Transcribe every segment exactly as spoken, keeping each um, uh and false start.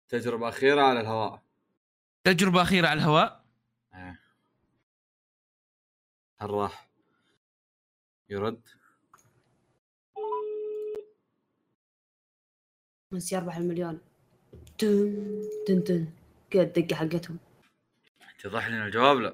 تجربة أخيرة على الهواء. تجربة أخيرة على الهواء. إيه. هل راح يرد؟ بس يربح المليون. تن تن تن كده الدقة حقتهم. اتضح لنا الجواب لا.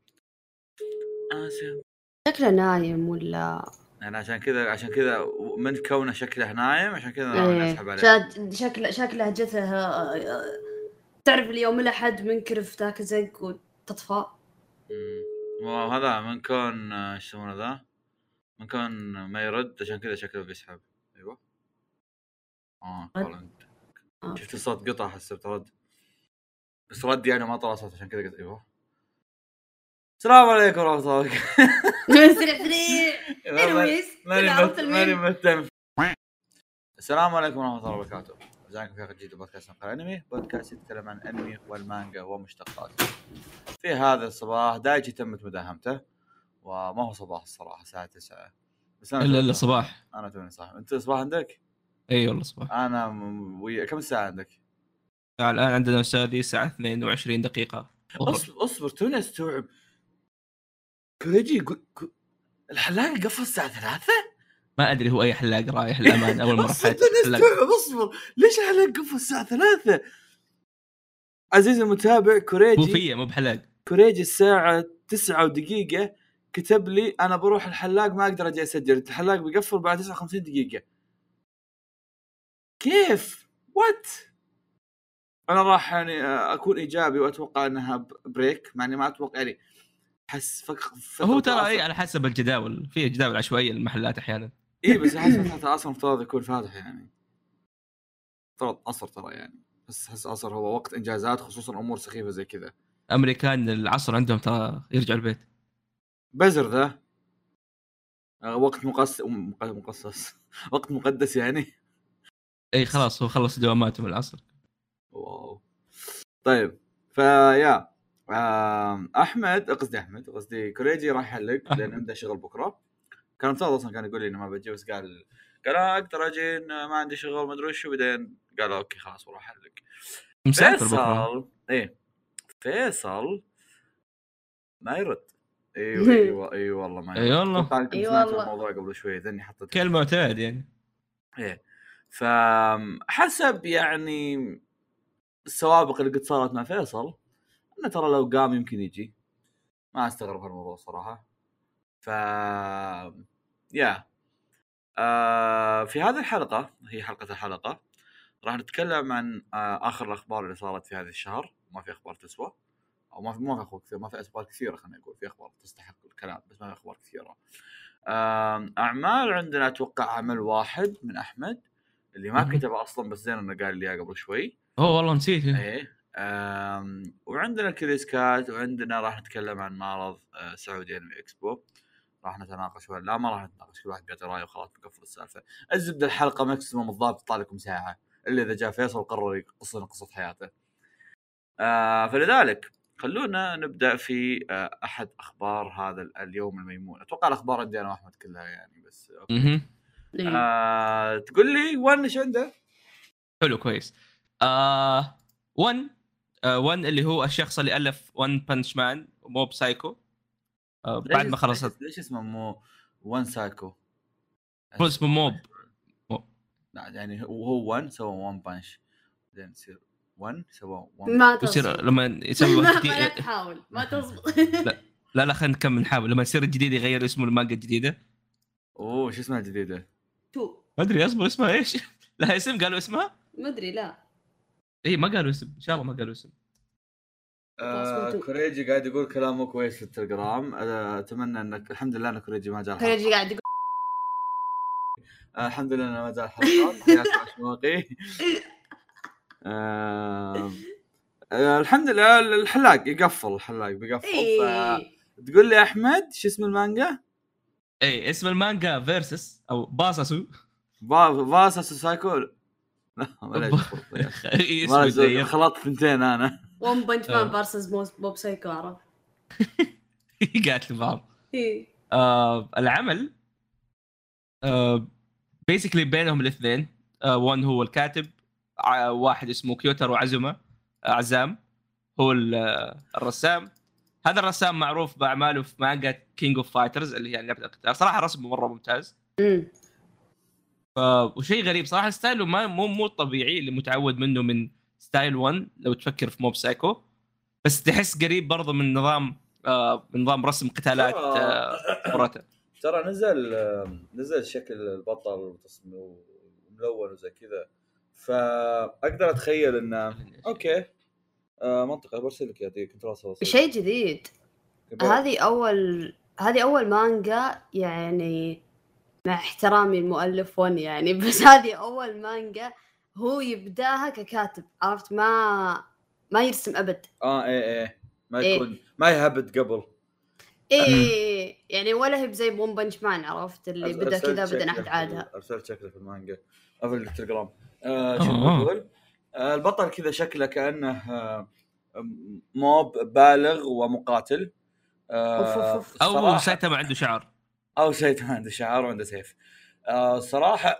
آسف. شكله نايم ولا؟ أنا عشان كذا عشان كذا من كونه شكله نايم عشان كذا ايه نسحب عليه. شاد شكله شكله جثه. تعرف اليوم الأحد منكرف ذاك زق وتطفى. امم هذا من كون ايش يسمونه ذا من كون ما يرد عشان كذا شكله بيسحب. ايوه اه كولنت. شفت الصوت قطع حسبت رد بس رد يعني ما طلع صوت عشان كذا قلت ايوه. السلام عليكم ورحمة الله وبركاته. سريع سريع. ماني مهتم. السلام عليكم ورحمة الله وبركاته. ازيكم في جديد بودكاست نقرا انمي، بودكاست يتكلم عن الانمي والمانجا ومشتقاته. في هذا الصباح دايتشي تمت مداهمته وما هو صباح الصراحة الساعة تسعة بس الا الا صباح. انا توني صاحي. انت صباح عندك؟ اي والله صباح. انا م... ويا كم ساعة عندك؟ الان عندنا استاذي الساعة اثنين وعشرين دقيقة. اصبر اصبر توني استوعب. كوريجي يقول ك... الحلاق قفل الساعة ثلاثة؟ ما ادري هو اي حلاق رايح الامان اول مرة حياتي. اصبر ليش الحلاق قفل الساعة ثلاثة؟ عزيزي المتابع كوريجي مو فيه مو بحلاق. كوريجي الساعة تسعة ودقيقة كتب لي انا بروح الحلاق ما اقدر اجي اسجل، الحلاق بيقفل بعد تسعة وخمسين دقيقة. كيف؟ وات؟ انا راح يعني اكون ايجابي واتوقع انها بريك مع اني ما اتوقع يعني حس فك هو ترى اي على حسب الجداول، في جداول عشوائيه للمحلات احيانا. اي بس احس فتره اصلا افترض يكون فاتح يعني افترض عصر ترى يعني بس احس عصر هو وقت انجازات خصوصا امور سخيفه زي كذا. امريكان العصر عندهم ترى يرجع البيت بزر ذا وقت مقص مقصص وقت مقدس يعني. اي خلاص هو خلص دواماته من العصر. واو طيب فيا احمد قصدي احمد قصدي كوريجي راح يحلق لان عنده شغل بكره. كان مفترض اصلا كان يقول لي انه ما بجي بس قال قال اقدر اجي ما عندي شغل ما ادري وش. وبعدين قال اوكي خلاص بروح احلق. فيصل ايه فيصل ما يرد. ايوه ايوه اي والله ما يرد. اي والله اي والله الموضوع قبل شوي ذني حطيت كلمه معتاد يعني. ايه فحسب يعني السوابق اللي قد صارت مع فيصل انه ترى لو قام يمكن يجي. ما استغرب هالموضوع صراحه. ف يا آه في هذه الحلقه هي حلقه الحلقه راح نتكلم عن آه اخر الاخبار اللي صارت في هذا الشهر. ما في اخبار تسوى او ما في ما في اخبار كثير ما في اخبار كثيره خلينا نقول في اخبار تستحق الكلام بس ما في اخبار كثيره. آه اعمال عندنا اتوقع عمل واحد من احمد اللي ما كتبه اصلا بس زين انه قال لي قبل شوي. اوه والله نسيت. ايه وعندنا الكريسكات وعندنا راح نتكلم عن معرض آه سعودي انمي اكسبو. راح نتناقش ولا لا ما راح نتناقش كل واحد بيعطي رايه وخلاص نقفل السالفه. الزبده الحلقه ماكسيموم الضابط يطلع لكم ساعه الا اذا جاء فيصل وقرر يقصنا قصه حياته. آه فلذلك خلونا نبدا في آه احد اخبار هذا اليوم الميمون. اتوقع الاخبار عندي انا واحمد كلها يعني بس اوكي. آه تقول لي وين ايش عنده؟ حلو كويس. آه ون آه ون اللي هو الشخص اللي الف ون بانش مان وموب سايكو. آه بعد ما خلصت ليش اسمه مو ون سايكو؟ هو اسمه موب. لا يعني هو ون سوى ون بانش بعدين يصير ون سوى ون ما تصير لما يسوي واحد ما تحاول ما تزبط. لا لا لا خلينا نكمل نحاول. لما يصير الجديد يغير اسمه المانجا الجديدة. اوه شو اسمها الجديدة؟ تو ما ادري اصبر اسمها ايش. لا اسم قالوا اسمها ما ادري لا اي ما قالوا اسم ان شاء الله ما قالوا اسم. آه كوريجي قاعد يقول كلام مو كويس في التليجرام. اتمنى انك الحمد لله ان كوريجي ما جاء كوريجي قاعد يقول آه الحمد لله انه ما جاء الحلقات. حياتي عشواقي. آه آه الحمد لله الحلاق يقفل الحلاق بيقفل. إيه. تقول لي احمد شو اسم المانجا؟ اي اسم المانجا فيرسس او باساسو با باساسو سايكو. لا معليش خلطت ثنتين انا. ون بنش مان فيرسس موب سايكو عرف. قالت لبعض. آه العمل آه بيسكلي بينهم الاثنين. آه ون هو الكاتب ع- واحد اسمه كيوتارو عزوما عزام هو ال- الرسام. هذا الرسام معروف باعماله في مانجا كينج اوف فايترز اللي هي لعبه القتال. صراحه رسمه مره ممتاز. امم ف... وشيء غريب صراحه ستايله ما مو مو طبيعي اللي متعود منه من ستايل واحد لو تفكر في موب سايكو، بس تحس قريب برضه من نظام آه من نظام رسم قتالات آه مرته. ترى نزل نزل شكل البطل وتصميمه ملون وزي كذا، فاقدر اتخيل انه اوكي آه منطقه. برسل لك يا دي كنت راسل شيء جديد. هذه اول هذه اول مانجا يعني، مع احترامي المؤلف ون يعني، بس هذه اول مانجا هو يبداها ككاتب، عرفت؟ ما ما يرسم ابد. اه ايه ايه ما إيه. يكون ما يهبط قبل. ايه يعني ولا هي بزي ون بنش مان، عرفت؟ اللي أرس- بدا أرسلت كذا شكله بعدين احد في عادها. ال- ارسلت شكله في المانجا او في التليجرام. آه شو آه. بقول؟ آه البطل كذا شكله كانه آه موب بالغ ومقاتل. أوف أوف آه أوف. او الصراحة- سايتاما عنده شعر. او شيء عنده شعار وعنده سيف. آه صراحه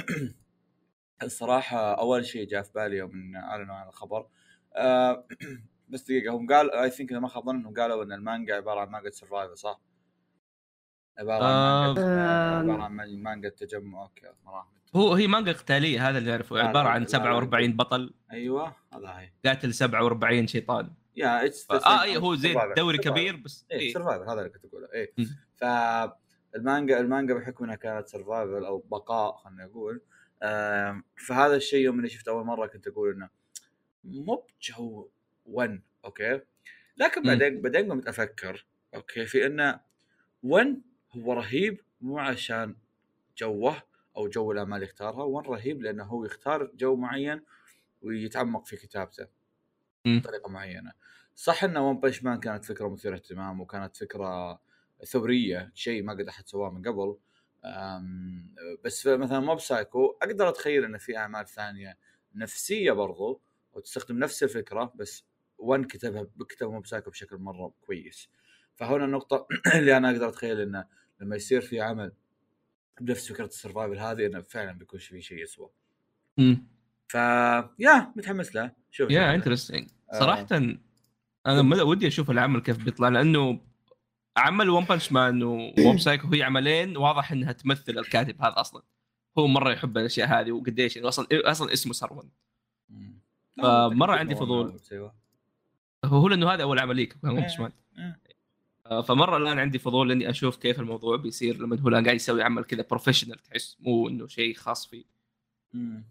الصراحه اول شيء جاء في بالي يوم اعلنوا عن الخبر آه بس دقيقه، هم قال اي ثينك ما خاب ظن انهم قالوا ان المانجا عباره عن مانجا سرفايفر، صح؟ عباره عن آه. مانجا آه. عباره عن مانجا تجمع. اوكي مراحل. هو هي مانجا قتاليه هذا اللي نعرفه، لا، عباره لا، عن لا، سبعة وأربعين لا. بطل ايوه هذا هي قاتل سبعة وأربعين شيطان. يا اتس اه اي هو زي دوري كبير بس ايه إيه. سرفايفر هذا اللي كنت اقوله. ايه م. فالمانجا المانجا بحكم انها كانت سرفايفل او بقاء خلينا نقول، آم، فهذا الشيء يوم اني شفت اول مره كنت اقول انه مو بجو ون اوكي، لكن م. بعدين بعدين قمت افكر اوكي في انه ون هو رهيب مو عشان جوه او جو الاعمال اللي يختارها. ون رهيب لانه هو يختار جو معين ويتعمق في كتابته م. بطريقه معينه. صح ان ون بنش مان كانت فكره مثيره اهتمام وكانت فكره ثوريه، شيء ما قد احد سواه من قبل. أم، بس مثلا موب سايكو اقدر اتخيل ان في اعمال ثانيه نفسيه برضو وتستخدم نفس الفكره، بس ون كتبها بكتب موب سايكو بشكل مره كويس. فهنا النقطه اللي انا اقدر اتخيل انه لما يصير في عمل بنفس فكره السرفايفل هذه انه فعلا بيكون في شيء يسوى. م. ف يا متحمس له. شوف يا انترستينج صراحه. آه. انا مدى ودي اشوف العمل كيف بيطلع، لانه عمل ون بانش مان وموب سايكو هي عملين واضح انها تمثل الكاتب هذا اصلا هو مره يحب الاشياء هذه وقديش يعني اصلا اصلا اسمه سرون. فمره عندي فضول. هو لانه هذا اول عمل ليك ون بانش مان، فمره الان عندي فضول اني اشوف كيف الموضوع بيصير لما هو الان قاعد يسوي عمل كذا بروفيشنال، تحس مو انه شيء خاص فيه. امم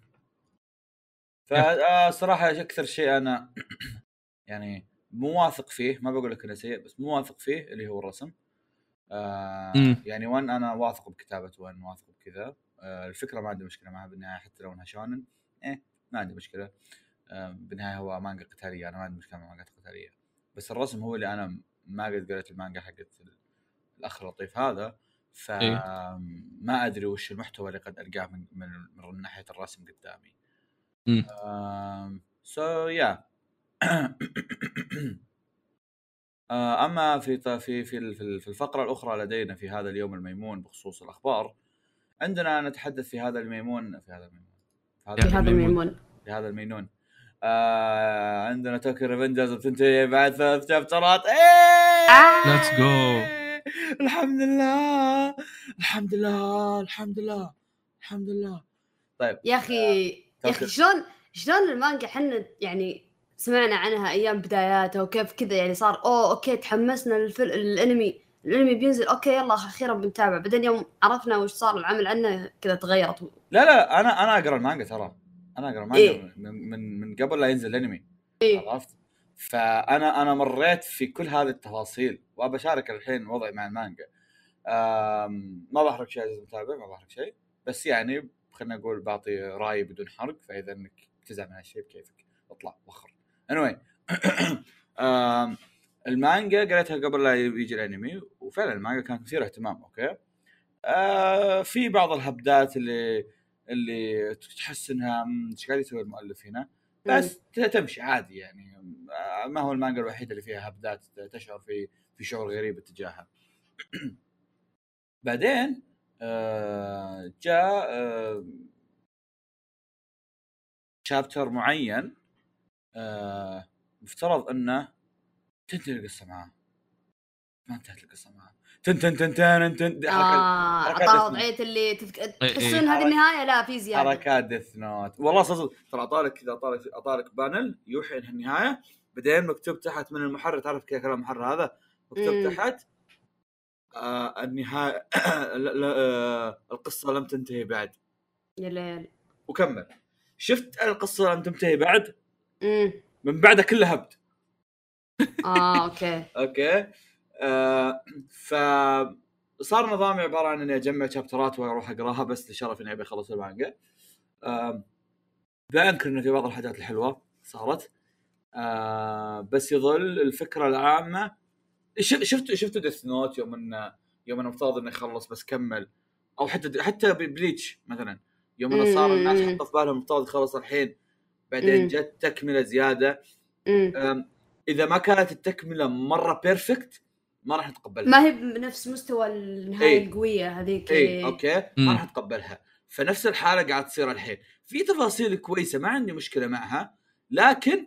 فصراحه اكثر شيء انا يعني مو واثق فيه، ما بقول لك انه سيء بس مو واثق فيه، اللي هو الرسم. آه يعني وان انا واثق بكتابه وان واثق بكذا. آه الفكره ما عندي مشكله معها بالنهايه، حتى لو انها شونن ايه ما عندي مشكله. آه بالنهايه هو مانجا قتاليه، انا ما عندي مشكله مع مانجا قتاليه، بس الرسم هو اللي انا ما قد قريت المانجا حقت الاخ اللطيف هذا، فما ادري وش المحتوى اللي قد القاه من من, من ناحيه الرسم قدامي. امم سو يا اما في في في في الفقره الاخرى لدينا في هذا اليوم الميمون بخصوص الاخبار، عندنا نتحدث في هذا الميمون في هذا الميمون في هذا الميمون في هذا الميمون آه عندنا توكيو ريفنجرز بتنتهي بعد ثلاث شابترات. ايه ليتس جو. الحمد لله الحمد لله الحمد لله الحمد لله. طيب يا اخي يا اخي شلون شلون المانجا حنا يعني سمعنا عنها ايام بداياتها وكيف كذا يعني صار اوه اوكي تحمسنا للفيلم الانمي الانمي بينزل اوكي يلا اخيرا بنتابع، بعدين يوم عرفنا وش صار العمل عنه كذا تغيرت. لا لا انا انا اقرا المانجا، ترى انا اقرا المانجا إيه؟ من, من من قبل لا ينزل الانمي. إيه؟ عرفت؟ فانا انا مريت في كل هذه التفاصيل وبشارك الحين وضعي مع المانجا. ما بحرق شيء عزيز المتابع، ما بحرق شيء، بس يعني خلينا نقول بعطي راي بدون حرق، فاذا انك تزعل من هالشيء بكيفك اطلع وخر. anyway المانجا قريتها قبل لا يجي الانمي، وفعلا المانجا كانت مثيره اهتمام. اوكي آه في بعض الهبدات اللي اللي تحس انها ايش قاعد يسوي المؤلف هنا، بس تمشي عادي يعني. ما هو المانجا الوحيده اللي فيها هبدات تشعر في في شعور غريب اتجاهها. بعدين آه جاء آه شابتر معين آه مفترض انه تنتهي القصه معاه، ما انتهت القصه معاه. تن تن تن تن تن اه عطاه وضعيه اللي تفك... تحسون هذه النهايه لا في زياده حركات ديث نوت. والله صدق ترى اعطالك كذا، اعطالك اعطالك بانل يوحي انها النهايه، بعدين مكتوب تحت من المحرر، تعرف كذا كلام المحرر هذا مكتوب مم. تحت آه النهايه لا لا آه القصه لم تنتهي بعد. يا ليل وكمل. شفت القصه لم تنتهي بعد مم. من بعدها كلها هبد. اه اوكي اوكي آه ف صار نظامي عباره عن اني اجمع شابترات واروح اقراها بس لشرف اني ابي اخلص المانجا. آه لا انكر ان في بعض الحاجات الحلوه صارت، آه بس يظل الفكره العامه. شفت شفت ديث نوت يوم انه يوم انه مفترض انه يخلص بس كمل، او حتى حتى ببليتش مثلا يوم انه صار الناس حطوا في بالهم مفترض يخلص الحين بعدين جت تكمله زياده. اذا ما كانت التكمله مره بيرفكت ما راح نتقبلها، ما هي بنفس مستوى النهايه ايه. القويه هذيك اي اوكي ما راح نتقبلها. فنفس الحاله قاعد تصير الحين، في تفاصيل كويسه ما عندي مشكله معها، لكن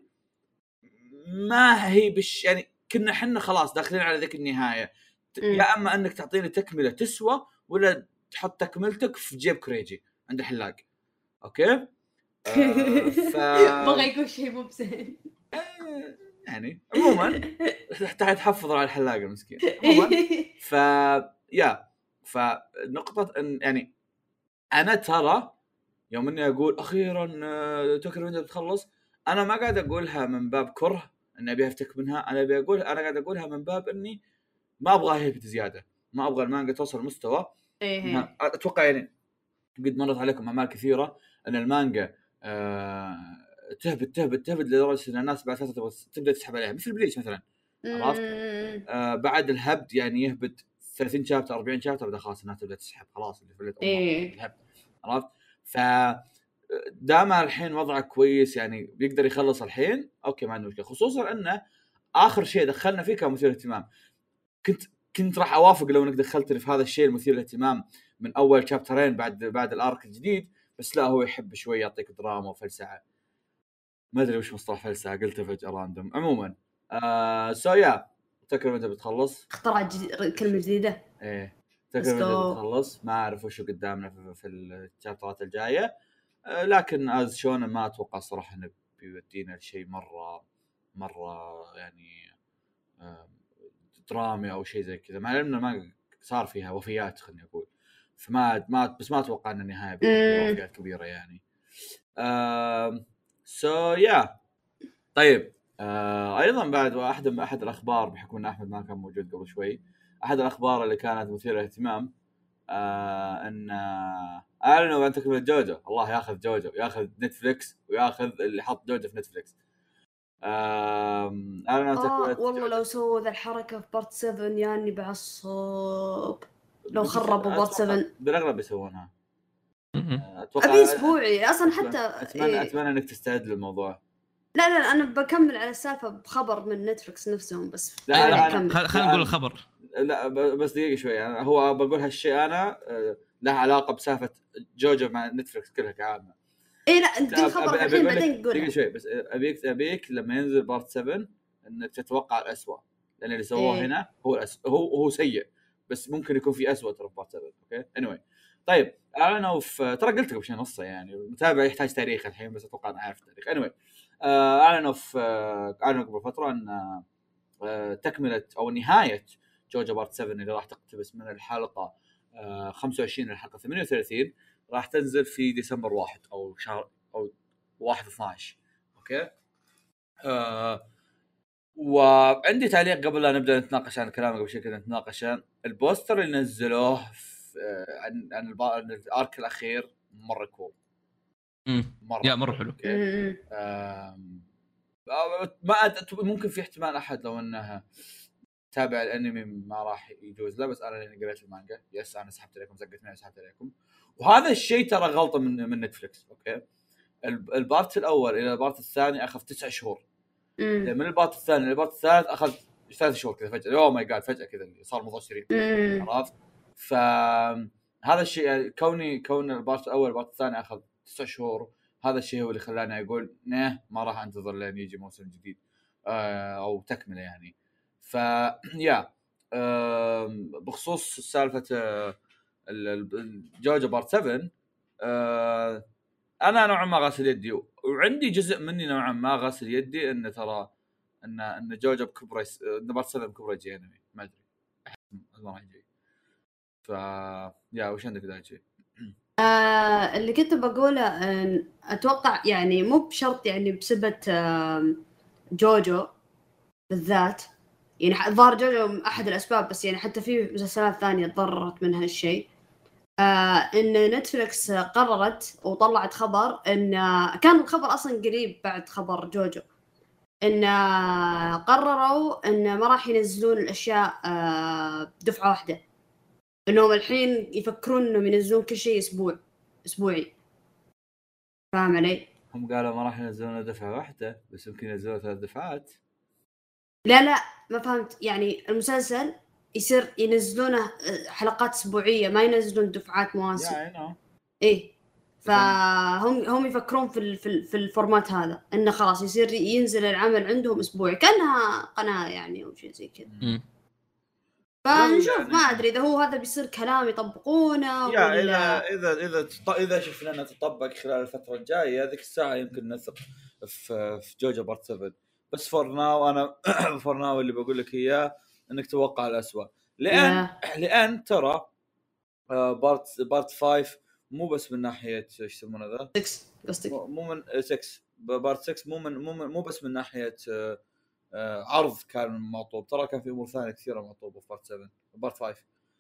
ما هي بش يعني كنا حنا خلاص داخلين على ذيك النهايه. م. يا اما انك تعطيني تكمله تسوى ولا تحط تكملتك في جيب كريجي عند الحلاق. اوكي آه ف بغى يقول شيء مو بزين يعني عموما تحت تحفظ على الحلاق المسكين عموما. ف يا فنقطه ان يعني انا ترى يوم اني اقول اخيرا توكر ويندو بتخلص، انا ما قاعد اقولها من باب كره اني ابي افتك منها، انا ابي اقول انا قاعد اقولها من باب اني ما ابغى هيك زياده، ما ابغى المانجا توصل مستوى. ايه اتوقع يعني قد مرت عليكم اعمال كثيره ان المانجا آه تهبط تهبط تهبط لدرجه ان الناس بعد فتره تبدا تسحب عليها، مثل بليتش مثلا عرفت آه بعد الهبد يعني يهبط ثلاثين شابتر أربعين شابتر بدا خلاص الناس تبدا تسحب خلاص اللي فلت إيه. الهبد عرفت. ف دام الحين وضعه كويس يعني بيقدر يخلص الحين اوكي ما عنده مشكله، خصوصا انه اخر شيء دخلنا فيه كان مثير اهتمام. كنت كنت راح اوافق لو انك دخلتني في هذا الشيء المثير للاهتمام من اول شابترين بعد بعد الارك الجديد، بس لا هو يحب شوي يعطيك دراما وفلسفه، ما ادري وش مصطلح فلسفه قلته فجاه راندوم. عموما آه سو يا تكرم انت بتخلص اخترع جديد... كلمه جديده ايه تكرم انت بتخلص، ما اعرف وش قدامنا في, في الشابترات الجايه آه لكن از شون ما اتوقع صراحه انه بيودينا لشيء مره مره يعني آه درامي او شيء زي كذا، مع انه ما صار فيها وفيات خليني اقول، فما ما بس ما اتوقع ان النهايه بتكون وفيات كبيره يعني. امم سو يا طيب آه ايضا بعد واحد من احد الاخبار بحكم ان احمد ما كان موجود قبل شوي، احد الاخبار اللي كانت مثيره للاهتمام آه ان اعلنوا عن تكمله جوجو. الله ياخذ جوجو، ياخذ نتفليكس وياخذ اللي حط جوجو في نتفليكس. امم انا آه والله لو سووا ذا الحركه في بارت سبعة يعني بعصب لو خربوا بارت سبعة بالاغلب يسوونها. اتوقع ابي اسبوعي اصلا حتى اتمنى إيه؟ اتمنى انك تستعد للموضوع. لا لا انا بكمل على السالفه بخبر من نتفلكس نفسهم بس. لا لا خلينا نقول الخبر. لا بس دقيقه شوي يعني هو بقول هالشيء انا له علاقه بسالفه جوجو مع نتفلكس كلها كعامه. ايه لا انت الخبر الحين بعدين تقول دقيقه شوي بس ابيك ابيك لما ينزل بارت سبعة انك تتوقع الأسوأ، لان اللي سووه إيه؟ هنا هو الأس... هو هو سيء بس ممكن يكون في أسوأ ترى في بارت سبعة. اوكي anyway طيب اعلنوا في ترى قلت لكم شيء نصه يعني المتابع يحتاج تاريخ الحين بس اتوقع انا عارف التاريخ. anyway اعلنوا في اعلنوا قبل فتره ان تكمله او نهايه جوجو بارت سبعة اللي راح تقتبس من الحلقه خمسة وعشرين للحلقه ثمانية وثلاثين راح تنزل في ديسمبر واحد او شهر او واحد اثناشر. اوكي آه وعندي تعليق قبل لا نبدا نتناقش عن الكلام قبل شيء كذا نتناقش عن البوستر اللي نزلوه عن عن الارك الاخير مره كول مره يا مره حلو. آه ما ممكن في احتمال احد لو انها تابع الانمي ما راح يجوز له، بس انا اللي قريت المانجا يس انا سحبت عليكم زقتني سحبت عليكم، وهذا الشيء ترى غلطه من من نتفليكس. اوكي البارت الاول الى البارت الثاني اخذ تسعة شهور، من البارت الثاني للبارت الثالث اخذ ثلاث شهور كذا فجاه اوه ماي جاد فجاه كذا صار موضوع سريع عرفت. فهذا الشيء كوني كون البارت الاول البارت الثاني اخذ تسعة شهور هذا الشيء هو اللي خلاني اقول نه ما راح انتظر لين يجي موسم جديد آه او تكمله يعني. ف يا آه بخصوص سالفه آه الجوجو بارت سبعة آه انا نوعا ما غاسل يدي، وعندي جزء مني نوعا ما غاسل يدي ان ترى ان ان جوجو بكبره يس... ان بارت سبعة بكبره يجي انمي ما ادري ما راح يجي. ف يا وش عندك ذا شيء؟ آه اللي كنت بقوله آه اتوقع يعني مو بشرط يعني بسبة آه جوجو بالذات، يعني ظهر جوجو احد الاسباب، بس يعني حتى في مسلسلات ثانيه تضررت من هالشيء. آه ان نتفلكس قررت وطلعت خبر ان كان الخبر اصلا قريب بعد خبر جوجو، ان قرروا ان ما راح ينزلون الاشياء آه دفعه واحده، انهم الحين يفكرون انهم ينزلون كل شيء اسبوع اسبوعي. فاهم علي؟ هم قالوا ما راح ينزلون دفعه واحده بس يمكن ينزلون ثلاث دفعات. لا لا ما فهمت، يعني المسلسل يصير ينزلونه حلقات اسبوعيه، ما ينزلون دفعات مواسم. يعني ايه فهم هم يفكرون في في في الفورمات هذا، انه خلاص يصير ينزل العمل عندهم اسبوعي كانها قناه يعني او شيء زي كذا. فنشوف ما ادري اذا هو هذا بيصير كلام يطبقونه ولا اذا اذا اذا اذا شفنا انه تطبق خلال الفتره الجايه هذيك الساعه يمكن نثق في في جوجو بارت سبعة. بس فور ناو انا فور ناو اللي بقول لك اياه انك توقع الأسوأ، لان yeah. لان ترى بارت بارت خمسة مو بس من ناحيه ايش يسمونه ذا ستة قصدك مو من ستة بارت ستة مو من مو من مو بس من ناحيه عرض كان مطلوب، ترى كان في امور ثانيه كثيره مطلوبه في بارت سبعة بارت خمسة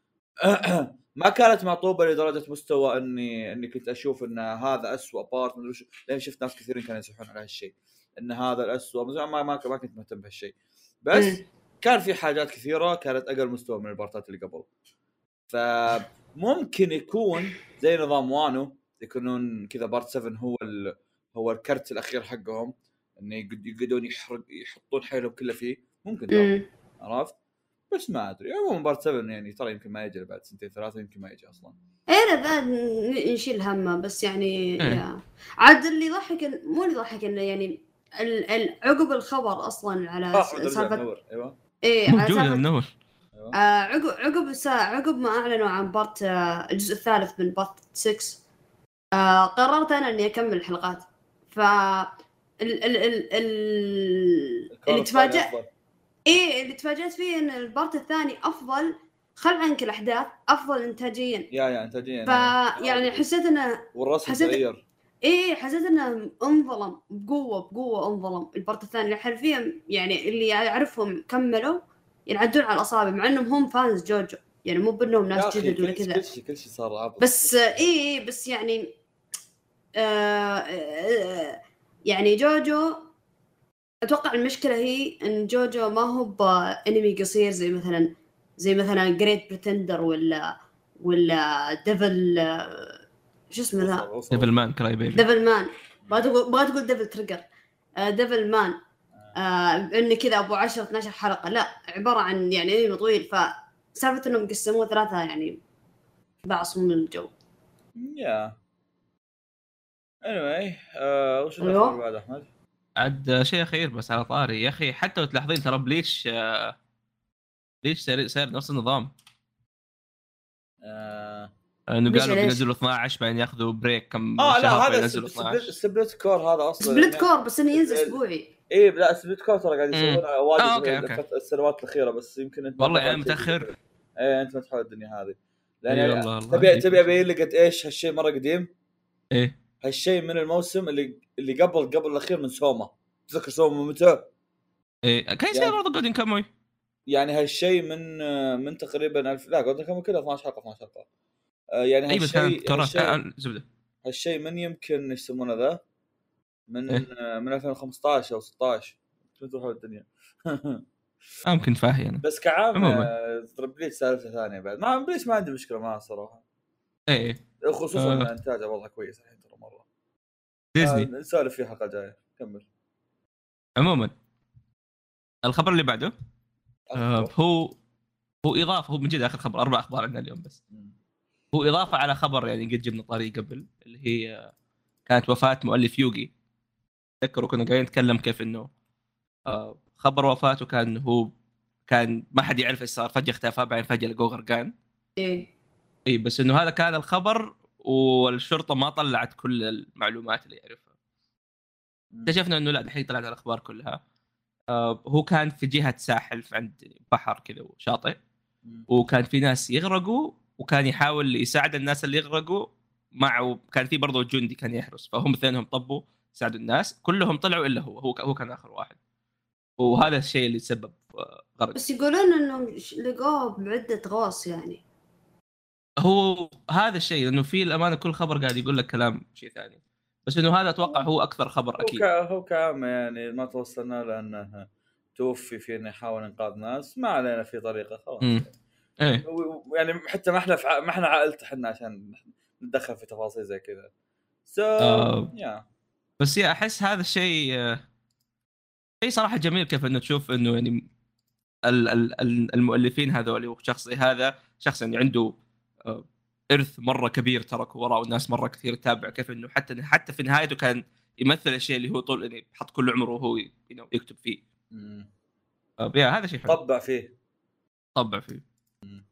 ما كانت مطلوبه لدرجه مستوى اني اني كنت اشوف ان هذا أسوأ بارت، لان شفت ناس كثيرين كانوا يصيحون على هالشيء ان هذا الأسوأ، ما ما ما كنت مهتم بهالشيء. بس م. كان في حاجات كثيره كانت اقل مستوى من البارتات اللي قبل، فممكن يكون زي نظام وانو يكونون كذا بارت سبعة هو ال... هو الكرت الاخير حقهم، انه يقدرون يحرق يحطون حيلهم كله فيه ممكن ترى عرفت. بس ما ادري عموما بارت سبعة يعني ترى يمكن ما يجي بعد سنتين ثلاثه، يمكن ما يجي اصلا. ايه بعد نشيل همه بس يعني يا. عاد اللي يضحك مو اللي يضحك انه يعني ال... ال... عقب الخبر اصلا على سالفه ايوه ايه موجود النور آه عقب عقب عقب ما اعلنوا عن بارت آه الجزء الثالث من بارت ستة آه قررت انا اني اكمل الحلقات. ف ال ال ال ال اللي تفاجأت ايه اللي تفاجأت فيه ان البارت الثاني افضل، خل عنك الاحداث، افضل انتاجيا يا يا انتاجيا. ف يعني حسيت انه والرسم تغير، ايه حسيت انه انظلم بقوه بقوه انظلم البارت الثاني اللي حرفيا يعني اللي اعرفهم كملوا ينعدون على الاصابع، مع انهم هم فانز جوجو يعني مو بانهم ناس جدد ولا كذا، كل شيء كل شيء صار عبط. بس ايه بس يعني آه آه يعني جوجو اتوقع المشكله هي ان جوجو ما هو بانمي قصير زي مثلا زي مثلا جريت بريتندر ولا ولا ديفل شو اسمه ذا ديفل مان كراي بيبي ديفل مان ما تقول ما تقول ديفل تريجر آه ديفل مان آه انه كذا ابو عشرة اثنا عشر حلقه، لا عباره عن يعني انمي طويل، فسالفه انهم قسموه ثلاثه يعني بعصوا من الجو. يا anyway آه وش أيوة. الخبر بعد احمد؟ عاد شيء اخير بس على طاري يا اخي، حتى لو تلاحظين ترى بليتش آه ليش صار صار نفس النظام آه انه قالوا بينزلوا اثنا عشر بعدين ياخذوا بريك كم آه شهر لا بينزلوا اثنا عشر. سبليت كور هذا اصلا سبليت كور بس انه ينزل اسبوعي. ايه لا سبليت كور ترى قاعد يسوون واجد آه، أوكي، أوكي. السنوات الاخيره، بس يمكن انت والله يعني متاخر. ايه انت ما تحاول الدنيا هذه لان إيه يعني تبي تبي ابين لك قد ايش هالشيء مره قديم. ايه هالشيء من الموسم اللي اللي قبل قبل الاخير من سوما، تذكر سوما متى؟ ايه كان يصير برضه جولدن كاموي، يعني هالشيء من من تقريبا ألف لا جولدن كاموي كله اثنا عشر حلقه اثنا عشر حلقه يعني هالشيء هالشيء زبده هالشيء من يمكن ايش يسمونه ذا من إيه؟ من ألفين وخمسة عشر او ستة عشر كنت اروح الدنيا ممكن فاهي انا بس كعام تربليت سالفه ثانيه بعد ما بليش ما عندي مشكله معها صراحه. ايه خصوصا ان آه. انتاجه والله كويس الحين ترى مره ديزني آه نسولف فيه حلقه جايه. كمل. عموما الخبر اللي بعده آه هو هو اضافه، هو من جد اخر خبر، اربع اخبار عندنا اليوم بس م. هو اضافه على خبر يعني قد جبنا طاري قبل اللي هي كانت وفاه مؤلف يوغي. تذكروا كنا قاعدين نتكلم كيف انه آه خبر وفاته كان هو كان ما حد يعرف ايش صار، فجاه اختفى بعدين فجاه لقوه غرقان. ايه اي بس انه هذا كان الخبر والشرطه ما طلعت كل المعلومات اللي يعرفها. اكتشفنا انه لا الحين طلعت الاخبار كلها. آه هو كان في جهه ساحل في عند بحر كذا وشاطئ، وكان في ناس يغرقوا وكان يحاول يساعد الناس اللي يغرقوا معه. كان في برضه جندي كان يحرس، فهم اثنينهم طبوا ساعدوا الناس كلهم طلعوا الا هو هو هو كان اخر واحد، وهذا الشيء اللي سبب غرق. بس يقولون انه لقوه بعده غوص يعني. هو هذا الشيء انه في الامانه كل خبر قاعد يقول لك كلام شيء ثاني، بس انه هذا اتوقع هو اكثر خبر اكيد. هو, هو كعامة يعني ما توصلنا لانه توفي في انه يحاول انقاذ ناس، ما علينا في طريقه خلاص. ايه يعني حتى ما احنا ما احنا عائلته احنا عشان نتدخل في تفاصيل زي كذا. سو so, آه yeah. بس يا احس هذا الشيء شيء صراحه جميل كيف انه تشوف انه يعني المؤلفين هذول وشخص هذا شخص يعني عنده إرث مرة كبير تركه وراء والناس مرة كثير تتابع، كيف إنه حتى حتى في نهايته كان يمثل الشيء اللي هو طول يعني حط كل عمره وهو يكتب فيه. امم يا هذا شيء حلو. طبع فيه طبع فيه. امم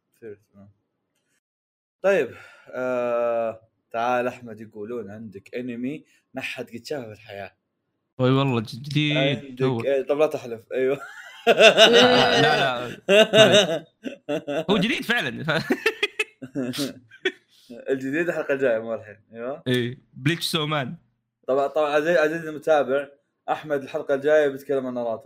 طيب آه... تعال أحمد، يقولون عندك أنمي ما حد قد شافه في الحياة. اي والله جديد. عندك طب لا تحلف. ايوه لا لا, لا. هو جديد فعلا. الجديد الحلقه الجايه مو الحين. ايوه اي بليتش سومان. طبعا طبعا عزيز عزيزي المتابع، احمد الحلقه الجايه بيتكلم عن ناراته.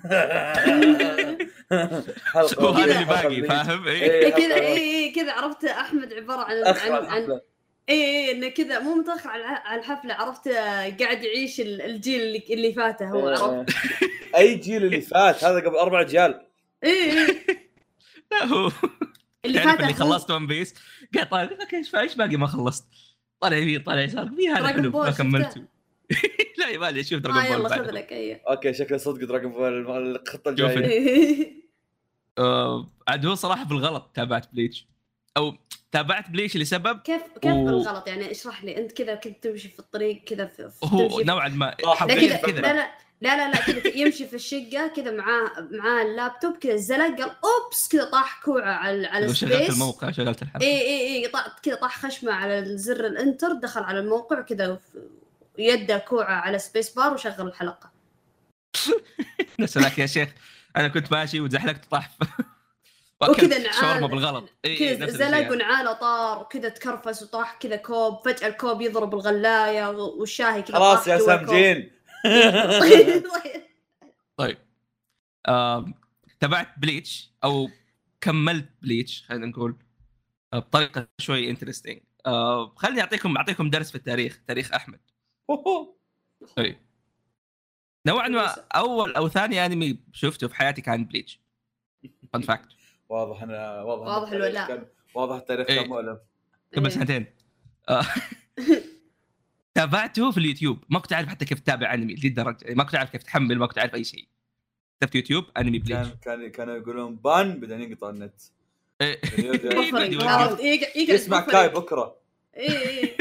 حلقه هذا اللي باقي فاهم. اي كذا اي كذا عرفت احمد عباره عن عن, عن اي انه كذا مو متاخر على الحفله، عرفت قاعد يعيش الجيل اللي اللي فاته هو. عرفت اي جيل اللي فات هذا قبل اربع اجيال. اي لا هو اللي فات اللي خلصت ون بيس قاعد طالع اوكي ايش باقي ما خلصت، طالع يمين طالع يسار في هذا حلو ما كملته. لا يبالي اشوف دراجون بول. يلا خذ لك. اي اوكي شكله صدق دراجون بول الخطه الجايه. آه عاد هو صراحه بالغلط تابعت بليتش او تابعت بليتش لسبب. كيف كيف و... بالغلط يعني اشرح لي انت. كذا كنت تمشي في الطريق كذا في... هو نوعا ما كذا كذا لا لا لا لا, لا كذا يمشي في الشقه كذا معاه معاه اللابتوب كذا زلق قال اوبس كذا طاح كوعه على على السبيس. شغلت الموقع شغلت الحلقه. اي اي اي طاح كذا طاح خشمه على زر الانتر دخل على الموقع كذا يده كوعه على سبيس بار وشغل الحلقه. نسلك يا شيخ انا كنت ماشي وزحلقت طاح وكذا نعال شاورما بالغلط. كذا زلق ونعاله طار وكذا تكرفس وطاح كذا كوب. فجأة الكوب يضرب الغلاية والشاهي كذا خلاص يا سمجين. طيب آه، تابعت بليتش او كملت بليتش خلينا نقول بطريقة شوي انترستينج. آه، خليني أعطيكم أعطيكم درس في التاريخ، تاريخ أحمد. طيب نوعا ما أول أو ثاني أنمي شفته في حياتي كان بليتش. فان فاكت. واضح أنا واضح واضح الولاء. واضح التاريخ كان مؤلم قبل سنتين. تابعته في اليوتيوب، ما كنت أعرف حتى كيف تتابع أنمي للدرجة، ما كنت أعرف كيف تحمل، ما كنت أعرف أي شيء. كتبت يوتيوب أنمي بليتش. كان كان كانوا يقولون بان بدنا ينقطع النت. يسمع كاي بكرة. إيه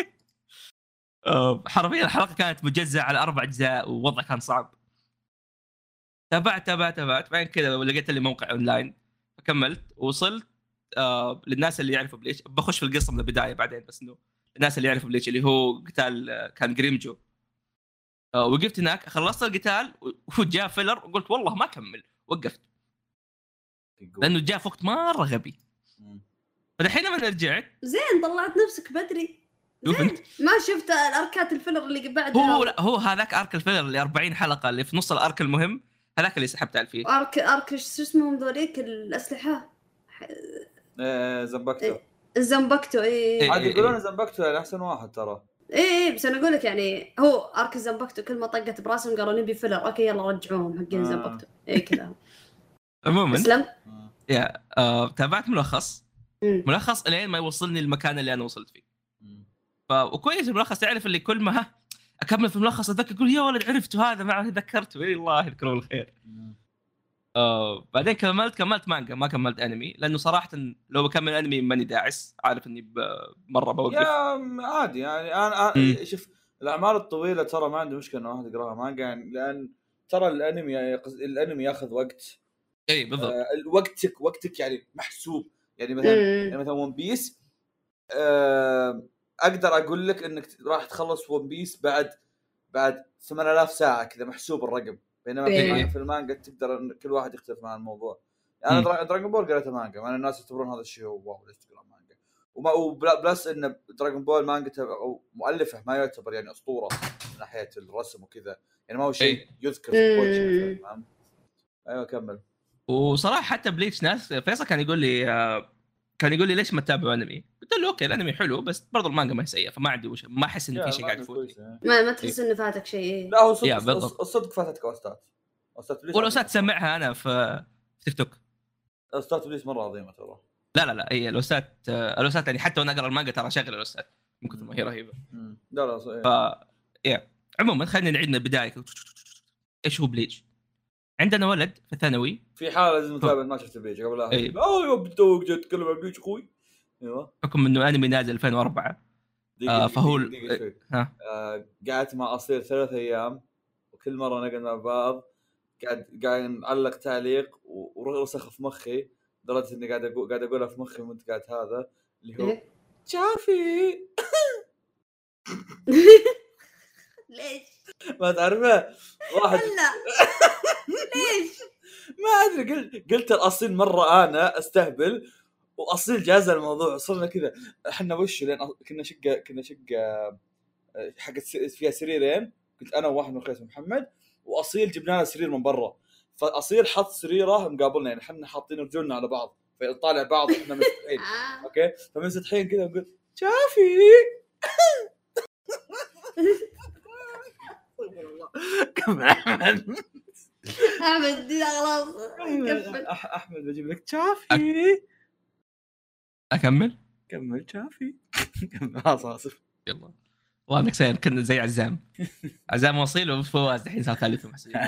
حرفيا الحلقة كانت مجزأة على أربع أجزاء ووضع كان صعب. تابعت تابعت تابعت بعدين كذا لقيت لي موقع أونلاين فكملت وصلت. آه للناس اللي يعرفوا بليتش بخش في القصة من البداية بعدين، بس إنه الناس اللي يعرفوا بليتش اللي هو قتال كان جريمجو. آه وقفت هناك خلصت القتال وجاء فيلر وقلت والله ما كمل، وقفت لأنه جاء في وقت مرة غبي. فالحين لما رجعت زين طلعت نفسك بدري. ما شفت الاركات الفيلر اللي بعدها؟ هو لا هو هذاك ارك الفيلر اللي أربعين حلقه اللي في نص الارك المهم، هذاك اللي سحبت على فيه. ارك ارك شو اسمهم ذوليك الاسلحه؟ ايه زنبكتو. الزنبكتو ايه عاد يقولون زنبكتو يعني احسن واحد ترى. ايه بس انا اقول لك يعني هو ارك الزنبكتو كل ما طقت براسهم قالوا نبي فيلر، اوكي يلا رجعوهم حقين الزنبكتو. ايه كذا. عموما اسلم يا آه، تابعت ملخص ملخص لين ما يوصلني المكان اللي انا وصلت فيه. وكويس الملخص تعرف اللي كل ما ها اكمل في الملخص اتذكر اقول يا ولد عرفته هذا معه ذكرته اي الله يذكره الخير. آه بعدين كملت كملت مانجا ما كملت انمي لانه صراحه لو بكمل انمي ماني داعس، عارف اني مره بوقف. يا عادي يعني انا شوف الاعمال الطويله ترى ما عندي مشكله انه واحد يقراها مانجا يعني، لان ترى الانمي يقص... الانمي ياخذ وقت. اي بالضبط. آه وقتك وقتك يعني محسوب. يعني مثلا يعني مثلا ون بيس آه اقدر اقول لك انك راح تخلص ون بيس بعد بعد ثمانية آلاف ساعه كذا محسوب الرقم. بينما إيه. في المانجا تقدر كل واحد يختلف مع الموضوع. انا يعني دراغون بول قريت مانجا، يعني الناس يعتبرون هذا الشيء واو ليش تقرا مانجا. وما وبلس ان دراغون بول مانجا او مؤلفه ما يعتبر يعني اسطوره من ناحيه الرسم وكذا، يعني ما هو شيء إيه. يذكر في بوتش مثلا. ايوه كمل. وصراحه حتى بليتش ناس فيصل كان يقول لي آه كان يقول لي ليش ما تتابعوا انمي؟ قلت له اوكي الانمي حلو بس برضو المانجا ما هي سيئه، فما عندي وش ما احس ان في شيء قاعد يفوتني. ما ما تحس انه فاتك شيء. لا هو صدق الصدق فاتتك اوستات. اوستات بليس والاوستات سمعها انا في تيك توك. اوستات بليس مره عظيمه ترى. لا لا لا هي الاوستات الاوستات يعني حتى وانا اقرا المانجا ترى شغل الاوستات من كثر ما هي رهيبه. لا لا صحيح. ف يا عموما خلينا نعيد من البدايه. ايش هو بليتش؟ عندنا ولد في الثانوي في حاله لازم نتابع ما شفت بليتش قبل لا. أي. اه يوم توك جيت اتكلم عن بليتش اخوي. ايوه حكم انه انمي نازل ألفين وأربعة. آه فهو ها آه قعدت مع اصيل ثلاث ايام وكل مره نقعد مع بعض قاعد قاعد نعلق تعليق ورسخ في مخي درجه اني قاعد اقول قاعد اقولها في مخي وانت قاعد هذا اللي هو شافي. ليش ما تعرفه واحد لا ليش ما ادري قلت قلت الاصيل مره انا استهبل واصيل جاز الموضوع صرنا كذا احنا وش لين كنا شقه كنا شقه حقت فيها سريرين كنت انا وواحد من اخويا محمد واصيل جبنا له سرير من برا فاصيل حط سريره مقابلنا يعني احنا حاطين رجولنا على بعض فيطالع بعض احنا مستحيل اوكي فمنستحين كذا نقول شافي. كم احمد احمد دي خلاص كمل. احمد بجيب لك شافي. اكمل كمل شافي. كمل خلاص اصف يلا والله انك سير كنا زي عزام عزام وصيل وفواز الحين صار ثالثهم حسين.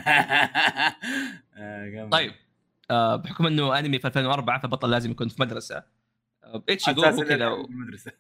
طيب آه بحكم انه انمي في ألفين وأربعة فبطل لازم يكون في مدرسه. آه اتشيغو مو كذا و... مدرسه.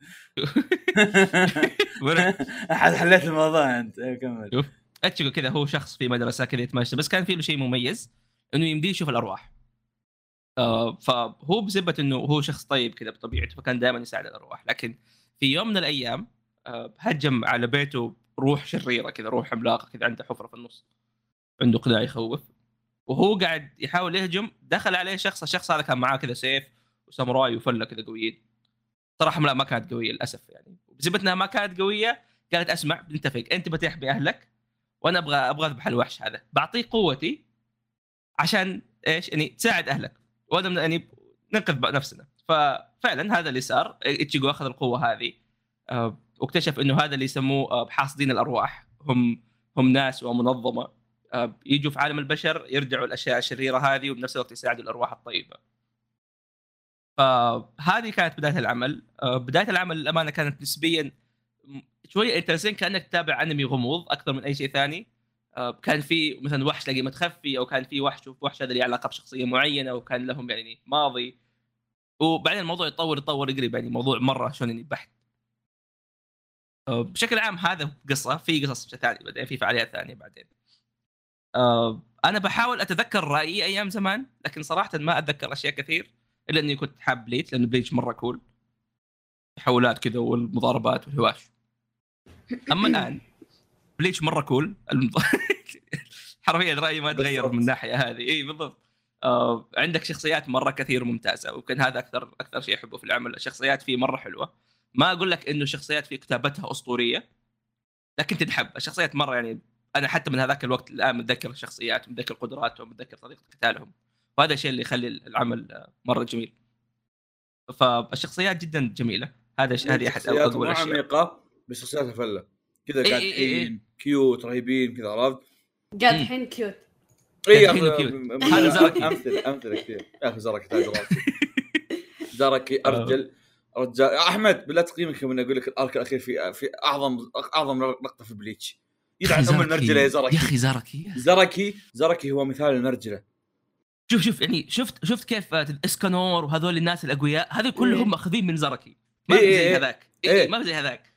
احد حليت الموضوع انت. كمل. شوف اتشيغو كذا هو شخص في مدرسه كذا يتمشى بس كان فيه له شيء مميز انه يمديه يشوف الارواح. آه فهو بسبب انه هو شخص طيب كذا بطبيعته فكان دائما يساعد الارواح. لكن في يوم من الايام آه هجم على بيته روح شريره كذا روح عملاقه كذا عنده حفره في النص عنده قناع يخوف وهو قاعد يحاول يهجم دخل عليه شخص. الشخص هذا كان معاه كذا سيف وساموراي وفله كذا قويين. صراحه لا ما كانت قويه للاسف يعني بسبب انها ما كانت قويه قالت اسمع بنتفق انت بتحمي اهلك وانا ابغى ابغى اذبح الوحش هذا بعطيك قوتي عشان ايش يعني تساعد اهلك وانا يعني ننقذ نفسنا. ففعلا هذا اللي صار. اتشيغو اخذ القوه هذه أه واكتشف انه هذا اللي يسموه حاصدين الارواح هم هم ناس ومنظمه أه يجوا في عالم البشر يرجعوا الاشياء الشريره هذه وبنفس الوقت يساعدوا الارواح الطيبه. فهذه كانت بدايه العمل. أه بدايه العمل الامانه كانت نسبيا شويه انترسين كانك تتابع انمي غموض اكثر من اي شيء ثاني. أه كان في مثلا وحش تلاقيه متخفي او كان في وحش وحش هذا له علاقه بشخصيه معينه وكان لهم يعني ماضي وبعدين الموضوع يتطور يتطور يقرب يعني موضوع مره شلون بحت. أه بشكل عام هذا قصه في قصص ثانيه بعدين في فعاليات ثانيه بعدين. أه انا بحاول اتذكر رايي ايام زمان لكن صراحه ما اتذكر اشياء كثير الا اني كنت حاب بليتش لانه بليتش مره كول تحولات كذا والمضاربات والهواش. اما الان بليتش مره كول حرفيا رايي ما تغير من الناحيه هذه. اي بالضبط. آه عندك شخصيات مره كثير ممتازه وكان هذا اكثر اكثر شيء احبه في العمل. الشخصيات فيه مره حلوه ما اقول لك انه الشخصيات في كتابتها اسطوريه لكن تنحب الشخصيات مره يعني انا حتى من هذاك الوقت الان متذكر الشخصيات متذكر قدراتهم متذكر طريقه قتالهم وهذا الشيء اللي يخلي العمل مره جميل. فالشخصيات جدا جميله. هذا هذه احد اقوى الاشياء. عميقه بس شخصيات فله كذا قاعد إيه إيه إيه. كيوت رهيبين كذا عرفت قاعدين كيوت. اي هذا زركي امثله امثله كثير يا اخي زركي تاج راسي. زركي ارجل رجال. احمد بالله تقييمك من اقول لك الارك الاخير في في اعظم اعظم لقطه في بليتش يدعم ام المرجله يا زركي. يا اخي زركي زركي زركي هو مثال المرجله. شوف شوف يعني شفت شفت كيف اسكانور وهذول الناس الاقوياء هذول كلهم ماخذين من زركي ما في زي هذاك. اي ما في زي هذاك.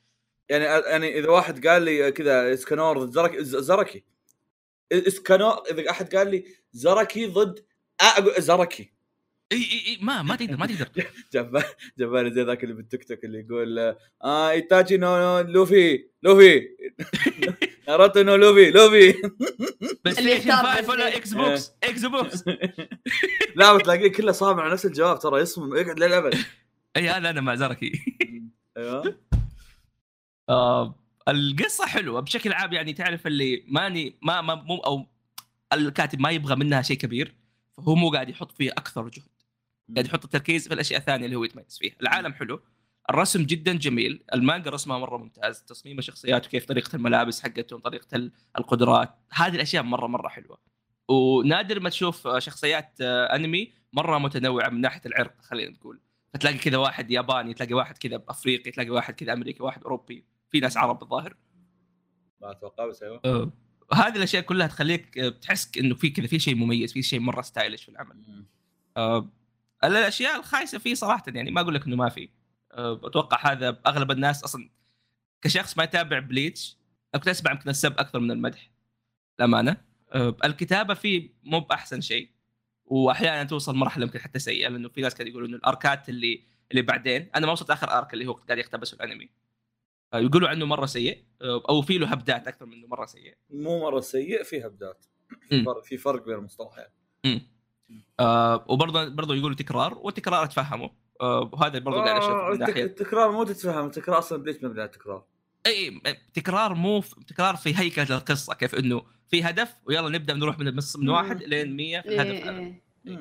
يعني يعني اذا واحد قال لي كذا اسكانور ضد زركي زركي اسكانور، اذا احد قال لي زركي ضد اقول زركي اي اي اي ما ما تقدر ما تقدر جبان جبان زي ذاك اللي بالتيك توك اللي يقول اه ايتاجي نو لوفي لوفي ناروتو نو لوفي لوفي بس اللي في يختار فايف ولا بالليل. اكس بوكس اكس بوكس لا بتلاقيه كله صامع نفس الجواب ترى يصمم يقعد للابد. اي هذا انا مع زركي. ايوه آه القصه حلوه بشكل عام يعني تعرف اللي ماني ما ما مو او الكاتب ما يبغى منها شيء كبير فهو مو قاعد يحط فيه اكثر جهد قاعد يحط التركيز في الاشياء الثانيه اللي هو يتميز فيها. العالم حلو الرسم جدا جميل المانجا رسمها مره ممتاز تصميم الشخصيات وكيف طريقه الملابس حقتهم طريقه القدرات هذه الاشياء مره مره حلوه ونادر ما تشوف شخصيات انمي مره متنوعه من ناحيه العرق خلينا نقول فتلاقي كذا واحد ياباني تلاقي واحد كذا افريقي تلاقي واحد كذا امريكي واحد اوروبي في ناس عرب بالظاهر ما اتوقع بس ايوه أه. هذه الاشياء كلها تخليك تحس انه في كذا في شيء مميز في شيء مره ستايلش في العمل. أه. الاشياء الخايسه فيه صراحه يعني ما اقول لك انه ما في أه. اتوقع هذا اغلب الناس اصلا كشخص ما يتابع بليتش كنت اسمع يمكن السب اكثر من المدح الامانه. أه. الكتابه فيه مو باحسن شيء واحيانا توصل مرحله يمكن حتى سيئه لانه في ناس كانوا يقولوا انه الاركات اللي اللي بعدين انا ما وصلت اخر ارك اللي هو قاعد يقتبسه الانمي أه. يقولوا عنه مره سيء أه. او في له هبدات اكثر من انه مره سيء مو مره سيء في هبدات في فرق في فرق بين المصطلحين. آه وبرضه برضه يقولوا تكرار والتكرار اتفهمه آه وهذا برضه قاعد اشوفه من ناحيه التكرار مو تتفهم التكرار اصلا بليش مبدا التكرار اي تكرار مو تكرار في هيكله القصه كيف انه في هدف ويلا نبدا نروح من النص من واحد لين مية في الهدف هذا.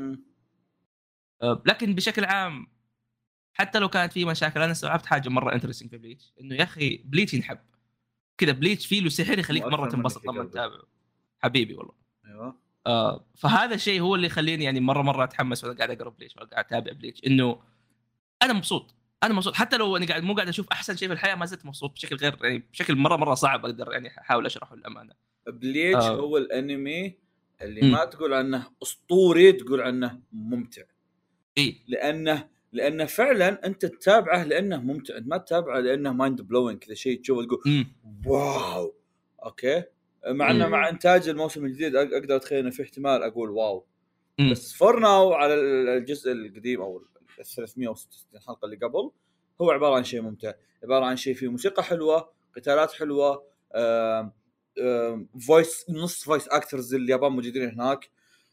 آه لكن بشكل عام حتى لو كانت في مشاكل انا استوعبت حاجه مره انترستنج في بليتش انه يا اخي بليتش ينحب كذا بليتش فيه له سحر يخليك مره تنبسط لما تتابعه حبيبي والله. ايوه آه فهذا الشيء هو اللي يخليني يعني مره مره اتحمس وانا قاعد اقرا بليتش ولا قاعد اتابع بليتش انه انا مبسوط انا مبسوط حتى لو انا قاعد مو قاعد اشوف احسن شيء في الحياه ما زلت مبسوط بشكل غير يعني بشكل مره مره صعب اقدر يعني احاول اشرحه للامانه. بليتش آه. هو الانمي اللي م. ما تقول عنه اسطوري تقول عنه ممتع اي لانه لانه فعلا انت تتابعه لانه ممتع ما تتابعه لانه مايند بلوينج كذا شيء تشوفه تقول م. واو اوكي مع انه مع انتاج الموسم الجديد اقدر اتخيل انه في احتمال اقول واو م. بس فور ناو على الجزء القديم او ثلاثمية وستة حلقه اللي قبل هو عباره عن شيء ممتع عباره عن شيء فيه موسيقى حلوه قتالات حلوه آم آم فويس نص فويس اكترز اليابان موجودين هناك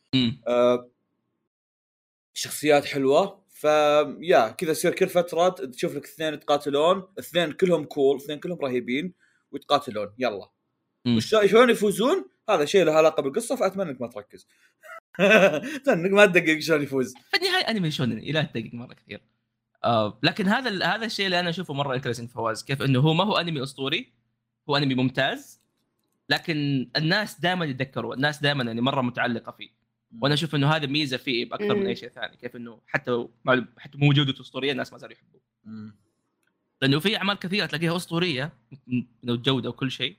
شخصيات حلوه فيا كذا يصير كل فتره تشوف لك اثنين يتقاتلون اثنين كلهم كول اثنين كلهم رهيبين ويتقاتلون يلا شلون يفوزون هذا شيء له علاقه بالقصه فاتمنى انك ما تركز انك ما تدقق شلون يفوز في النهايه انمي شونن لا تدقق مره كثير. آه لكن هذا هذا الشيء اللي انا اشوفه مره انترستنج فواز كيف انه هو ما هو انمي اسطوري هو انمي ممتاز لكن الناس دائما يتذكروا الناس دائما يعني مره متعلقه فيه وانا اشوف انه هذا ميزه فيه باكثر من اي شيء ثاني كيف انه حتى حتى موجودته اسطوريه الناس ما زالوا يحبوه لانه في اعمال كثيره تلاقيها اسطوريه من الجوده وكل شيء.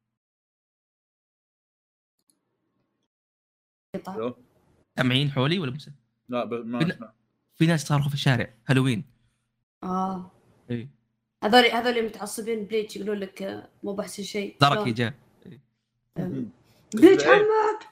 سامعين حولي ولا مس؟ لا ما اسمع. في ناس صاروا في الشارع هالوين اه اي هذول هذول متعصبين بليتش يقولون لك مو بحسن شيء درك جاء بليتش عمك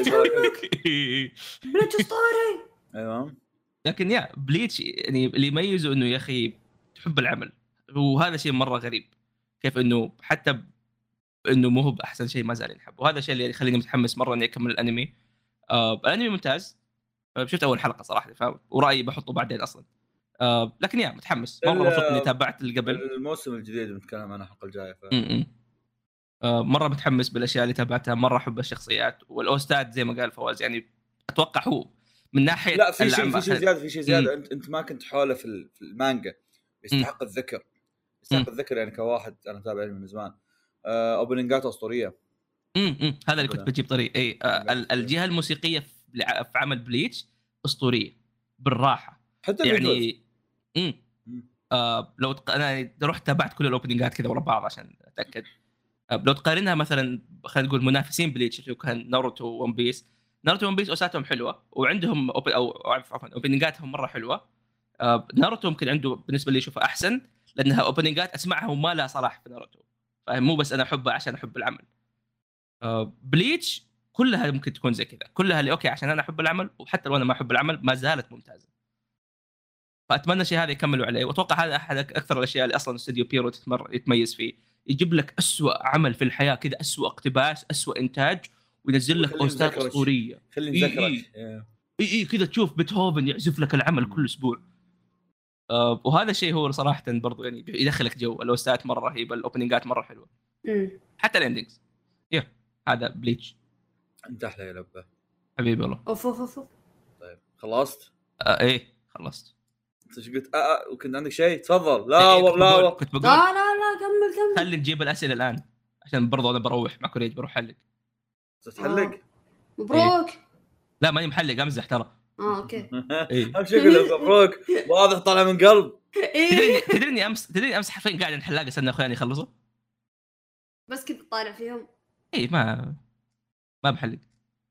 بليتش اسطوري ايوه لكن يا بليتش يعني اللي يميزه انه يا اخي تحب العمل وهذا شيء مره غريب كيف انه حتى ب... انه مو هو باحسن شيء ما زال ينحب وهذا الشيء اللي يخليني متحمس مره اني اكمل الانمي. آه الانمي ممتاز شفت اول حلقه صراحه فاهم ورايي بحطه بعدين اصلا آه لكن يا متحمس مره مبسوط اني تابعت اللي قبل الموسم الجديد بنتكلم عنه الحلقه الجايه ف... آه مره متحمس بالاشياء اللي تابعتها مره احب الشخصيات والاوستاد زي ما قال فواز يعني اتوقع هو من ناحيه لا في شيء في شيء زياده في شيء زياده انت انت ما كنت حوله في في المانجا يستحق مم. الذكر يستحق الذكر يعني كواحد انا تابع من زمان آه اوبننجات اسطوريه امم هذا اللي كنت بجيب طريق اي آه الجهه الموسيقيه في عمل بليتش اسطوريه بالراحه حتى يعني امم آه لو تق... انا رحت تابعت كل الاوبننجات كذا ورا بعض عشان اتاكد آه لو تقارنها مثلا خلينا نقول منافسين بليتش اللي كان ناروتو وون بيس ناروتو وون بيس اوساتهم حلوه وعندهم أوب... او عفوا اوبننجاتهم مره حلوه آه ناروتو ممكن عنده بالنسبه لي اشوفه احسن لانها اوبننجات اسمعها وما لها صلاح في ناروتو، فمو بس انا احبها عشان احب العمل. آه بليتش كلها ممكن تكون زي كذا، كلها اللي اوكي عشان انا احب العمل، وحتى لو انا ما احب العمل ما زالت ممتازه. فاتمنى الشيء هذا يكملوا عليه، واتوقع هذا احد اكثر الاشياء اللي اصلا استوديو بيرو تتمر يتميز فيه، يجيب لك أسوأ عمل في الحياه كذا، أسوأ اقتباس، أسوأ انتاج، وينزل لك اوستات اسطوريه. خليني اي نذكرك اي اي كذا تشوف بيتهوفن يعزف لك العمل كل اسبوع. آه وهذا الشيء هو صراحه برضو يعني يدخلك جو، الاوستات مره رهيبه، الاوبننجات مره حلوه، امم حتى الاندنجز. يا هذا بليتش انت احلى يا لبه حبيبي والله. اوف اوف اوف. طيب خلصت؟ آه ايه خلصت. انت ايش قلت؟ اه, آه وكنت عندك شيء تفضل. لا إيه والله كنت لا بقول, كنت بقول لا لا لا كمل كمل. خلي نجيب الاسئله الان عشان برضو انا بروح مع كوريج بروح حلق. تتحلق؟ مبروك. لا ماني محلق امزح ترى. اه اوكي. إيه. اهم شيء يقول مبروك واضح طالع من قلب. تدري تدري امس تدري امس حرفيا قاعد الحلاق استنى اخواني يخلصوا بس كنت طالع فيهم. اي ما ما بحلق.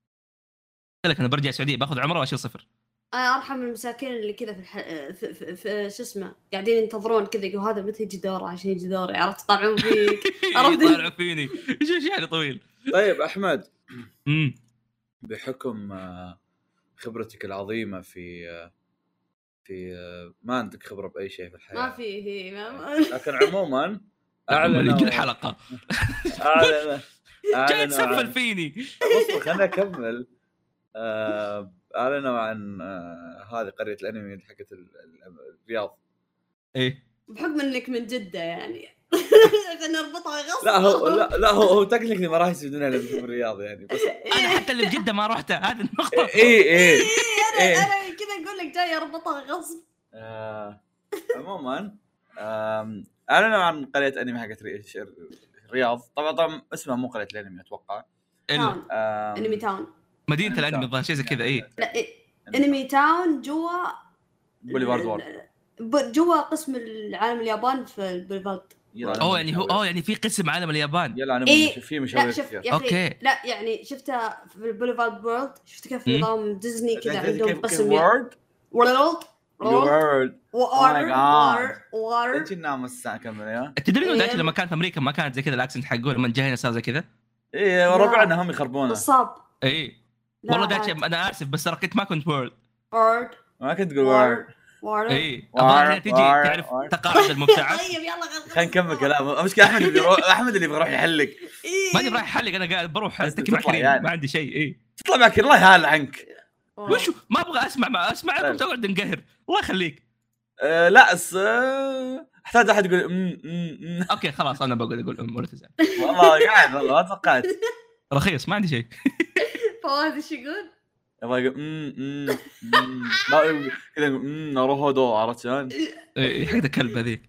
قلت لك انا برجع السعوديه باخذ عمره واشيل صفر. انا ارحم المساكين اللي كذا في, الح... في, في, في شو اسمه قاعدين ينتظرون كذا يقول هذا متى يجي دوره عشان يجي دوره، عرفت طالعون فيك. عرفت طالع فيني ايش يعني طويل. طيب احمد امم بحكم خبرتك العظيمه في في ما عندك خبره باي شيء في الحياه ما في هي ما... لكن عموما اعلن الحلقه اعلن جاي تسفل فيني. بص خليني اكمل. آه، اعلنوا عن آه، هذه قريه الانمي حقت الرياض. ايه بحكم انك من جده يعني عشان نربطها غصب. لا هو لا لا هو هو تكنيكلي ما راح يسجنونها الا في الرياض يعني، بس انا حتى اللي بجده ما رحت هذه النقطه. اي اي انا انا كذا اقول لك جاي اربطها غصب. آه، عموما اعلنوا عن قريه انمي حقت الرياض. طبعا طبعا اسمها مو قريه الانمي اتوقع، انمي تاون، مدينه الانمي الظاهر شيء زي كذا. ايه لا انمي تاون جوا بوليفارد وورد، جوا قسم العالم اليابان في البوليفارد. اوه يعني هو اوه يعني في قسم عالم اليابان. يلا انا إيه؟ في مشاوير كثير. اوكي لا يعني شفتها في البوليفارد وورد، شفت كيف نظام ديزني كذا عندهم قسم وورد وورد وورد وورد وورد. انت نام الساعه كم يا تدري انه لما كانت في امريكا ما كانت زي كذا الاكسنت حقه، لما جانا صار زي كذا. ايه وربعنا هم يخربونه بالصاب. ايه والله داش انا اسف بس ترى كنت ما كنت وورد وورد ما كنت تقول وورد وورد. ايه ابغى تجي تعرف تقاعد المبتعث. طيب يلا خلينا نكمل كلام. مشكلة احمد اللي بيروح احمد اللي بيروح يحلق. ماني رايح احلق انا قاعد بروح اتكي مع كريم يعني. ما عندي شيء. ايه تطلع مع كريم الله يهال عنك. وشو ما ابغى اسمع ما اسمعكم تقعد نقهر الله يخليك. أه لا اس أه... احتاج احد يقول امم امم اوكي خلاص انا بقول اقول ام ولا تزعل. والله قاعد والله ما توقعت. رخيص ما عندي شيء. فواز ايش يقول؟ يبغى يقول امم امم لا كذا امم ناروهودو عرفت شلون؟ ايه حق الكلب هذيك.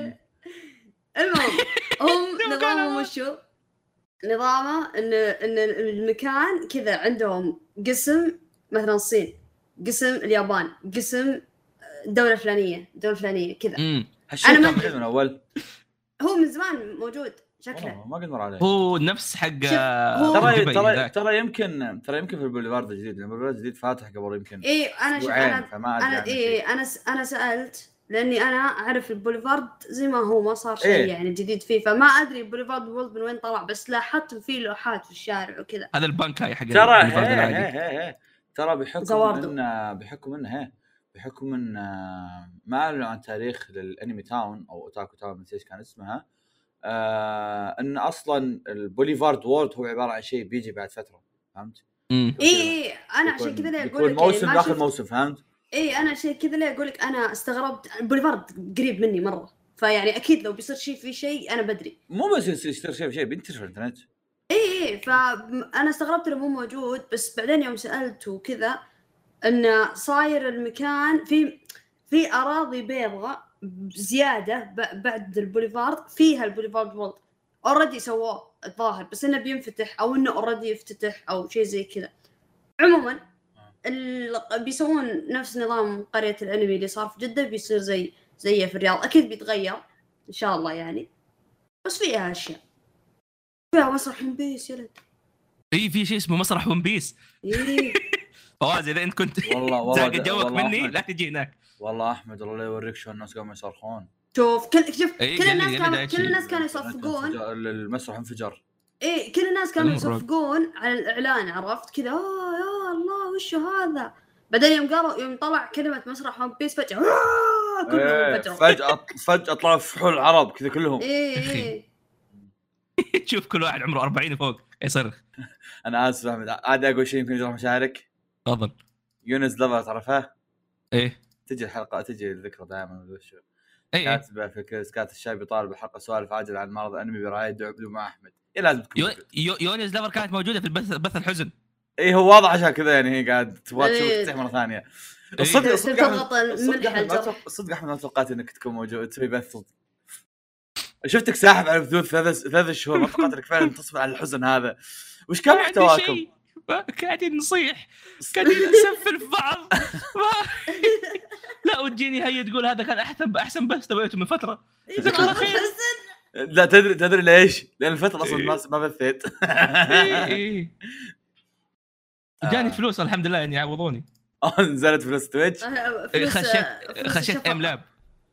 المهم هم نظامهم وشو؟ نظامه ان ان المكان كذا عندهم قسم مثلا الصين، قسم اليابان، قسم دولة فلانية دولة فلانية كذا. انا ما من اول هو من زمان موجود شكله ما قد مر عليه. هو نفس حق ترى ترى ترى يمكن ترى يمكن في البوليفارد الجديد، البوليفارد الجديد فاتح قبل يمكن اي انا ش... انا انا اي انا س... انا سالت لاني انا اعرف البوليفارد زي ما هو ما صار شيء إيه؟ يعني جديد فيه، فما ادري البوليفارد وورلد من وين طلع، بس لاحظت فيه لوحات في الشارع وكذا. هذا البنك هاي حق ترى هي هي هي ترى بحكم انه بحكم انه هي بحكم ان ما اعلنوا عن تاريخ للانمي تاون او اوتاكو تاون من ايش كان اسمها. آه ان اصلا البوليفارد وورد هو عباره عن شيء بيجي بعد فتره، فهمت؟ اي اي انا عشان كذا ليه اقول لك موسم يعني داخل موسم، فهمت؟ اي انا عشان كذا ليه اقول لك انا استغربت البوليفارد قريب مني مره، فيعني اكيد لو بيصير شيء في شيء انا بدري. مو بس يصير شيء شيء بينتشر في الانترنت. اي اي فانا استغربت انه مو موجود، بس بعدين يوم سالت وكذا انه صاير المكان في في اراضي بيضاء زياده بعد البوليفارد، فيها البوليفارد وولد اوريدي سووه الظاهر، بس انه بينفتح او انه اوريدي يفتتح او شيء زي كذا. عموما بيسوون نفس نظام قريه الانمي اللي صار في جده، بيصير زي زيه في الرياض، اكيد بيتغير ان شاء الله يعني، بس فيها اشياء، فيها مسرح ون بيس يا لد. اي في شيء اسمه مسرح ون بيس. ايه فواز اذا انت كنت والله والله جوك مني لا تجي هناك. والله احمد الله لا يوريك شو الناس قاموا يصرخون. شوف كل شوف إيه، كل قال لي- الناس قال لي كانوا دايتشي. كل الناس كانوا يصفقون انفجار- المسرح انفجر. ايه كل الناس كانوا المبروك. يصفقون على الاعلان عرفت كذا اوه يا الله وش هذا بعدين يوم قالوا يوم طلع كلمه مسرح ون بيس فجاه آه، كلهم إيه، انفجروا فجأة فجأة طلعوا فحول العرب كذا كلهم. ايه أخي. ايه تشوف كل واحد عمره أربعين وفوق يصرخ. انا اسف احمد عادي اقول شيء يمكن يجرح مشاعرك. تفضل. يونس لافا تعرفها؟ ايه تجي الحلقه تجي الذكرى دائما وش ايه إيه. كاتبه في كاسكات الشاي بيطالب بحلقه سوالف عاجله عن معرض انمي برعايه دعبلو مع احمد. ايه لازم تكون يو... يو... يونس لافر كانت موجوده في البث بث الحزن. ايه هو واضح عشان كذا يعني هي قاعد تبغى تشوف إيه. تفتح مره ثانيه. إيه. الصدق الصدق تضغط أحمد- الصدق الملح أحمد ما الجرح. توق- الصدق احمد ما توقعت انك تكون موجود تسوي بث صدق. شفتك ساحب على بثوث ثلاث ثلاث شهور ما توقعت انك فعلا تصبر على الحزن هذا. وش كان ما عندي محتواكم؟ شيء. ما- قاعدين نصيح قاعدين نسفل في بعض. ما... لا وتجيني هي تقول هذا كان احسن احسن بث سويته من فتره. جزاك الله خير. لا تدري تدري ليش؟ لان الفتره اصلا ما ما بثيت. ايه ايه جاني آه. فلوس الحمد لله يعني يعوضوني. اه نزلت فلوس تويتش. إيه، خشيت خشيت ام لاب.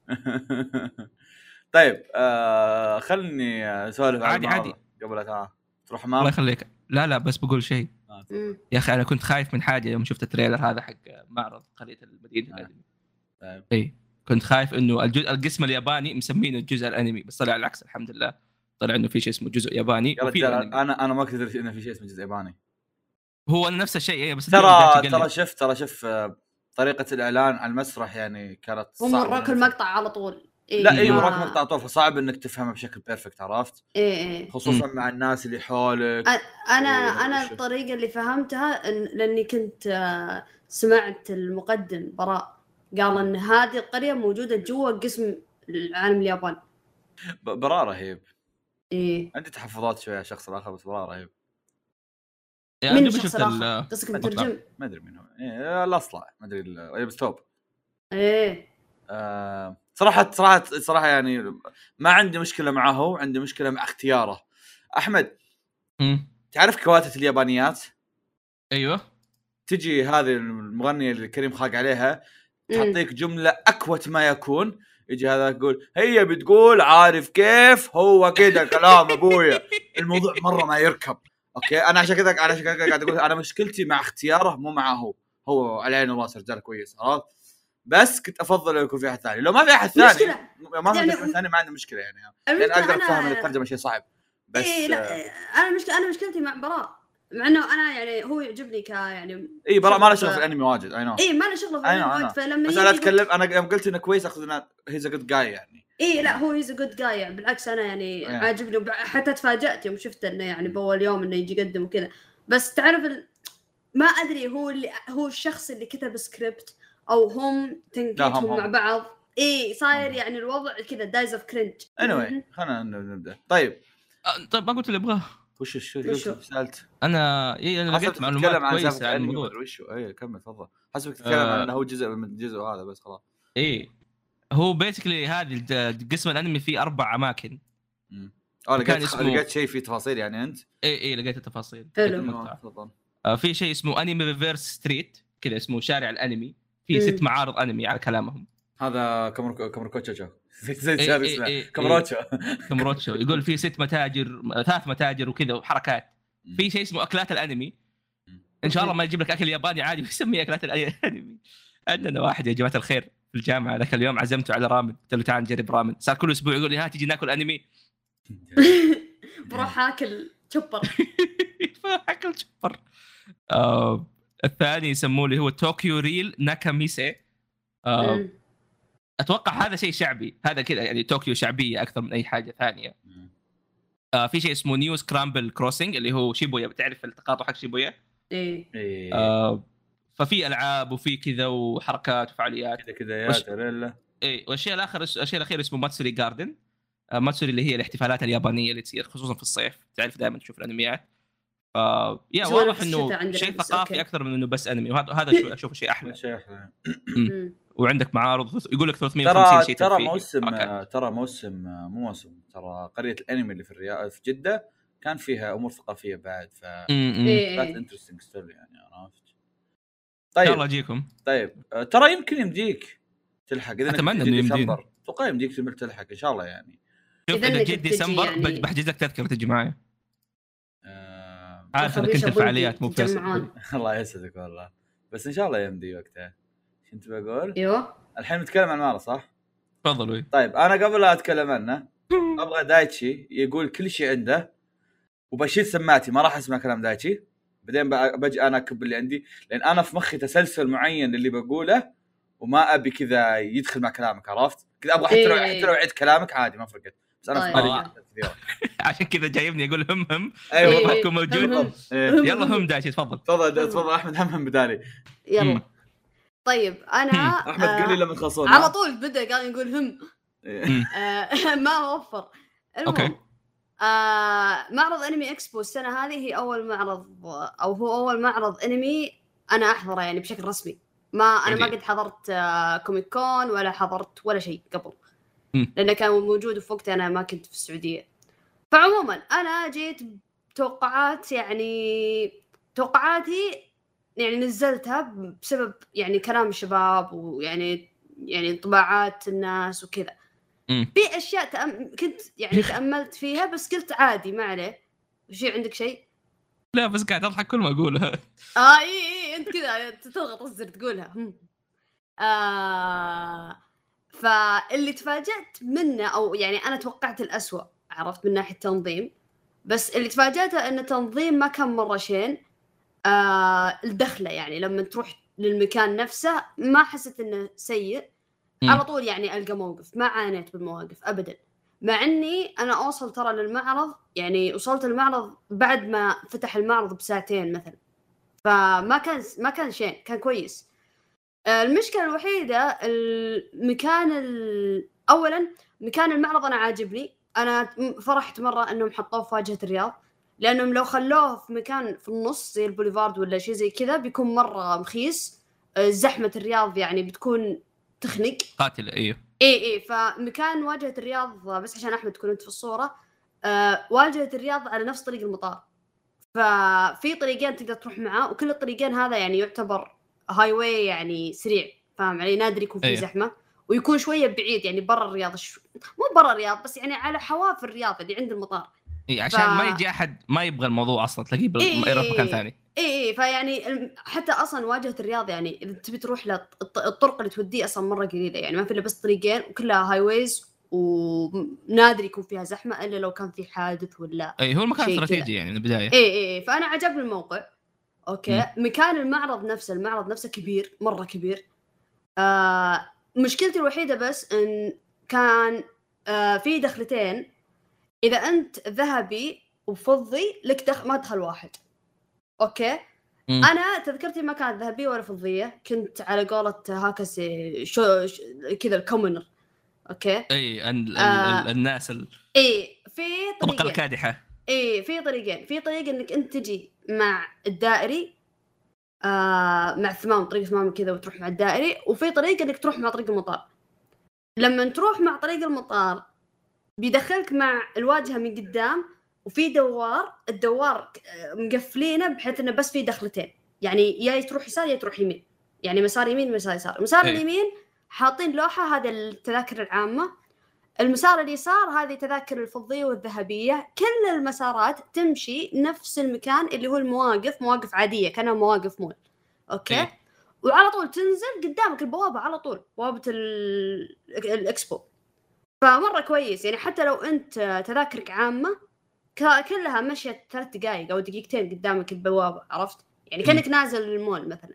طيب آه خلني اسولف عادي عادي. قبل لا تروح الله حمام. يخليك. لا لا بس بقول شيء يا اخي انا كنت خايف من حاجه يوم شفت التريلر هذا حق معرض قريه المدينه الانمي. طيب. اي كنت خايف انه الجزء القسم الياباني مسمينه الجزء الانمي بس طلع العكس الحمد لله. طلع انه في شيء اسمه جزء ياباني يا وفي رجال أنمي. انا انا ما كنت ادري انه في شيء اسمه جزء ياباني. هو نفس الشيء ايه بس ترى ترى شفت ترى شوف آه، طريقه الاعلان على المسرح يعني كانت هم صعبه. وراك المقطع على طول إيه لا اي ما- وراك مقطع طول فصعب انك تفهمه بشكل بيرفكت عرفت ايه ايه خصوصا مع الناس اللي حولك. انا إيه، انا وش- الطريقه اللي فهمتها إن لاني كنت آه، سمعت المقدم براء قال ان هذه القريه موجوده جوا قسم العالم الياباني. ب- براء رهيب. ايه عندي تحفظات شويه على الشخص الاخر بس براء رهيب. يعني من دوبي الشخص شفت ال- الاخر قصدك المقطع. مترجم؟ ما ادري مين هو إيه الاصلع ما ادري ال- يلبس ثوب. ايه آه صراحه صراحه صراحه يعني ما عندي مشكله معه هو عندي مشكله مع اختياره. احمد مم. تعرف كواتة اليابانيات ايوه تجي هذه المغنيه اللي كريم خاق عليها تعطيك جمله اكوت ما يكون يجي هذا يقول هي بتقول عارف كيف هو كذا كلام ابويا الموضوع مره ما يركب. اوكي انا عشان كذا انا عشان كذا قاعد اقول انا مشكلتي مع اختياره مو معه هو هو على عيني وراسي رجال كويس عرفت بس كنت افضل لو يكون في احد ثاني لو ما في احد ثاني مشكلة. ما في يعني- احد ثاني ما عندي مشكله يعني المشكلة لان اقدر أنا- افهم ان الترجمه شيء صعب بس إيه لا آه، انا مشكلة انا مشكلتي مع براء مع انه انا يعني هو يعجبني ك يعني اي براء ما له شغل شغل في الانمي واجد اي نو اي ما له شغله في I know, الانمي I وايد know. فلما بس يجي انا يقول- اتكلم انا يوم قلت انه كويس اقصد انه هيز ا جود جاي يعني ايه لا هو هيز جود جاي يعني بالعكس انا يعني Yeah. عاجبني وب- حتى تفاجأت يوم شفت انه يعني باول يوم انه يجي يقدم وكذا بس تعرف ال... ما ادري هو اللي هو الشخص اللي كتب سكريبت او هم هم- تنقيتهم هم. مع بعض ايه صاير هم. يعني الوضع كذا دايز اوف كرنج. anyway خلينا نبدا. طيب آه، طيب ما قلت اللي ابغاه. وش الشو وشو؟ قلت سالت انا اي انا لقيت معلومات كويسه عن الموضوع. وشو اي كمل تفضل حسبك تتكلم آه. عن انه هو جزء من الجزء هذا بس خلاص. ايه هو بيسكلي هذه الج- قسم الانمي فيه اربع اماكن. امم اه وكان لقيت اسمه- لقيت شيء فيه تفاصيل يعني انت اي اي لقيت التفاصيل. حلو. لقيت المقطع. تفضل. آه في شيء اسمه انمي ريفيرس ستريت كذا اسمه شارع الانمي في مم. ست معارض انمي على كلامهم. هذا كامر كامركوتشا جو زي إيه هذا إيه اسمه إيه كامروتشا. كامروتشو يقول في ست متاجر ثلاث متاجر وكذا وحركات. في شيء اسمه اكلات الانمي ان شاء الله ما يجيب لك اكل ياباني عادي ويسميه اكلات الانمي. عندنا واحد يا جماعه الخير في الجامعه ذاك اليوم عزمته على رامن قلت له تعال نجرب رامن صار كل اسبوع يقول لي ها تيجي ناكل انمي. بروح اكل تشوبر. اكل شفر. آه الثاني يسموه اللي هو طوكيو ريل ناكاميسي. آه مم. اتوقع هذا شيء شعبي هذا كذا يعني طوكيو شعبيه اكثر من اي حاجه ثانيه. آه في شيء اسمه نيو سكرامبل كروسنج اللي هو شيبويا بتعرف التقاطع حق شيبويا. ايه ايه آه ففي العاب وفي كذا وحركات وفعاليات. كذا كذا يا وش- تريلا. اي والشيء الاخر الشيء الاخير اسمه ماتسوري جاردن. آه ماتسوري اللي هي الاحتفالات اليابانيه اللي تصير خصوصا في الصيف تعرف دائما تشوف الانميات. ف يا سواء واضح في الشتاء انه عندنا شيء بس ثقافي أوكي. اكثر من انه بس انمي وهذا هذا شو اشوفه شيء احلى. شيء أحلى. مم. وعندك معارض يقول لك ثلاثمية وخمسين ترى شيء ترى ترفيهي. موسم أوكي. ترى موسم مو موسم ترى قريه الانمي اللي في الرياض في جده كان فيها امور ثقافيه بعد ف امم إيه. كانت انترستينج ستوري يعني عرفت. ان شاء طيب الله اجيكم. طيب آه، ترى يمكن يمديك تلحق اذا أتمنى إنك إنه تجي يمدينا. ديسمبر اتوقع يمديك تلحق ان شاء الله يعني. شوف إذا اذا إنك جيت بتجي ديسمبر يعني- بحجز لك تذكره تجي معي. آه... عارف انك خبيش انت أبوي الفعاليات مو فيصل. تتجمعون. الله يسعدك والله، بس ان شاء الله يمدي وقتها. كنت بقول ايوه الحين نتكلم عن المعرض صح؟ تفضل وي. طيب انا قبل لا اتكلم عنه ابغى دايتشي يقول كل شيء عنده وبشيل سماعتي، ما راح اسمع كلام دايتشي، بعدين بجي انا اكب اللي عندي، لان انا في مخي تسلسل معين اللي بقوله وما ابي كذا يدخل مع كلامك، عرفت كذا؟ ابغى حتى لو إيه. حتى لو عيد كلامك عادي ما فرقت، بس انا طيب. في بالي آه. كثير. عشان كذا جايبني اقول هم هم. ايوه ما إيه. تكون موجود. هم- إيه. يلا هم داشي تفضل. تفضل تفضل احمد، هم هم بدالي. يلا مم. طيب انا احمد قل لي لما تخلصون على طول بدا قال يقول هم إيه. آه، ما وفر. أوكي. المهم آه معرض انمي اكسبو السنه هذه هي اول معرض او هو اول معرض انمي انا احضره يعني بشكل رسمي. ما انا ما عجيب. قد حضرت آه كوميك كون ولا حضرت ولا شيء قبل، مم. لانه كان موجود في وقت انا ما كنت في السعوديه. فعموما انا جيت بتوقعات، يعني توقعاتي يعني نزلتها بسبب يعني كلام الشباب ويعني يعني انطباعات الناس وكذا. مم. في اشياء تأم... كنت يعني تأملت فيها بس قلت عادي ما عليه. شيء عندك شيء؟ لا بس قاعد اضحك كل ما اقولها. اه اي اي انت كذا تضغط الزر تقولها. هم. آه فاللي تفاجأت منه او يعني انا توقعت الأسوأ، عرفت من ناحية تنظيم، بس اللي تفاجأته ان التنظيم ما كان مرة شين. آه الدخلة يعني لما تروح للمكان نفسه ما حسيت انه سيء. مم. على طول يعني ألقى موقف، ما عانيت بالمواقف أبداً. مع أني أنا أوصل ترى للمعرض، يعني وصلت المعرض بعد ما فتح المعرض بساعتين مثلاً، فما كان ما كان شيء، كان كويس. المشكلة الوحيدة المكان ال... أولاً مكان المعرض أنا عاجبني، أنا فرحت مرة أنهم حطوه في واجهة الرياض، لأنهم لو خلوه في مكان في النص زي البوليفارد ولا شيء زي كذا بيكون مرة مخيس. زحمة الرياض يعني بتكون تخنق قاتل. ايوه اي اي فمكان واجهة الرياض، بس عشان احمد تكون انت في الصورة، آه واجهة الرياض على نفس طريق المطار، ففي طريقين تقدر تروح معاه، وكل الطريقين هذا يعني يعتبر هاي واي يعني سريع، فاهم علي؟ نادر يكون فيه أيه. زحمة، ويكون شوية بعيد يعني برا الرياض شو... مو برا الرياض بس يعني على حواف الرياض اللي عند المطار. إيه عشان ف... ما يجي احد ما يبغى الموضوع اصلا تلاقيه بال... إيه يروح مكان ثاني. اي اي فيعني حتى اصلا واجهة الرياض يعني اذا تبي تروح للطرق اللي توديه اصلا مره قليله، يعني ما في الا بس طريقين وكلها هاي ويز، ونادر يكون فيها زحمه الا لو كان في حادث ولا اي هو المكان شيء استراتيجي كذا. يعني من البدايه. اي اي فانا عجبني الموقع. اوكي م. مكان المعرض نفسه، المعرض نفسه كبير مره كبير. آه مشكلتي الوحيده بس ان كان آه في دخلتين، اذا انت ذهبي وفضي لك دخل ما دخل واحد. اوكي م. انا تذكرتي ما كانت ذهبيه ولا فضيه، كنت على قولة هاكاسي شو, شو كذا الكومنر. اوكي اي ال... آه ال... الناس ال... اي في الطبقه طريقين. الكادحه. اي في طريقين، في طريق انك انت تجي مع الدائري آه مع ثمام، طريق ثمام كذا وتروح مع الدائري، وفي طريق انك تروح مع طريق المطار. لما تروح مع طريق المطار بيدخلك مع الواجهه من قدام، وفي دوار، الدوار مقفلينه بحيث انه بس في دخلتين، يعني يا تروح يسار يا تروح يمين، يعني مسار يمين مسار يسار. مسار إيه. اليمين حاطين لوحه هذا التذاكر العامه، المسار اليسار هذه تذاكر الفضيه والذهبيه. كل المسارات تمشي نفس المكان اللي هو المواقف، مواقف عاديه كانها مواقف مول. اوكي إيه. وعلى طول تنزل قدامك البوابه، على طول بوابه ال... الاكسبو. فمره كويس يعني، حتى لو انت تذاكرك عامه كلها مشيت ثلاث دقائق او دقيقتين قدامك البوابه، عرفت يعني كأنك نازل المول مثلا.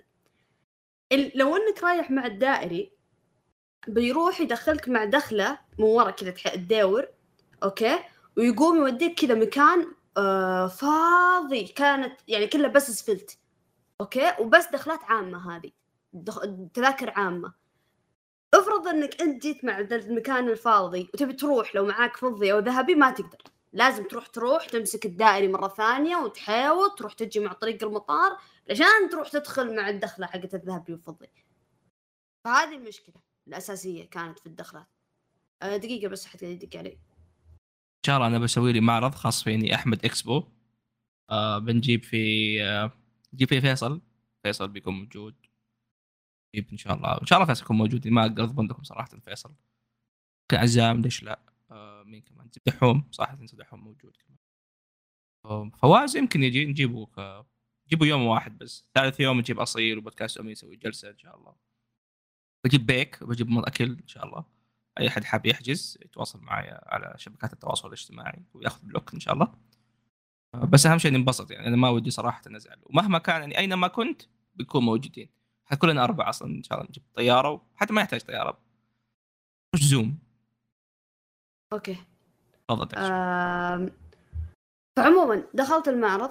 لو انك رايح مع الدائري بيروح يدخلك مع دخله من ورا كذا تدور، اوكي، ويقوم يوديك كذا مكان آه فاضي، كانت يعني كلها بس اسفلت، اوكي، وبس دخلات عامه، هذه دخ... تذاكر عامه. افرض انك انت جيت مع المكان الفاضي وتبي تروح، لو معاك فضي او ذهبي ما تقدر، لازم تروح تروح تمسك الدائري مرة ثانية وتحاول تروح تجي مع طريق المطار عشان تروح تدخل مع الدخلة حقت الذهبي والفضي. فهذه المشكلة الأساسية كانت في الدخلات. أه دقيقة بس حتى يدق علي. ان شاء الله انا بسوي لي معرض خاص فيني احمد اكسبو. آه بنجيب في آه نجيب فيه فيصل فيصل بيكون موجود. نجيب ان شاء الله ان شاء الله فيصل يكون موجود، ما اقدر اضمن لكم صراحة فيصل. كعزام ليش لا. آه مين كمان دحوم صراحه دحوم موجود كمان. آه فواز يمكن يجي نجيبه ك... نجيبه يوم واحد بس، ثالث يوم نجيب اصيل وبودكاست امين يسوي جلسه ان شاء الله. بجيب بيك وبجيب من اكل ان شاء الله. اي حد حاب يحجز يتواصل معي على شبكات التواصل الاجتماعي وياخذ بلوك ان شاء الله. آه بس اهم شيء ننبسط يعني، انا ما ودي صراحه نزعل، ومهما كان يعني اينما كنت بيكون موجودين. كلنا اربعه اصلا ان شاء الله نجيب طياره، وحتى ما يحتاج طياره مش زوم. اوكي تفضل. آه... فعموما دخلت المعرض.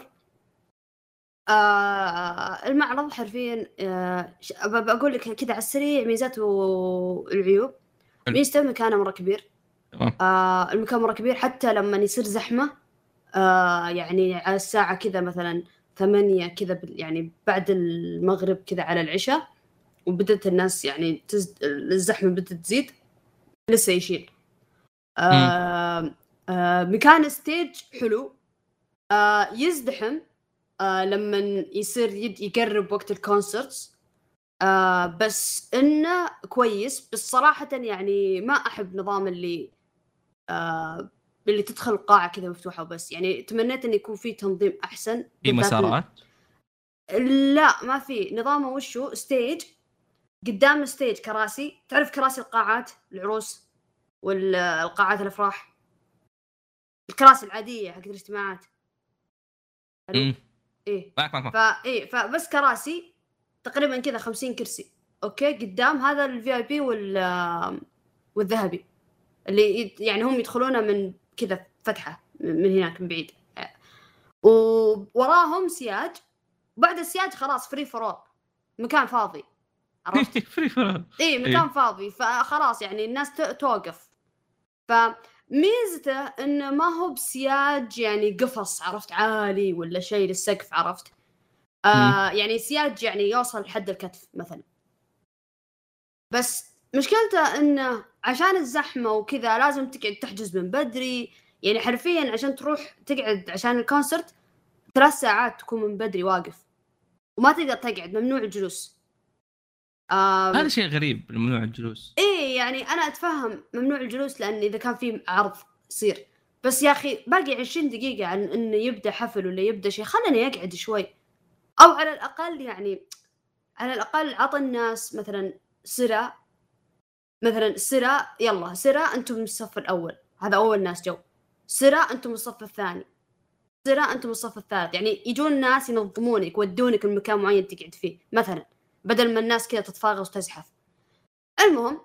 آه... المعرض حرفيا آه... بقول لك كذا على السريع ميزاته والعيوب. ميزته مكانه مره كبير. آه... المكان مره كبير حتى لما يصير زحمه. آه... يعني على الساعه كذا مثلا ثمانية كذا يعني بعد المغرب كذا على العشاء، وبدت الناس يعني تز... الزحمه بدت تزيد لسه يشيل. آه آه مكان ستيج حلو. آه يزدحم آه لما يصير يقرب وقت الكونسرتس. آه بس إنه كويس. بس صراحة يعني ما أحب نظام اللي آه اللي تدخل القاعة كذا مفتوحة وبس. يعني تمنيت إن يكون في تنظيم أحسن. في مسارات؟ لا ما في. نظامه وشو ستيج قدام الستيج كراسي. تعرف كراسي القاعات العروس والقاعات الأفراح، الكراسي العادية حق الاجتماعات. امم ايه معك معك فا ايه فبس كراسي تقريبا كذا خمسين كرسي اوكي قدام. هذا الفي اي بي وال والذهبي اللي يعني هم يدخلونه من كذا فتحة من هناك من بعيد، ووراهم سياج. بعد السياج خلاص فري فور مكان فاضي. عرفت؟ فري فور ايه مكان إيه؟ فاضي. فخلاص يعني الناس توقف. فميزته انه ما هو بسياج يعني قفص عرفت عالي ولا شيء للسقف عرفت. آه يعني سياج يعني يوصل لحد الكتف مثلا. بس مشكلته انه عشان الزحمه وكذا لازم تقعد تحجز من بدري. يعني حرفيا عشان تروح تقعد عشان الكونسرت ثلاث ساعات تكون من بدري واقف وما تقدر تقعد. ممنوع الجلوس. هذا شيء غريب ممنوع الجلوس. ايه يعني انا اتفهم ممنوع الجلوس لان اذا كان في عرض يصير. بس يا اخي باقي عشرين دقيقه عن انه يبدا حفل ولا يبدا شيء، خلني اقعد شوي. او على الاقل يعني على الاقل عطى الناس مثلا سرا مثلا سرا يلا سرا انتم من الصف الاول، هذا اول ناس جو. سرا انتم من الصف الثاني، سرا انتم من الصف الثالث. يعني يجون الناس ينظمونك يودونك المكان معين تقعد فيه مثلا، بدل ما الناس كذا تتفاغص وتزحف. المهم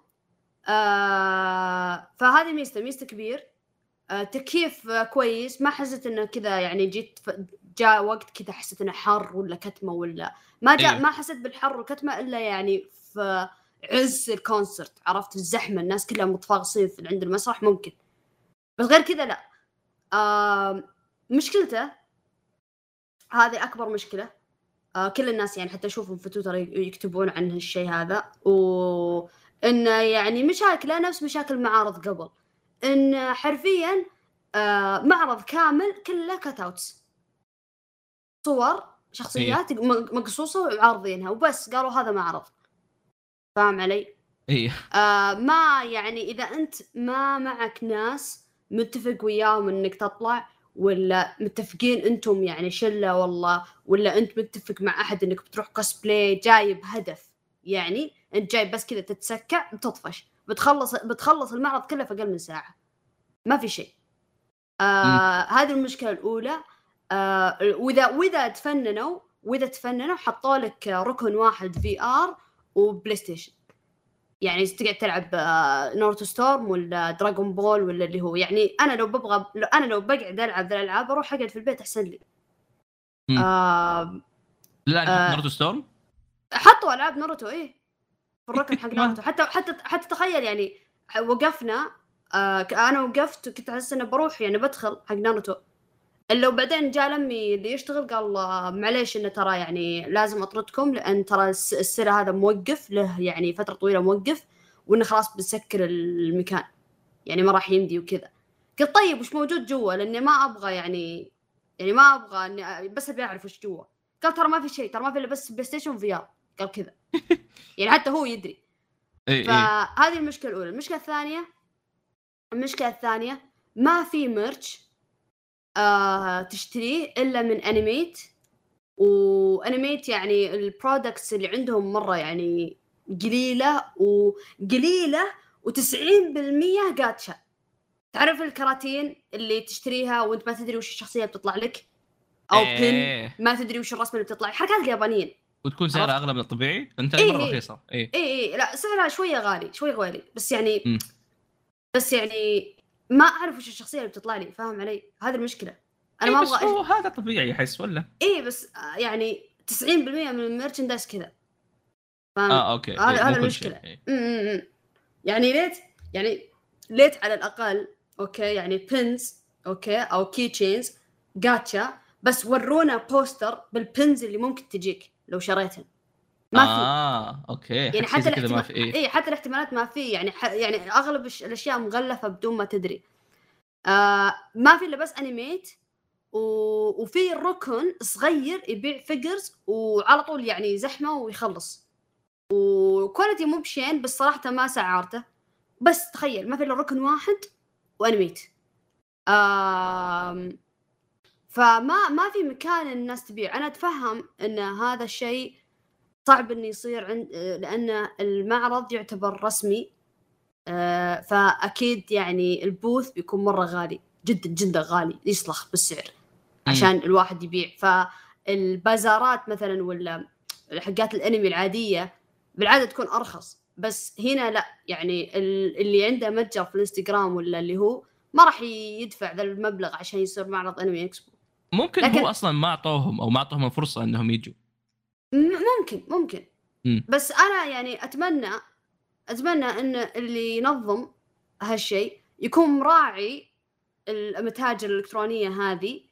آه فهذه ميزته ميزته كبير. آه تكييف آه كويس. ما حسيت انه كذا يعني جيت جاء وقت كذا حسيت انه حر ولا كتمه ولا ما جاء. أيوه. ما حسيت بالحر والكتمه الا يعني في عز الكونسرت عرفت الزحمه الناس كلها متفاغصين في عند المسرح ممكن. بس غير كذا لا. آه مشكلته هذه اكبر مشكله. آه كل الناس يعني حتى اشوفهم في تويتر يكتبون عن هالشيء هذا، و إنه يعني مشاكله نفس مشاكل معارض قبل. إن حرفياً آه معرض كامل كله كاتاوتس صور شخصيات مقصوصة وعارضينها وبس. قالوا هذا معرض. فاهم علي؟ إيه. آه ما يعني إذا أنت ما معك ناس متفق وياهم إنك تطلع ولا متفقين أنتم يعني شلة والله، ولا أنت متفق مع أحد إنك بتروح كوسبلاي جايب هدف يعني انت جاي بس كذا تتسكع بتطفش بتخلص بتخلص المعرض كله في اقل من ساعه ما في شيء. آه هذه المشكله الاولى. آه واذا واذا تفننوا واذا تفننوا حطوا لك ركن واحد في ار وبلاي ستيشن، يعني تقعد تلعب آه نورتو ستورم ولا دراغون بول ولا اللي هو يعني. انا لو ببغى لو انا لو بقعد العب ذا الالعاب اروح اقعد في البيت احسن لي. آه لا آه نورتو ستورم حطوا العاب ناروتو ايه في الركن حق ناروتو. حتى حتى حتى تخيل يعني وقفنا آه انا وقفت وكنت احس اني بروح يعني بدخل حق ناروتو الا وبعدين جاء لمي اللي يشتغل قال معليش انه ترى يعني لازم اطردكم لان ترى السر هذا موقف له يعني فتره طويله موقف وانه خلاص بنسكر المكان يعني ما راح يمدي وكذا. قلت طيب وش موجود جوا لاني ما ابغى يعني يعني ما ابغى اني بس ابي اعرف وش جوا. قال ترى ما في شيء ترى ما في الا بس بلاي ستيشن في ار. قال كذا يعني حتى هو يدري. فهذه المشكله الاولى. المشكله الثانيه المشكله الثانيه ما في ميرش آه تشتريه الا من انيميت، وانيميت يعني البرودكتس اللي عندهم مره يعني قليله وقليله وتسعين بالمية جاتشا. تعرف الكراتين اللي تشتريها وانت ما تدري وش الشخصيه بتطلع لك، او إيه. بن ما تدري وش الرسمه اللي بتطلع، حركات اليابانيين وتكون سعرها اغلى من الطبيعي. انت إيه مره إيه. رخيصه. اي اي اي لا سعرها شويه غالي شوي غالي بس يعني م. بس يعني ما اعرف وش الشخصيه اللي بتطلع لي، فاهم علي؟ هذه المشكله. انا إيه ما بس ابغى هو أش... هذا طبيعي احس ولا اي بس يعني تسعين بالمية من الميرشندايز كذا، فاهم؟ اه اوكي هذا إيه. هذا مو كل المشكله. شيء. إيه. امم يعني ليت يعني ليت على الاقل اوكي يعني بينز اوكي او كي تشينز جاتشا، بس ورونا بوستر بالبينز اللي ممكن تجيك لو شريتها. ما في اه اوكي يعني حتى حتى زي كذا ما في. الاحتمال ايه اي حتى الاحتمالات ما في يعني ح... يعني اغلب الش... الاشياء مغلفه بدون ما تدري. آه ما في الا بس انيميت و... وفي ركن صغير يبيع فيجرز وعلى طول يعني زحمه ويخلص وكواليتي مو بشين بس صراحه ما سعرته. بس تخيل ما في الا ركن واحد وانيميت. آه فما ما في مكان الناس تبيع. انا اتفهم ان هذا الشيء صعب انه يصير عند لان المعرض يعتبر رسمي، آه فاكيد يعني البوث بيكون مره غالي جدا جدا غالي يصلخ بالسعر عشان م. الواحد يبيع. فالبازارات مثلا ولا حقات الانمي العاديه بالعاده تكون ارخص، بس هنا لا يعني اللي عنده متجر في الانستغرام ولا اللي هو ما راح يدفع ذا المبلغ عشان يصير معرض انمي اكسبو. ممكن لكن... هو اصلا ما اعطوهم او ما اعطوهم الفرصه انهم يجوا. ممكن ممكن م. بس انا يعني اتمنى اتمنى ان اللي ينظم هالشيء يكون مراعي المتاجر الالكترونيه هذه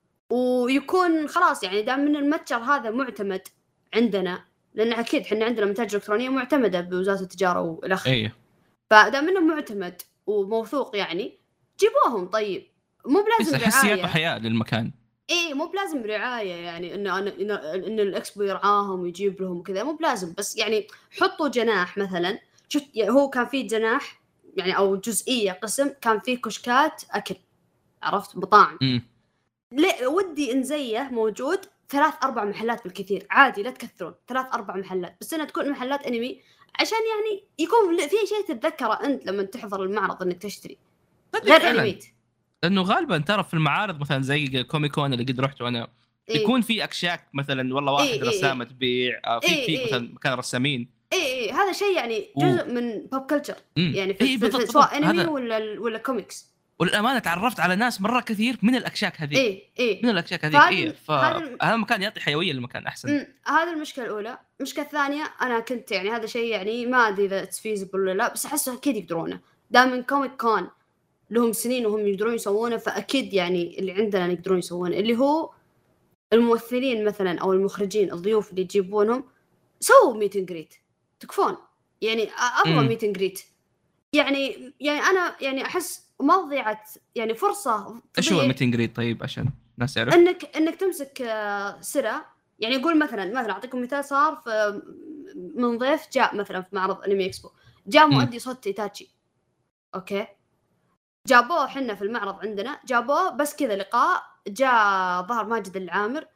ويكون خلاص يعني دام من المتجر هذا معتمد عندنا، لان اكيد احنا عندنا متاجر الكترونيه معتمده بوزاره التجاره والاخ. ايه فدام منه معتمد وموثوق يعني جيبوهم. طيب مو بلازم رعايه، حسيات حياه للمكان. ايه مو بلازم رعايه يعني انه انا ان الاكسبو يرعاهم ويجيب لهم كذا، مو بلازم بس يعني حطوا جناح مثلا. شفت يعني هو كان فيه جناح يعني او جزئيه قسم كان فيه كشكات اكل، عرفت؟ مطاعم. ليه ودي انزيه موجود ثلاث اربع محلات بالكثير عادي، لا تكثرون ثلاث اربع محلات بس انها تكون محلات انمي عشان يعني يكون في شيء تتذكره انت لما تحضر المعرض انك تشتري غير انميت. لانه غالبا ترى في المعارض مثلا زي كوميكون اللي قد رحت وانا إيه؟ يكون في اكشاك مثلا والله واحد إيه رسامه إيه تبيع في إيه في مثلا إيه مكان رسامين. اي اي هذا شيء يعني جزء و... من بوب كلتشر يعني في, إيه في, في سواء انمي هذا... ولا ولا كوميكس. والامانه تعرفت على ناس مره كثير من الاكشاك هذه. ايه ايه من الاكشاك هذه. ايه فهذا المكان يعطي حيويه للمكان احسن. امم هذه المشكله الاولى. المشكله الثانيه انا كنت يعني هذا شيء يعني ما ادري اذا تفيزبل ولا لا بس احسه اكيد يقدرونه دام من كوميك كون لهم سنين وهم يقدرون يسوونه، فاكيد يعني اللي عندنا يقدرون يسوونه اللي هو الممثلين مثلا او المخرجين الضيوف اللي تجيبونهم سووا ميت اند جريت تكفون يعني ابغى ميت اند جريت يعني يعني انا يعني احس ما ضيعت يعني فرصه. ايش هو ميت اند جريت طيب عشان الناس تعرف؟ انك انك تمسك سرة يعني يقول مثلا مثلا اعطيكم مثال صار في من ضيف جاء مثلا في معرض انمي اكسبو جاء مؤدي صوت تيتاتشي اوكي جابوه حنا في المعرض عندنا جابوه بس كذا لقاء جاء ظهر ماجد العامر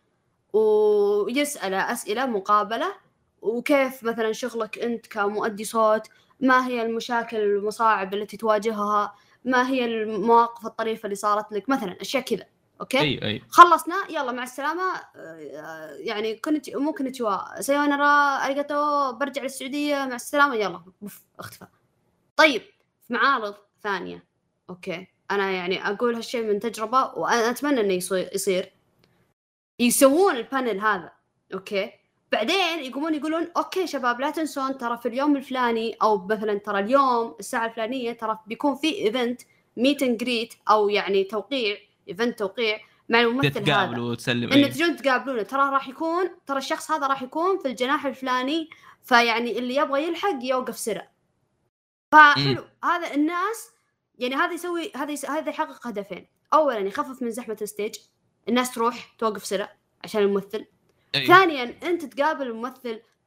ويسأله أسئلة مقابلة وكيف مثلا شغلك أنت كمؤدي صوت، ما هي المشاكل المصاعب التي تواجهها، ما هي المواقف الطريفة اللي صارت لك مثلا أشياء كذا أوكي أي أي. خلصنا يلا مع السلامة يعني كنت مو كنت شوا سيونارا أريغاتو برجع للسعودية مع السلامة يلا بف اختفى. طيب في معارض ثانية أوكي أنا يعني أقول هالشيء من تجربة وأنا أتمنى إنه يصير يسوون البانل هذا أوكي بعدين يقومون يقولون أوكي شباب لا تنسون ترى في اليوم الفلاني أو مثلا ترى اليوم الساعة الفلانية ترى بيكون في إيفنت ميت اند جريت أو يعني توقيع إيفنت توقيع مع الممثل هذا إنه تجون تقابلونه ترى راح يكون ترى الشخص هذا راح يكون في الجناح الفلاني فيعني اللي يبغى يلحق يوقف سرع. فحلو هذا الناس يعني هذا يسوي هذا يس... هذا يحقق هدفين. أولا يخفف من زحمة الستيج الناس تروح توقف سرع عشان الممثل. أيه. ثانيا انت تقابل الممثل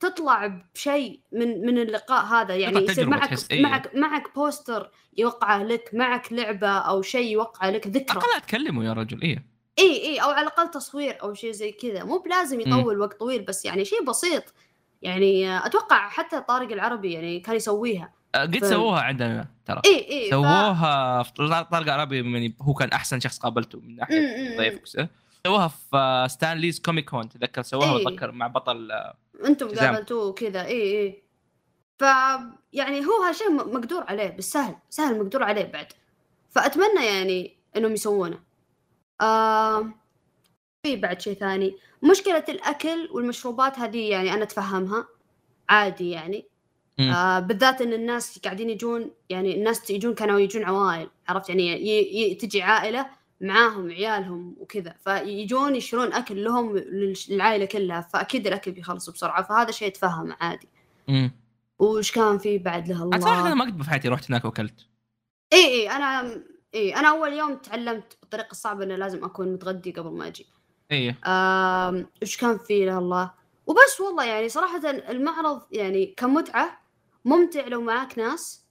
تطلع بشيء من من اللقاء هذا، يعني يصير معك معك معك بوستر يوقعه لك، معك لعبه او شيء يوقع لك ذكرى. اقل اتكلموا يا رجل. ايه اي اي او على الاقل تصوير او شيء زي كذا، مو بلازم يطول م. وقت طويل، بس يعني شيء بسيط. يعني اتوقع حتى طارق العربي يعني كان يسويها، قد ف... سووها عندنا ترى. اي اي سووها ف... في طارق العربي، يعني هو كان احسن شخص قابلته من ناحيه ضيف. سووها في ستانليز كوميك كون، تذكر سووها اتذكر إيه؟ مع بطل انتم قابلتوه كذا. اي اي ف يعني هو هالشيء مقدور عليه بالسهل، سهل مقدور عليه بعد. فاتمنى يعني انهم يسوونه. آه... في بعد شيء ثاني، مشكله الاكل والمشروبات هذه يعني انا اتفهمها عادي يعني. آه بالذات ان الناس قاعدين يجون، يعني الناس يجون كانوا يجون عوائل، عرفت يعني ي... ي... تجي عائله معاهم عيالهم وكذا، فيجون يشترون اكل لهم للعائله كلها، فاكيد الاكل بيخلص بسرعه، فهذا شيء يتفهم عادي. امم وش كان في بعد له الله؟ صراحه انا ما قد بحياتي رحت هناك وكلت. اي اي انا اي انا اول يوم تعلمت بالطريقه الصعبه انه لازم اكون متغدي قبل ما اجي. ايه امم وش كان في له الله؟ وبس والله يعني صراحه المعرض يعني كمتعه ممتع لو معاك ناس،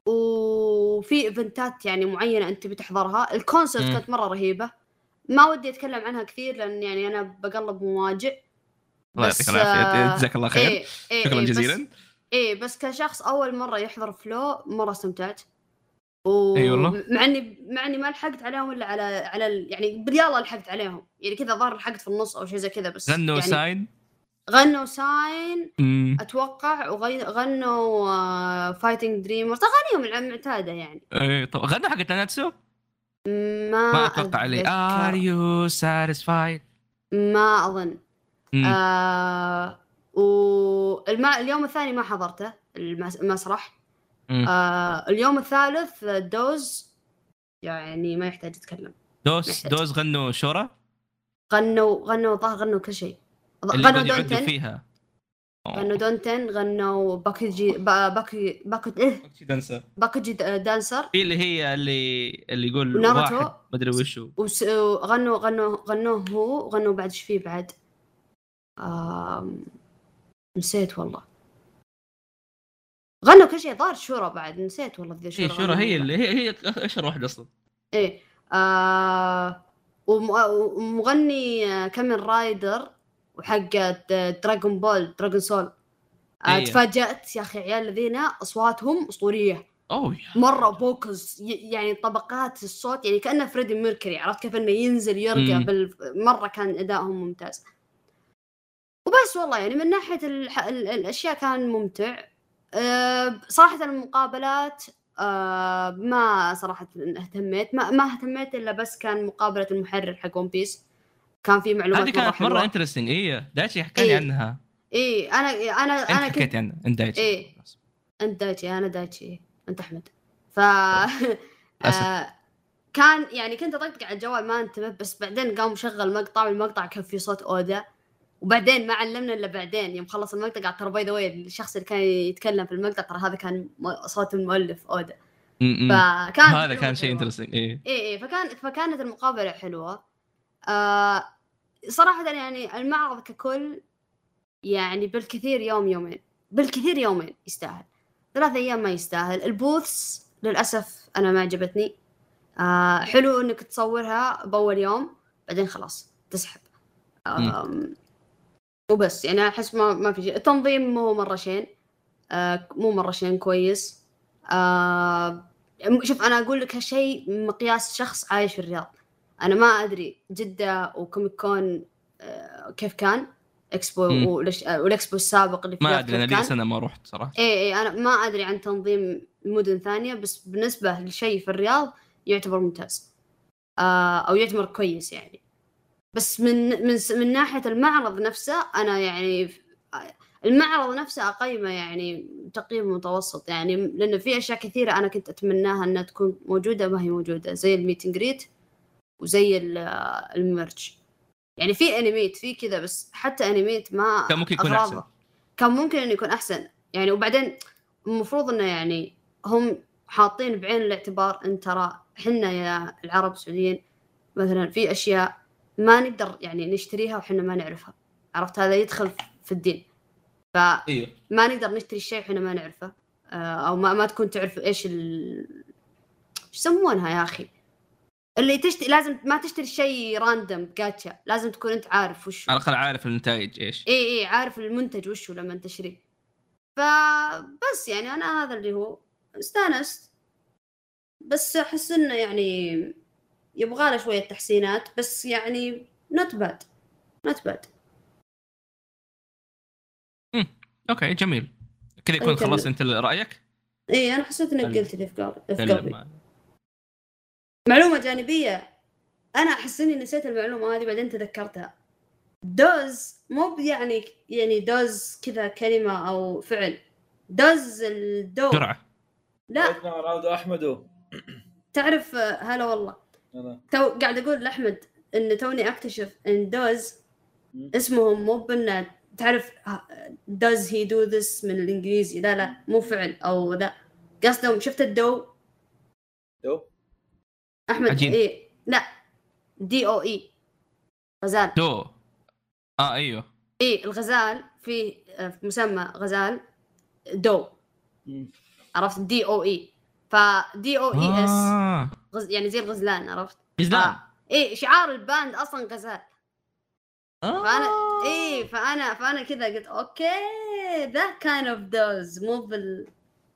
وفي ايفنتات يعني معينه انت بتحضرها. الكونسرت كانت مره رهيبه، ما ودي اتكلم عنها كثير لان يعني انا بقلب مواجع. الله يعطيك العافيه، جزاك الله خير. إيه إيه شكرا إيه جزيلا. بس ايه بس كشخص اول مره يحضر فلو مره استمتعت. و... اي والله، مع اني مع اني ما لحقت عليهم الا على على ال... يعني باليلا لحقت عليهم يعني كذا، ظهر لحقت في النص او شيء زي كذا. بس غنوا يعني ساين غنوا ساين مم. اتوقع، وغنوا آه... فايتنج دريمرز، اغانيهم المعتاده يعني. ايه طب غنوا حق ناناتسو؟ ما ما اتوقع عليه. Are you satisfied؟ ما اظن. آه... والم... اليوم الثاني ما حضرته المسرح. آه... اليوم الثالث دوز، يعني ما يحتاج يتكلم. دوز محتاج. دوز غنوا شورى، غنوا غنوا ظهر غنوا كل شيء. غنوا دونتن فيها، غنوا دونتن، غنوا باكيجي باكي باكي إيه دانسر باكيجي دانسر، في اللي هي اللي اللي يقول واحد ما ادري وش هو. وغنوا غنوا غنوه هو، غنوا بعد ايش فيه بعد؟ آم... نسيت والله. غنوا كل شيء. ظهر شورى بعد، نسيت والله ذي شورى. ايه شورى هي اللي هي هي اشهر واحده اصلا. ايه آه... ومغني كامل رايدر وحقت دراغون بول دراغون سول. أيه. تفاجأت يا أخي، عيال الذين أصواتهم أسطورية. أوه. مرة فوكس يعني طبقات الصوت يعني كأنه فريدي ميركوري، عرفت كيف إنه ينزل يرقى بال... مرة كان أدائهم ممتاز. وبس والله يعني من ناحية الح... الأشياء كان ممتع. أه صراحة المقابلات أه ما صراحة اهتميت ما ما اهتميت إلا بس كان مقابلة المحرر حق ون بيس، كان في معلومات هذه كانت مرة انترستينج. إيه دايتشي حكاني إيه. عنها. إيه أنا أنا أنت أنا حكيت عنها. أنت دايتشي. إيه أنت دايتشي أنا دايتشي أنت أحمد. ف آه كان يعني كنت أطقطق على الجوال ما انتبه، بس بعدين قام مشغل مقطع، والمقطع كان فيه صوت أودا، وبعدين ما علمنا إلا بعدين يوم خلص المقطع قاعد ترى باي ذا واي الشخص اللي كان يتكلم في المقطع ترى هذا كان صوت المؤلف أودا. فكان هذا كان شيء انترستينج. إيه إيه إيه فكان فكانت المقابلة حلوة. آه صراحة يعني المعرض ككل يعني بالكثير يوم يومين، بالكثير يومين يستاهل. ثلاثة أيام ما يستاهل. البوثs للأسف أنا ما عجبتني. آه حلو إنك تصورها بأول يوم بعدين خلاص تسحب. وبس يعني أحس ما ما في شيء. التنظيم مو مرة شين، آه مو مرة شين كويس. آه شوف أنا أقول لك هالشيء مقياس شخص عايش في الرياض. أنا ما أدري جدة وكوميك كون آه كيف كان اكسبو والاكسبو السابق اللي في ما ادري، انا لي سنه ما رحت صراحه. اي اي انا ما ادري عن تنظيم مدن ثانيه، بس بالنسبه للشيء في الرياض يعتبر ممتاز. آه او يعتبر كويس يعني. بس من من من ناحيه المعرض نفسه انا يعني المعرض نفسه اقيمه يعني تقييم متوسط يعني، لانه في اشياء كثيره انا كنت اتمناها انها تكون موجوده ما هي موجوده، زي الميت جريت وزي الميرج. يعني في انيميت في كذا، بس حتى انيميت ما كان ممكن يكون احسن، كان ممكن انه يكون احسن يعني. وبعدين المفروض انه يعني هم حاطين بعين الاعتبار ان ترى احنا يا العرب السعوديين مثلا في اشياء ما نقدر يعني نشتريها وحنا ما نعرفها، عرفت؟ هذا يدخل في الدين. فما نقدر نشتري الشيء حين ما نعرفه او ما ما تكون تعرف ايش ال... ايش يسمونها يا اخي اللي تشتري. لازم ما تشتري شيء راندوم جاتشا، لازم تكون انت عارف وش على الاقل عارف النتائج ايش. اي اي عارف المنتج وش لما تشتري. فبس يعني انا هذا اللي هو استانست، بس احس انه يعني يبغى له شويه تحسينات، بس يعني not bad not bad. امم اوكي جميل كذا يكون خلصت انت رايك. اي انا حسيت انك قلت اللي في قلبي. معلومه جانبيه، انا احس اني نسيت المعلومه هذه بعدين تذكرتها. دوز مو يعني يعني دوز كذا كلمه او فعل، دوز الدو جرعه. لا راودو احمدو تعرف. هلا والله أنا. تو قاعد اقول لاحمد ان توني اكتشف ان دوز اسمهم مو بنا تعرف does he do this من الانجليزي، لا لا مو فعل او ذا، قصدهم شفت الدو دو احمد عجين. ايه لا دي او اي غزال دو اه ايوه ايه الغزال في في مسمى غزال دو مم. عرفت دي او اي فدي او اي اس آه. غز... يعني زي الغزلان عرفت غزلان ف... ايه شعار الباند اصلا غزال آه. فانا ايه فانا فانا كذا قلت اوكي ذا كاين اوف دوز مو بال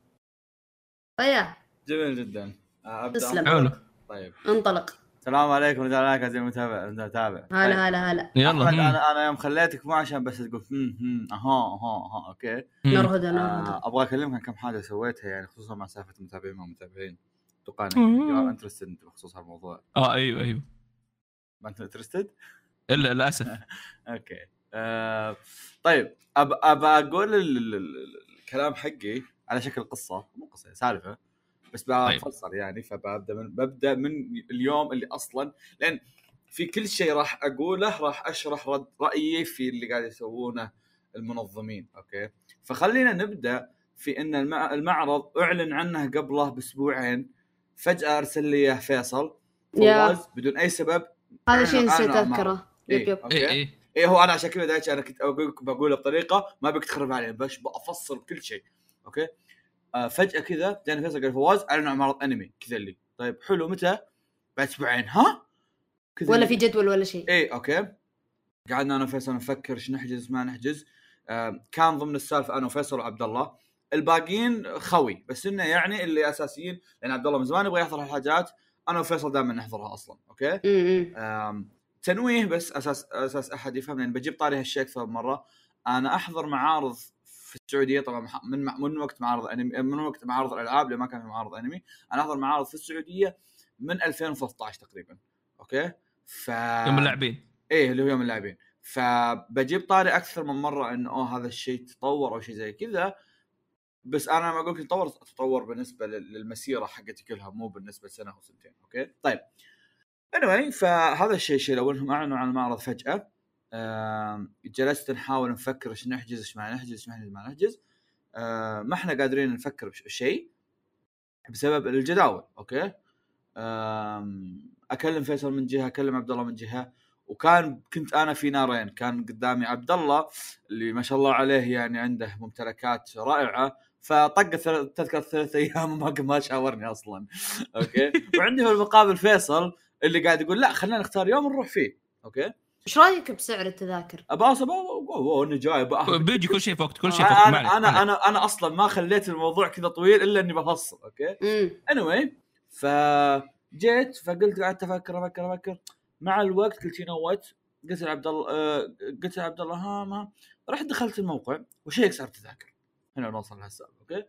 فيا جميل جدا. تسلم. حلو. طيب انطلق. السلام عليكم ورحمة الله وبركاته المتابع المتابع. هلا هلا هلا يلا أحمد، هم. انا انا يوم خليتك مو عشان بس تقول هم هم اها اها اها اوكي هم. نرهد نرهد آه ابغى اكلمك عن كم حاجه سويتها يعني خصوصا مع سالفه المتابعين والمتابعين. اتوقع انك مم. انترستد بخصوص هالموضوع. اه ايوه ايوه ما انت انترستد؟ الا للاسف. اوكي آه طيب اب اب اقول ال- ال- ال- الكلام حقي على شكل قصه مو قصه سالفه بس بفصل يعني. فببدا من ببدا من اليوم اللي اصلا لان في كل شيء راح اقوله راح اشرح رد رايي في اللي قاعد يسوونه المنظمين. اوكي فخلينا نبدا في ان المع- المعرض اعلن عنه قبله باسبوعين، فجاه ارسل لي اياه فيصل فواز بدون اي سبب. هذا شيء نسيت اذكره. يب يب اوكي اي اي ايه هو انا عشان كذا دايتش انا كنت اقول بقوله بطريقه ما بك تخرب عليه باش بفصل كل شيء. اوكي آه فجاه كذا جاني فيصل قال فواز اعلنوا عن معرض انمي كذا لي. طيب حلو متى؟ بعد اسبوعين ها كذا ولا في جدول ولا شيء. ايه اوكي قعدنا انا وفيصل نفكر ايش نحجز ما نحجز. آه كان ضمن السالفه انا وفيصل وعبد الله، الباقيين خوي بس انه يعني اللي اساسيين لان عبد الله من زمان يبغى يحضر الحاجات، انا وفيصل دائما نحضرها اصلا. اوكي امم تنويه بس اساس اساس احد يفهم لان بجيب طاري هالشيء اكثر مره. انا احضر معارض في السعوديه طبعا من من وقت معارض انمي من وقت معارض الالعاب اللي ما كان في معارض انمي. انا احضر معارض في السعوديه من ألفين وثلاثة عشر تقريبا. اوكي ف يوم اللاعبين ايه اللي هو يوم اللاعبين. فبجيب طاري اكثر من مره انه اوه هذا الشيء تطور او شيء زي كذا، بس انا ما اقول لك تطور تطور بالنسبه للمسيره حقتي كلها مو بالنسبه لسنه او سنتين. اوكي طيب anyway فهذا الشيء شيء لو انهم اعلنوا عن المعرض فجاه جلست نحاول نفكر ايش نحجز ايش ما نحجز ايش ما نحجز ما نحجز ما احنا قادرين نفكر بشيء بسبب الجداول. اوكي اكلم فيصل من جهه اكلم عبد الله من جهه، وكان كنت انا في نارين. كان قدامي عبد الله اللي ما شاء الله عليه يعني عنده ممتلكات رائعه فطق تذكر ثلاث ايام ما ما شاورني اصلا. اوكي وعندي في المقابل فيصل اللي قاعد يقول لا خلينا نختار يوم نروح فيه. اوكي ايش رايك بسعر التذاكر؟ اباص ابا اني جاي بيجي كل شيء فوق كل شيء فوق. انا انا انا انا اصلا ما خليت الموضوع كذا طويل الا اني بفصل. اوكي anyway فجيت فقلت قعدت افكر افكر افكر مع الوقت قلت نوت قلت لعبد الله أه قلت لعبد الله ها ما رحت دخلت الموقع وشيك سعر التذاكر. هنا نوصل لهالسالفه. اوكي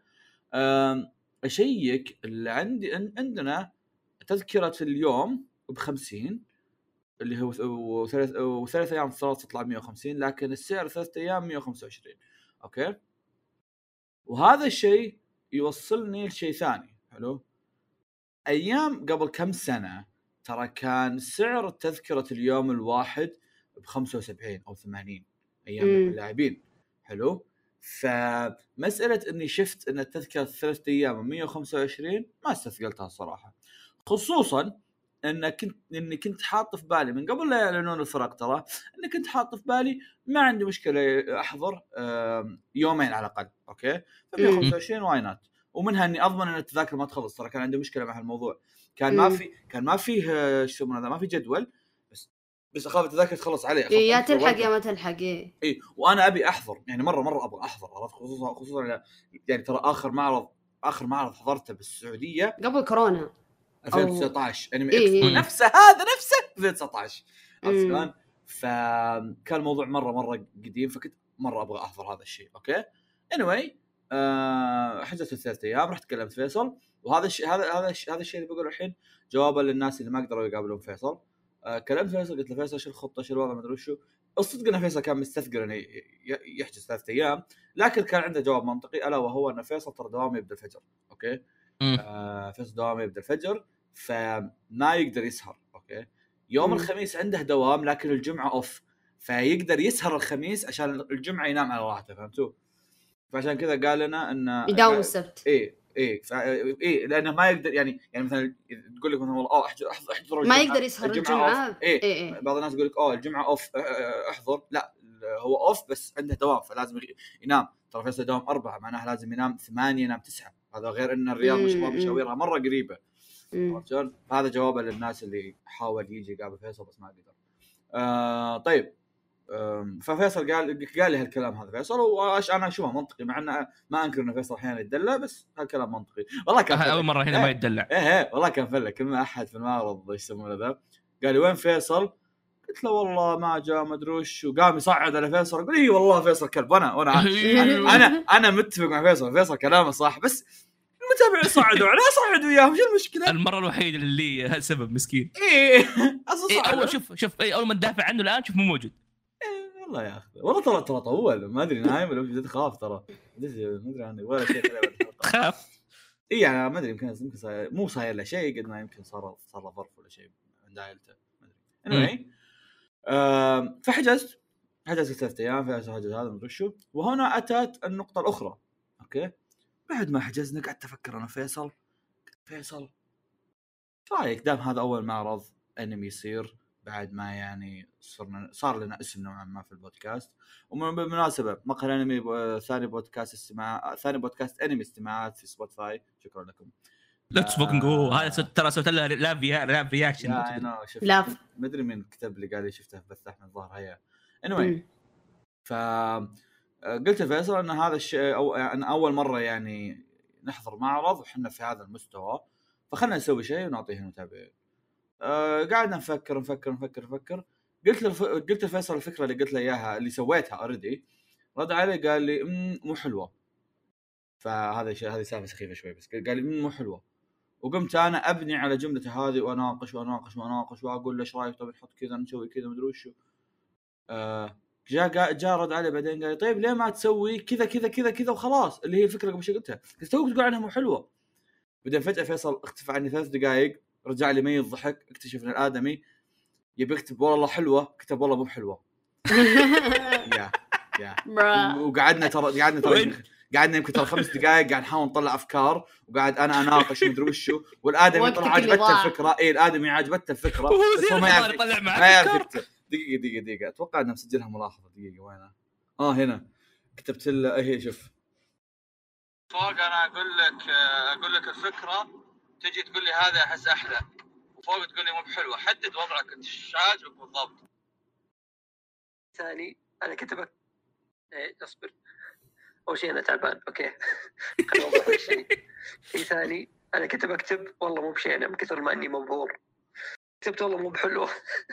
اشيك اللي عندي عندنا تذكره اليوم بخمسين اللي هو وثلاث وثلاث ايام صارت تطلع مية وخمسين لكن السعر ثلاث ايام مية وخمسة وعشرين. اوكي وهذا الشيء يوصلني لشيء ثاني حلو. ايام قبل كم سنه ترى كان سعر تذكره اليوم الواحد بخمسة وسبعين او ثمانين ايام اللاعبين. حلو فمساله اني شفت ان التذكره ثلاث ايام مية وخمسة وعشرين ما استثقلتها الصراحه، خصوصا ان كنت اني كنت حاط في بالي من قبل لا يعلنون الفرق ترى اني كنت حاط في بالي ما عندي مشكله احضر يومين على الاقل اوكي ف مية وخمسة وعشرين واينات ومنها اني اضمن ان التذاكر ما تخلص ترى كان عندي مشكله مع هالموضوع كان ما في كان ما فيه شو اسمه ما في جدول بس بس اخاف التذاكر تخلص علي إيه يا تلحق يا ما تلحق ايه اي وانا ابي احضر يعني مره مره ابغى احضر عرفت خصوصا خصوصا يعني ترى اخر معرض اخر معرض حضرته بالسعوديه قبل كورونا ألفين وتسعة عشر انمي إيه اكسبو نفسه هذا نفسه ألفين وتسعة عشر عرفت شلون فكان الموضوع مره مره قديم فكنت مره ابغى احضر هذا الشيء اوكي anyway أه حجزت الثلاث ايام رحت كلمت فيصل وهذا الشيء هذا هذا الشيء هذا الشيء اللي بقوله الحين جوابا للناس اللي ما قدروا يقابلون فيصل أه كلمت فيصل قلت له فيصل شو الخطه شو الوضع ما ادري وشو الصدق ان فيصل كان مستثقل انه يحجز ثلاث ايام لكن كان عنده جواب منطقي الا وهو ان فيصل ترى دوامه يبدا الفجر اوكي آه فيصل دوامه يبدا الفجر فما يقدر يسهر اوكي يوم م. الخميس عنده دوام لكن الجمعه اوف فيقدر يسهر الخميس عشان الجمعه ينام على راحته فهمتوا فعشان كذا قال لنا ان يداوم السبت ايه ايه فا ايه لانه ما يقدر يعني يعني مثلا تقول لك مثلا والله اه احضر احضر ما يقدر يسهر الجمعه, الجمعة إيه. إيه, إيه بعض الناس يقول لك اه الجمعه اوف احضر لا هو اوف بس عنده دوام فلازم ينام ترى فيصل دوام أربعة معناها لازم ينام ثمانية ينام تسعة هذا غير ان الرياض مش مشاويرها مره قريبه عرفت هذا جوابه للناس اللي حاول يجي يقابل فيصل بس ما قدر آه طيب ففيصل قال قال لي هالكلام هذا فيصل واش انا اشوفه منطقي مع انه ما انكر ان فيصل احيانا يتدلع بس هالكلام منطقي والله كان اول مره هنا إيه ما يتدلع ايه ايه والله كان فله كل ما احد في المعرض ايش يسمونه ذا قال لي وين فيصل قلت له والله ما جاء ما ادري وش وقام يصعد على فيصل يقول اي والله فيصل كلب وانا وانا انا انا متفق مع فيصل فيصل كلامه صح بس المتابعين صعدوا عليه صعد وياهم شو المشكله المره الوحيده اللي هالسبب مسكين ايه اصلا إيه اول شوف شوف اي اول ما ندافع عنه الان شوف مو موجود إيه والله يا اخي والله ترى ترى طول ما ادري نايم ولا جد خاف ترى ما ادري عنه ولا شيء خاف اي يعني ما ادري يمكن يمكن صاير مو صاير له شيء قد ما يمكن صار صار له ظرف ولا شيء عند عائلته ما ادري anyway آه فحجزت حجزت ثلاثة ايام في حجز هذا ما ادري شو وهنا اتت النقطه الاخرى اوكي بعد ما حجزنا قعدت افكر انا فيصل فيصل رايك دام هذا اول معرض انمي يصير بعد ما يعني صرنا صار لنا اسم نوعا ما في البودكاست وبالمناسبه مقهى انمي ب... ثاني بودكاست استماع ثاني بودكاست انمي استماعات في سبوتيفاي شكرا لكم ليتس فوكينج جو هذا ترى سويت له لاف لاف رياكشن انا شفت ما ادري من كتب لي قال لي شفته في بث احمد ظهر هيا anyway ف قلت لفيصل ان هذا الشيء او ان اول مره يعني نحضر معرض وحنا في هذا المستوى فخلنا نسوي شيء ونعطيه المتابعين أه قاعدنا نفكر نفكر نفكر نفكر قلت له قلت لفيصل الفكره اللي قلت له اياها اللي سويتها اوريدي رد علي قال لي مو حلوه فهذا شيء هذه سالفه سخيفه شوي بس قال لي مو حلوه وقمت انا ابني على جملته هذه واناقش واناقش واناقش واقول له ايش رايك طب نحط كذا نسوي كذا ما ادري وش أه جاء جاء رد علي بعدين قال طيب ليه ما تسوي كذا كذا كذا كذا وخلاص اللي هي الفكره قبل شوي قلتها قلت توك تقول عنها مو حلوه بعدين فجاه فيصل اختفى عني ثلاث دقائق رجع لي ميت ضحك اكتشف ان الادمي يبي يكتب والله حلوه كتب والله مو حلوه يا يا وقعدنا ترى قعدنا ترى قعدنا يمكن ترى خمس دقائق قاعد نحاول نطلع افكار وقاعد انا اناقش مدري وشو والادمي طلع عجبته الفكره ايه الادمي عجبته الفكره بس هو ما يعرف يطلع معك دقيقه دقيقه دقيقه اتوقع انه مسجلها ملاحظه دقيقه وينها اه هنا كتبت له ايه شوف فوق انا اقول لك اقول لك الفكره تجي تقول لي هذا احس احلى وفوق تقول لي مو بحلوه حدد وضعك انت ايش عاجبك بالضبط ثاني انا كتبك ايه اصبر اول شيء انا تعبان اوكي خلينا نوضح الشيء في ثاني انا كتب اكتب والله مو بشيء انا من كثر ما اني مبهور كتبت والله مو بحلوه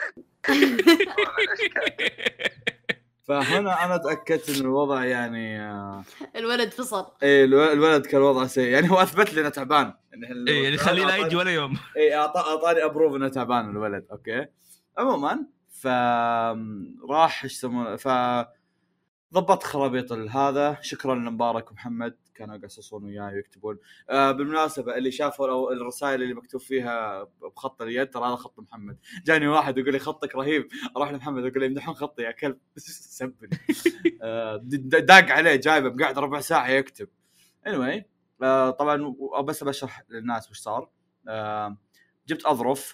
فهنا انا تاكدت ان الوضع يعني الولد فصل ايه الولد كان وضعه سيء يعني هو اثبت لي انه تعبان ايه يعني خليه لا يجي ولا يوم ايه اعطاني ابروف انه تعبان الولد اوكي عموما فراح ايش يسمونه ف ضبط خرابيط هذا شكرا لمبارك ومحمد كانوا يقصصون وياي ويكتبون آه بالمناسبه اللي شافوا الرسائل اللي مكتوب فيها بخط اليد ترى هذا خط محمد جاني واحد يقول لي خطك رهيب اروح لمحمد يقول لي يمدحون خطي يا كلب سبني آه داق عليه جايبه قاعد ربع ساعه يكتب anyway آه طبعا بس بشرح للناس وش صار آه جبت اظرف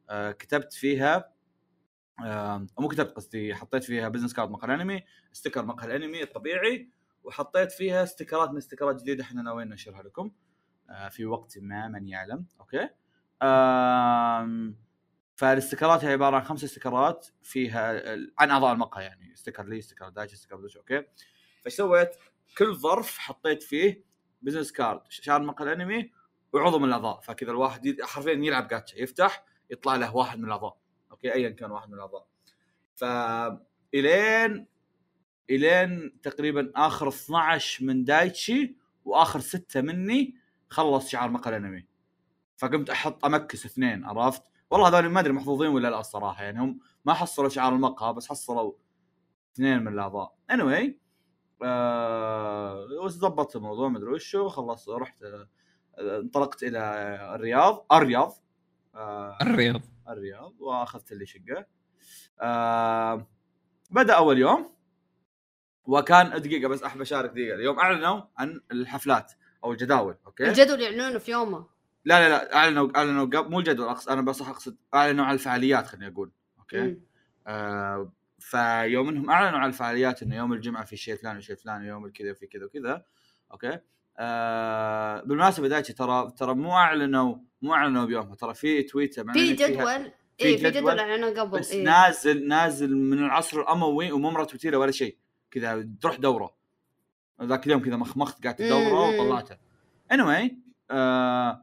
آه كتبت فيها آه مو كتبت قصدي حطيت فيها بزنس كارد مقهى الانمي، ستيكر مقهى الانمي الطبيعي، وحطيت فيها ستيكرات من استيكرات جديده احنا ناويين ننشرها لكم آه في وقت ما من يعلم. اوكي آه فالاستيكرات هي عباره عن خمس استيكرات فيها عن اعضاء المقهى، يعني ستيكر لي ستيكر دايتش ستيكر دوش. اوكي فايش سويت؟ كل ظرف حطيت فيه بزنس كارد شعار مقهى الانمي وعضو من الاعضاء، فكذا الواحد حرفيا يلعب جاتشا يفتح يطلع له واحد من الاعضاء. اوكي ايا كان واحد من الاعضاء. ف الين الين تقريبا اخر اثنعش من دايتشي واخر ستة مني خلص شعار مقهى الانمي، فقمت احط امكس اثنين. عرفت والله هذول ما ادري محظوظين ولا لا الصراحه، يعني هم ما حصلوا شعار المقهى بس حصلوا اثنين من الاعضاء. anyway آه وضبطت الموضوع ما ادري وشو، خلص رحت آه انطلقت الى الرياض الرياض آه الرياض الرياض واخذت لي شقه. آه بدا اول يوم وكان دقيقه بس احب اشارك دقيقه. اليوم اعلنوا عن الحفلات او الجداول. اوكي الجدول يعلنونه في يومه. لا لا لا اعلنوا اعلنوا قبل مو الجدول أقصد انا بس اقصد اعلنوا عن الفعاليات خليني اقول. اوكي آه فيوم انهم اعلنوا عن الفعاليات انه يوم الجمعه في شيء فلان وشيء فلان ويوم الكذا في كذا وكذا. اوكي آه بالمناسبه دايتشي ترى ترى مو اعلنوا مو اعلنوا بيومها، ترى في تويتر في جدول اي في جدول اعلنوا قبل بس إيه؟ نازل نازل من العصر الاموي وممرت وتيره ولا شيء كذا تروح دوره ذاك اليوم كذا مخمخت قاعد تدوره وطلعته. anyway آه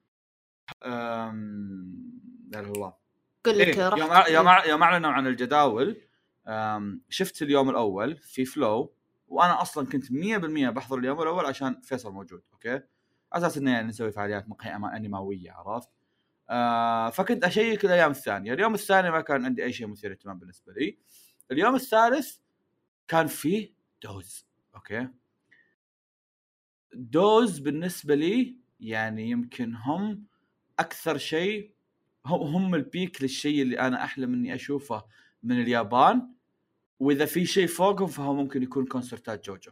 امم لا الله قل لك إيه يوم يوم يوم اعلنوا عن الجداول شفت اليوم الاول في فلو، وانا اصلا كنت مية بالمية بحضر اليوم الاول عشان فيصل موجود. اوكي اساس انه يعني نسوي فعاليات مقهى انماويه. عرفت آه فكنت اشيك الايام الثانيه. اليوم الثاني ما كان عندي اي شيء مثير اهتمام بالنسبه لي. اليوم الثالث كان فيه دوز. اوكي دوز بالنسبه لي يعني يمكن هم اكثر شيء هم البيك للشيء اللي انا احلم اني اشوفه من اليابان، واذا في شيء فوقهم فهو ممكن يكون كونسرتات جوجو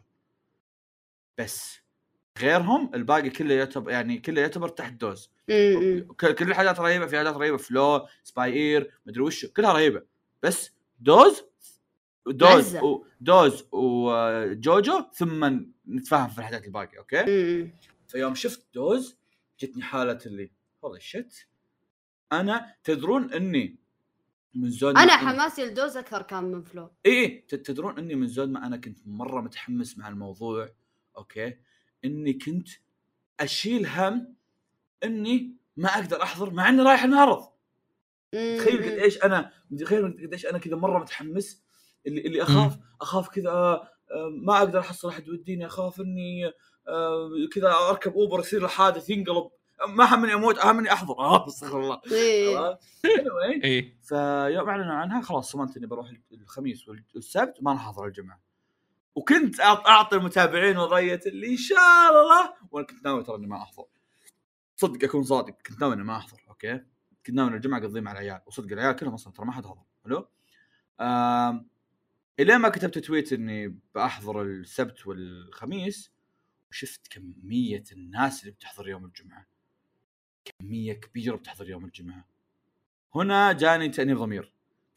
بس. غيرهم الباقي كله يعتبر يعني كله يعتبر تحت دوز. كل الحاجات رهيبه، في حاجات رهيبه فلو سباي اير مدري وش كلها رهيبه، بس دوز دوز دوز وجوجو ثم نتفاهم في الحاجات الباقيه. اوكي فيوم شفت دوز جتني حاله اللي هولي شيت. انا تدرون اني من زود انا حماسي الدوز اكثر كان من فلو. ايه تدرون اني من زود ما انا كنت مره متحمس مع الموضوع. اوكي اني كنت اشيل هم اني ما اقدر احضر مع اني رايح المعرض. تخيل قد ايش انا تخيل قد ايش انا كذا مره متحمس اللي اللي اخاف اخاف كذا ما اقدر احصل احد وديني، اخاف اني كذا اركب اوبر يصير الحادث ينقلب، ما همني اموت اهمني احضر. اه استغفر الله. anyway ايه فيوم اعلنوا عنها خلاص صممت اني بروح الخميس والسبت ما راح احضر الجمعه، وكنت اعطي المتابعين وضعيه اللي ان شاء الله، وانا كنت ناوي ترى اني ما احضر. صدق اكون صادق كنت ناوي اني ما احضر. اوكي كنت ناوي الجمعه اقضيه مع العيال، وصدق العيال كلهم اصلا ترى ما حد حضر. حلو امم الى ما كتبت تويت اني بأحضر السبت والخميس وشفت كميه الناس اللي بتحضر يوم الجمعه، كميه كبيره بتحضر يوم الجمعه. هنا جاني تأنيب ضمير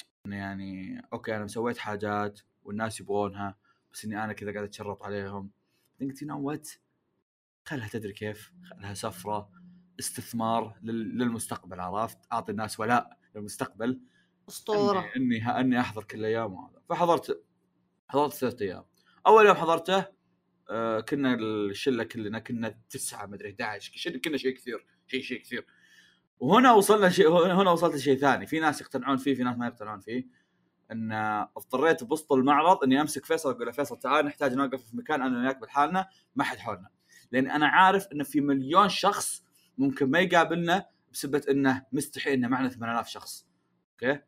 يعني اوكي انا مسويت حاجات والناس يبغونها بس اني انا كذا قاعد اتشرط عليهم. قلت نوت خلها تدري كيف، خلها سفره استثمار للمستقبل. عرفت اعطي الناس ولاء للمستقبل اسطوره اني اني, أني احضر كل ايام هذا. فحضرت حضرت ثلاث ايام. اول يوم حضرته آه كنا الشله كلنا كنا تسعة مدري احد عشر كنا شيء كثير شيء شيء كثير. وهنا وصلنا شيء هنا وصلت شيء ثاني، في ناس يقتنعون فيه في ناس ما يقتنعون فيه. ان اضطريت بوسط المعرض اني امسك فيصل اقول له فيصل تعال نحتاج نوقف في مكان انا وياك بالحالنا ما حد حولنا، لان انا عارف ان في مليون شخص ممكن ما يقابلنا بسبب انه مستحي انه معنا ثمانية آلاف شخص. اوكي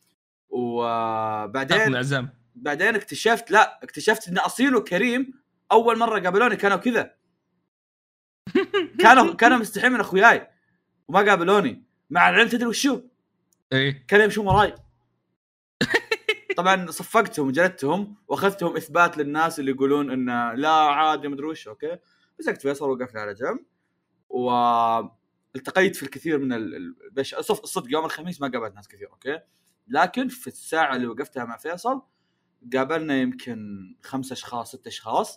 وبعدين بعدين اكتشفت لا اكتشفت ان اصيل وكريم اول مره قابلوني كانوا كذا كانوا كانوا مستحيين من اخوياي وما قابلوني. مع العلم تدري وشو ايه كانوا يمشون وراي. طبعا صفقتهم وجلدتهم واخذتهم اثبات للناس اللي يقولون ان لا عادي ما ادري وش. اوكي مسكت فيصل وقفنا على جنب و التقيت في الكثير من البش الصف الصدق يوم الخميس ما قابلت ناس كثير اوكي، لكن في الساعه اللي وقفتها مع فيصل قابلنا يمكن خمسة اشخاص ست اشخاص،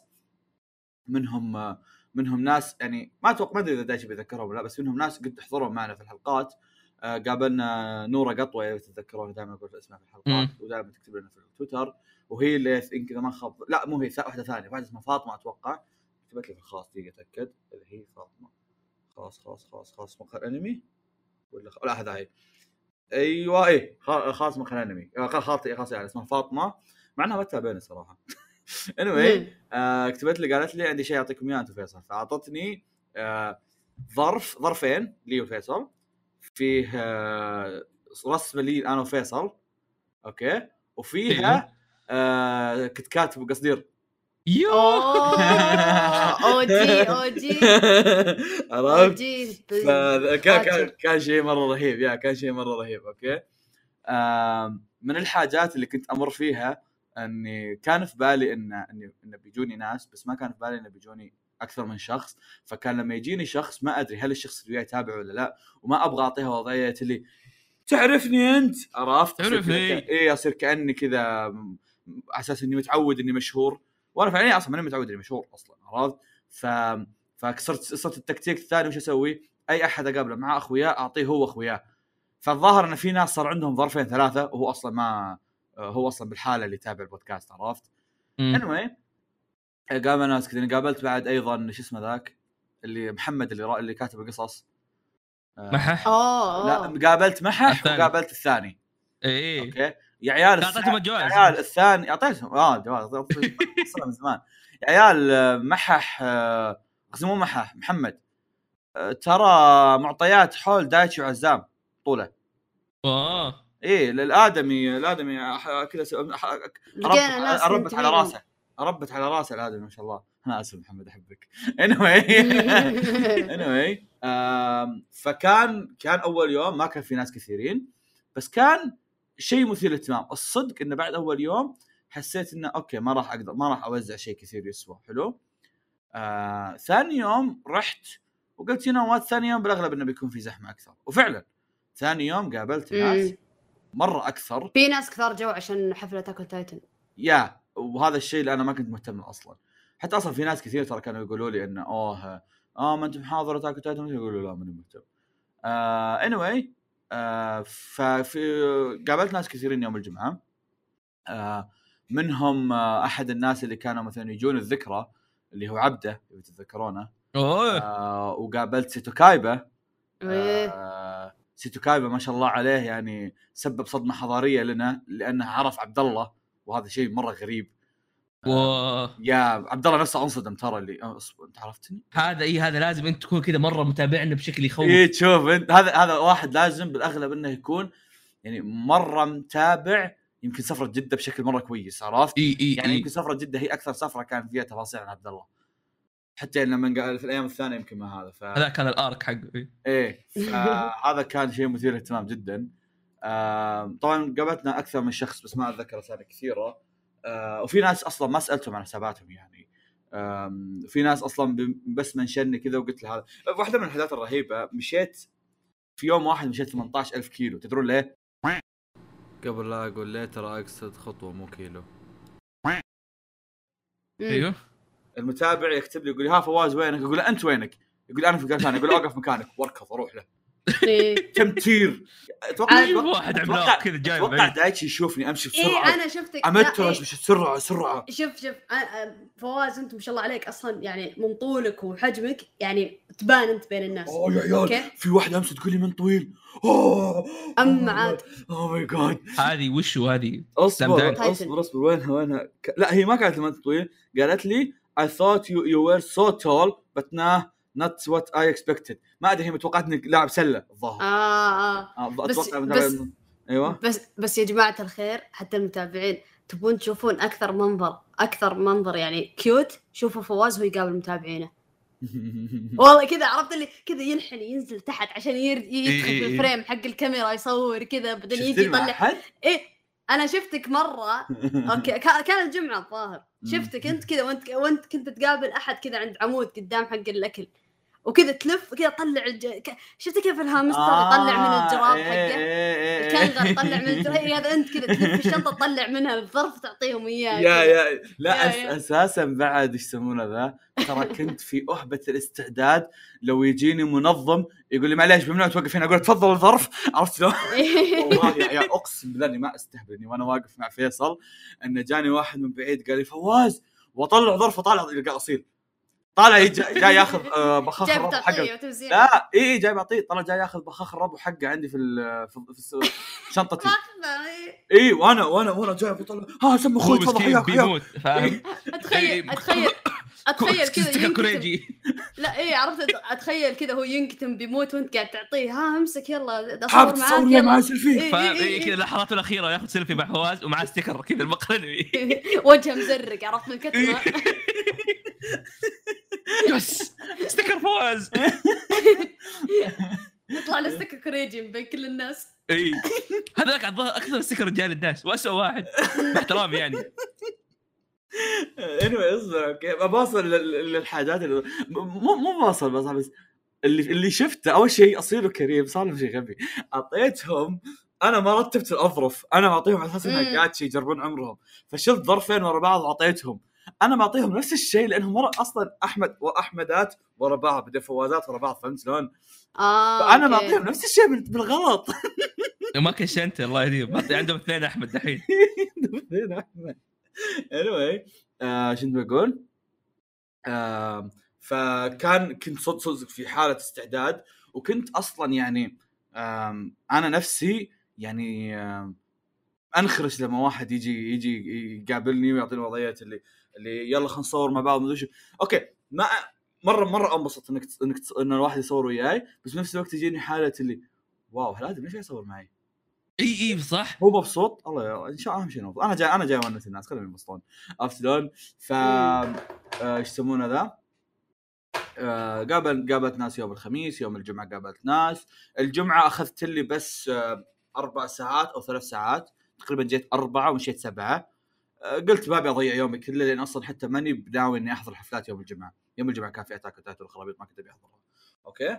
منهم منهم ناس يعني ما اتوقع ما ادري اذا دايش بيذكرهم ولا، بس منهم ناس قد حضروا معنا في الحلقات. آه قابلنا نورة قطوة تتذكرون دائما اقول اسمها في الحلقات ودائما تكتب لنا في التويتر، وهي اللي يمكن كذا ما خاب لا مو هي واحده ثانيه واحده اسمها فاطمه اتوقع، كتبت لي في الخاص دقيقه اتاكد اللي هي فاطمه خلاص خلاص خلاص خلاص مقهى الانمي ولا خ... لا هذا هي ايوه ايه خاص مقهى الانمي خاطئ خاص يعني اسمها فاطمه مع انها ما تتابعني صراحه. anyway آه كتبت لي قالت لي عندي شيء اعطيكم اياه انت فيصل، فاعطتني آه ظرف ظرفين لي وفيصل فيه آه رسمه لي انا وفيصل اوكي، وفيها آه كت كات ابو قصدير يو او جي او جي عرفت كان كان شيء مره رهيب يا كان شيء مره رهيب اوكي. آه من الحاجات اللي كنت امر فيها اني كان في بالي ان ان ان بيجوني ناس، بس ما كان في بالي ان بيجوني اكثر من شخص. فكان لما يجيني شخص ما ادري هل الشخص اللي وياي تابع ولا لا، وما ابغى اعطيها وضعيه اللي تعرفني انت عرفت تعرفني ايه يصير كاني كذا على اساس اني متعود اني مشهور، وانا فعليا اصلا ماني متعود اني مشهور اصلا عرفت. ف فكسرت صرت التكتيك الثاني وش اسوي، اي احد اقابله مع اخوياه اعطيه هو اخوياه. فالظاهر ان في ناس صار عندهم ظرفين ثلاثه وهو اصلا ما هو اصلا بالحاله اللي يتابع البودكاست عرفت. anyway قابل ناس كذا، قابلت بعد ايضا شو اسمه ذاك اللي محمد اللي را... اللي كاتب القصص محح اه لا قابلت محح وقابلت الثاني ايه اوكي يا عيال اعطيتهم الجوائز يا عيال الثاني اعطيتهم اه جوائز اصلا من زمان يا عيال. محح قسموا محح محمد ترى معطيات حول دايتشي وعزام طوله اه ايه للادمي الادمي كذا اربت على راسه اربت على راسه الادمي ما شاء الله. انا اسف محمد احبك. anyway anyway فكان كان اول يوم ما كان في ناس كثيرين، بس كان شيء مثير للاهتمام الصدق. انه بعد اول يوم حسيت انه اوكي ما راح اقدر ما راح اوزع شيء كثير يسوى حلو. آه ثاني يوم رحت وقلت هنا وات ثاني يوم بالاغلب انه بيكون في زحمه اكثر، وفعلا ثاني يوم قابلت ناس مره اكثر، في ناس كثار جو عشان حفله تاكل تايتن يا وهذا الشيء اللي انا ما كنت مهتم له اصلا. حتى اصلا في ناس كثير ترى كانوا يقولوا لي انه اوه اه ما انت محاضره تاكل تايتن، يقولوا لا ماني مهتم. آه anyway آه ففي قابلت ناس كثيرين يوم الجمعه. آه منهم آه احد الناس اللي كانوا مثلا يجون الذكرى اللي هو عبده اللي تتذكرونه آه وقابلت سيتو كايبا. آه سيتو كايبا ما شاء الله عليه يعني سبب صدمه حضاريه لنا لانه عرف عبد الله، وهذا شيء مره غريب. آه يا عبد الله نفسه انصدم ترى اللي آه انت عرفتني هذا اي هذا لازم انت تكون كذا مره متابعنا بشكل يخوف. اي شوف انت هذا هذا واحد لازم بالاغلب انه يكون يعني مره متابع يمكن سفره جده بشكل مره كويس عرفت. إي إي يعني إي. يمكن سفره جده هي اكثر سفره كان فيها تفاصيل عن عبد الله، حتى لما قال في الايام الثانيه يمكن ما هذا ف... هذا كان الارك حقه. ايه هذا كان شيء مثير للاهتمام جدا. آه طبعا قابلتنا اكثر من شخص بس ما اتذكر اسامي كثيره. آه وفي ناس اصلا ما سالتهم عن حساباتهم يعني. في ناس اصلا بس منشني كذا وقلت له هذا. واحده من الحاجات الرهيبه مشيت في يوم واحد مشيت ثمانية عشر ألف كيلو. تدرون ليه؟ قبل لا اقول ليه ترى اقصد خطوه مو كيلو. ايوه المتابع يكتب لي يقول لي ها فواز وينك؟ اقول له انت وينك؟ يقول انا في مكان ثاني. اقول له اوقف مكانك واركض اروح له. تمتير. اتوقع واحد عملاق كذا جاي اتوقع دايتشي يشوفني امشي بسرعه. ايه انا شفتك امترش مش بسرعه سرعه. شوف شوف فواز انت ما شاء الله عليك اصلا يعني من طولك وحجمك يعني تبان انت بين الناس. اوه يا عيال في واحده امس تقول لي من طويل. اوه اما عاد اوه ماي جاد هذه وشو هذه؟ اصبر اصبر اصبر وينها وينها ك... لا هي ما قالت لي من طويل، قالت لي I thought you you were so tall but nah not what I expected. ما ادري هي متوقعتني لاعب سله الظاهر. اه اه, آه بس بس ايوه بس بس يا جماعه الخير حتى المتابعين تبون تشوفون اكثر منظر اكثر منظر يعني كيوت، شوفوا فواز وهو يقابل متابعينه. والله كذا عرفت اللي كذا ينحني ينزل تحت عشان يدخل في الفريم حق الكاميرا يصور كذا بعدين يجي يطلع. ايه انا شفتك مره اوكي كان الجمعه الظاهر شفتك انت كذا وانت وانت كنت تقابل احد كذا عند عمود قدام حق الاكل وكذا تلف كذا طلع الج... ك... شفت كيف الهامستر آه يطلع من الجراب إيه حقه إيه إيه الكنغر يطلع من الجراب هذا انت كذا تلف الشنطه تطلع منها الظرف تعطيهم اياه يا يا لا يا أس يا. اساسا بعد ايش يسمونه ذا ترى كنت في اهبه الاستعداد لو يجيني منظم يقول لي معليش ممنوع توقف هنا اقول تفضل الظرف عرفت شلون والله يا, يا اقسم بالله اني ما استهبل وانا واقف مع فيصل ان جاني واحد من بعيد قال لي فواز واطلع ظرفه طالع يلقى اصيل طالع جاي ياخذ بخاخ الربو حقه لا اي جاي بعطيه طلع جاي ياخذ بخاخ الربو حقه عندي في في شنطتي اي وانا وانا وانا جاي بطلع ها سمو اخوي تفضل حياك بيموت فاهم اتخيل اتخيل اتخيل كذا كوريجي لا ايه عرفت اتخيل كذا هو ينكتم بيموت وانت قاعد تعطيه ها امسك يلا اصور معاك يلا معاه سيلفي فاهم كذا لحظاته الاخيره ياخذ سيلفي مع فواز ومعاه ستيكر كذا المقرنوي وجهه مزرق عرفت من الكتمه يس ستيكر فواز يطلع له ستيكر كوريجي من بين كل الناس اي هذاك اكثر ستيكر رجال الناس واسوء واحد باحترام يعني انوي اصبر اوكي بوصل للحاجات اللي مو مو بوصل بس بس اللي اللي شفته اول شيء اصيله كريم صار له شيء غبي اعطيتهم انا ما رتبت الاظرف انا معطيهم على اساس انها قاعد شيء يجربون عمرهم فشلت ظرفين ورا بعض واعطيتهم انا معطيهم نفس الشيء لانهم مرة اصلا احمد واحمدات ورا بعض بدي فوازات ورا بعض فهمت شلون اه فانا معطيهم نفس الشيء بالغلط ما كنت الله يهديهم معطي عندهم اثنين احمد دحين اثنين احمد anyway آه شنو بقول آه فكان كنت صدق صدق في حالة استعداد وكنت أصلا يعني آه أنا نفسي يعني آه أنخرش لما واحد يجي يجي يقابلني ويعطيني وضعيات اللي اللي يلا خلينا نصور مع بعض مدري شو أوكي ما مرة مرة أنبسط إنك إنك إن الواحد يصور وياي بس بنفس الوقت يجيني حالة اللي واو هل هذا ليش يصور معي اي اي صح هو مبسوط الله ان شاء الله اهم شيء مبسوط انا جاي انا جاي ونس الناس خليهم ينبسطون عرفتون ف ايش يسمونه ذا آه قابل قابلت ناس يوم الخميس يوم الجمعه قابلت ناس الجمعه اخذت لي بس آه اربع ساعات او ثلاث ساعات تقريبا جيت أربعة ومشيت سبعة آه قلت ما ابي اضيع يومي كله لان اصلا حتى ماني بناوي اني احضر حفلات يوم الجمعه يوم الجمعه كان في اتاك وتاتو الخرابيط ما كنت ابي احضرها اوكي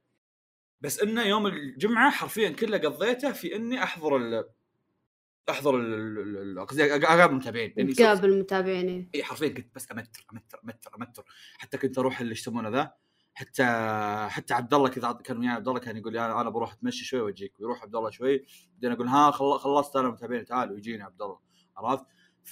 بس انه يوم الجمعه حرفيا كله قضيته في اني احضر ال احضر ال اقابل المتابعين يعني قابل المتابعين اي حرفيا كنت بس امتر امتر امتر امتر حتى كنت اروح اللي يسمونه ذا حتى حتى عبد الله كذا كان وياي عبد الله كان يقول لي انا انا بروح اتمشى شوي واجيك ويروح عبد الله شوي بعدين اقول ها خلصت انا المتابعين تعالوا ويجيني عبد الله عرفت ف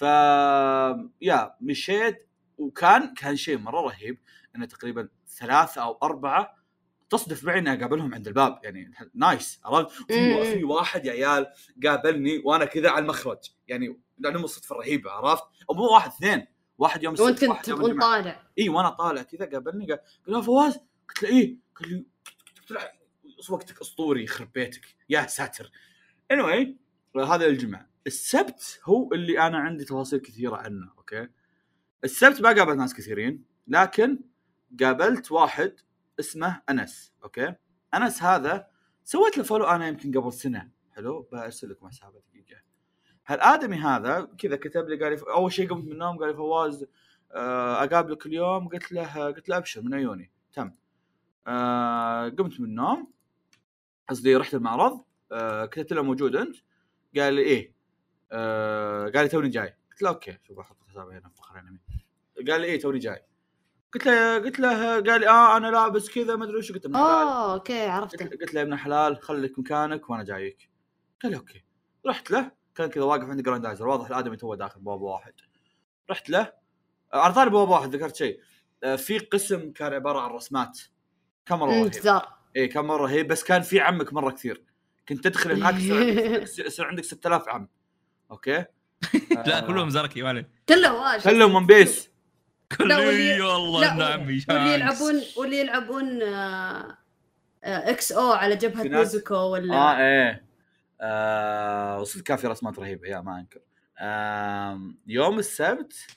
يا مشيت وكان كان شيء مره رهيب انه تقريبا ثلاثة او أربعة تصدف معي اني اقابلهم عند الباب يعني نايس عرفت في, في واحد يا عيال قابلني وانا كذا على المخرج يعني لانه الصدفه رهيبه عرفت او مو واحد اثنين واحد يوم السبت واحد يوم الجمعه طالع اي وانا طالع كذا قابلني قال له فواز قلت له ايه قال لي طلع وقتك اسطوري يخرب بيتك يا ساتر anyway هذا الجمعه السبت هو اللي انا عندي تفاصيل كثيره عنه اوكي السبت ما قابلت ناس كثيرين لكن قابلت واحد اسمه أنس أوكي أنس هذا سويت له فولو أنا يمكن قبل سنة حلو بأرسل لكم حسابه دقيقة هالآدمي هذا كذا كتب لي قال لي أول شيء قمت من النوم قال لي فواز أقابلك اليوم قلت له قلت له أبشر من عيوني تم أه قمت من النوم قصدي رحت المعرض أه كتبت له موجود أنت قال لي إيه أه قال لي توني جاي قلت له أوكي شوف أحط حسابه هنا فخر أنا قال لي إيه توني جاي قلت له قلت له قال لي اه انا لابس كذا ما ادري وش قلت له اه اوكي عرفته قلت له يا ابن حلال خليك مكانك وانا جايك قال لي اوكي رحت له كان كذا واقف عند جراندايزر واضح الادمي تو داخل باب واحد رحت له على طاري باب واحد ذكرت شيء في قسم كان عباره عن رسمات كاميرا رهيب اي كاميرا رهيب بس كان في عمك مره كثير كنت تدخل هناك يصير عندك ستة آلاف عم اوكي لا كلهم زركي ولا كلهم كلهم من بيس كلي والله نعمي واللي يلعبون واللي يلعبون آه آه اكس او على جبهه نيزوكو ولا اه ايه آه وصلت كان في رسمات رهيبه يا ما انكر آه يوم السبت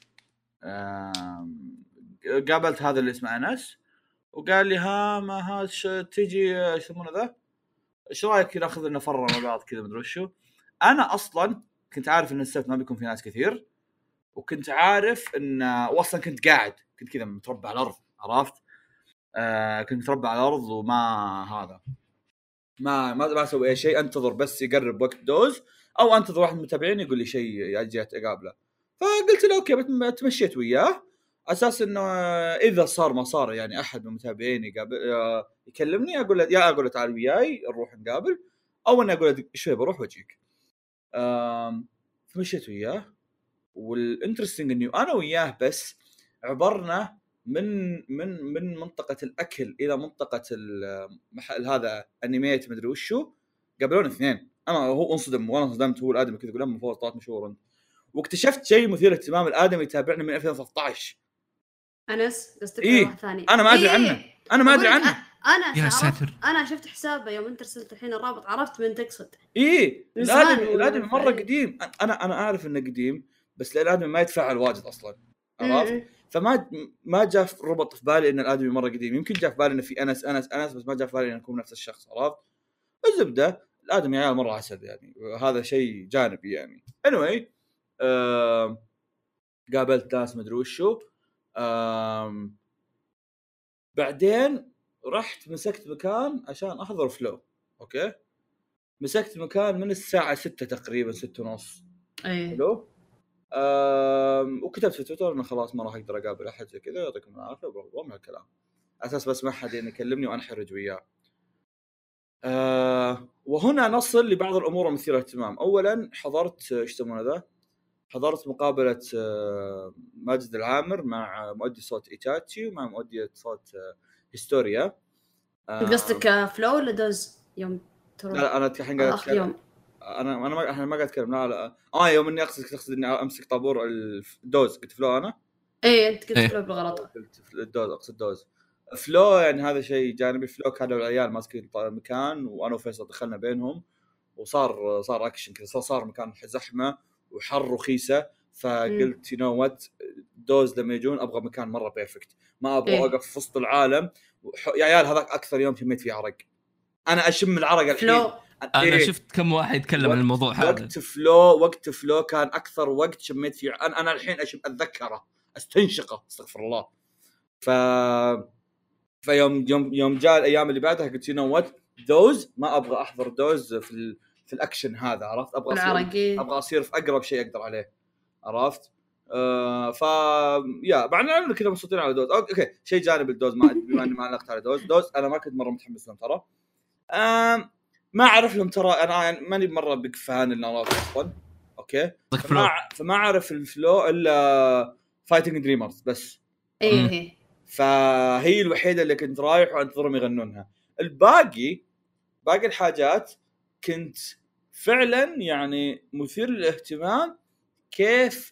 آه قابلت هذا اللي اسمه انس وقال لي ها ما هاش تيجي ايش يسمونه ذا ايش رايك ناخذ لنا فره مع بعض كذا مدري وشو انا اصلا كنت عارف ان السبت ما بيكون في ناس كثير وكنت عارف ان اصلا كنت قاعد كنت كذا متربع على الارض عرفت آه كنت متربع على الارض وما هذا ما ما ما اسوي اي شيء، انتظر بس يقرب وقت دوز او انتظر واحد من المتابعين يقول لي شيء اجي اقابله. فقلت له اوكي، تمشيت وياه اساس انه اذا صار ما صار يعني احد من المتابعين يقابل يكلمني اقول له يا اقول له تعال وياي نروح نقابل، او اني اقول له شوي بروح واجيك. امم فمشيت وياه، والانترستنج انه انا وياه بس عبرنا من من من منطقه الاكل الى منطقه المحل هذا انيميت مدري وشو، قابلون اثنين. انا هو انصدم وانا انصدمت، هو الادمي كذا يقول لهم فوق طلعت مشهور. واكتشفت شيء مثير اهتمام، الادمي يتابعني من ألفين وثلاثة عشر. انس قصدك إيه؟ واحد ثاني انا ما ادري إيه؟ عنه انا ما ادري عنه انا يا ساتر. انا شفت حسابه يوم انت ارسلت الحين الرابط عرفت من تقصد. ايه الادمي الادمي مره قديم. انا انا اعرف انه قديم بس الادمي ما يتفاعل واجد اصلا، عرفت؟ فما ما جاء في ربط في بالي ان الادمي مره قديم. يمكن جاء في بالي انه في انس انس انس بس ما جاء في بالي انه يكون نفس الشخص، عرفت؟ الزبده الادمي عيال مره عسل يعني، هذا شيء جانبي يعني. anyway آه... قابلت ناس مدري وشو. آه... بعدين رحت مسكت مكان عشان احضر فلو. اوكي مسكت مكان من الساعه ستة تقريبا ستة ونص. ايه حلو. أم... وكتبت في تويتر انه خلاص ما راح اقدر اقابل احد زي كذا، يعطيكم العافيه وبرضه من هالكلام اساس بس ما حد يكلمني وانحرج وياه. أه... وهنا نصل لبعض الامور المثيره للاهتمام. اولا حضرت ايش يسمونه ذا حضرت مقابله ماجد العامر مع مؤدي صوت ايتاتشي ومع مؤدي صوت هيستوريا. قصدك فلو ولا دوز يوم ترى؟ لا انا الحين قاعد اتكلم. انا انا ما احنا ما قاعد اتكلم. لا لا اه يوم اني اقصد تقصد اني امسك طابور الدوز قلت فلو انا. ايه انت قلت فلو بالغلط. قلت الدوز اقصد دوز فلو يعني هذا شيء جانبي. فلو كانوا العيال ماسكين المكان وانا وفيصل دخلنا بينهم وصار صار اكشن كذا، صار صار مكان زحمه وحر رخيصه. فقلت يو نو وات دوز لما يجون ابغى مكان مره بيرفكت، ما ابغى اوقف في وسط العالم. يا عيال هذاك اكثر يوم شميت فيه عرق، انا اشم العرق الحين. انا إيه؟ شفت كم واحد يتكلم عن الموضوع هذا. وقت فلو وقت فلو كان اكثر وقت شميت فيه. انا انا الحين اشم اتذكره استنشقه استغفر الله. ف فيوم يوم يوم جاء الايام اللي بعدها قلت يو نو وات دوز ما ابغى احضر دوز في ال... في الاكشن هذا، عرفت؟ ابغى اصير ابغى اصير في اقرب شيء اقدر عليه، عرفت؟ آه ف يا بعدين انا كذا مبسوطين على دوز. اوكي شيء جانب الدوز ما بما اني ما علقت على دوز دوز انا ما كنت مره متحمس لهم ترى. آه ما اعرف لهم ترى، انا يعني ماني مره بيج فان الناروتو اصلا. اوكي فما فما اعرف الفلو الا فايتنج دريمرز بس. ايه فهي الوحيده اللي كنت رايح وانتظرهم يغنونها. الباقي باقي الحاجات كنت فعلا يعني مثير للاهتمام. كيف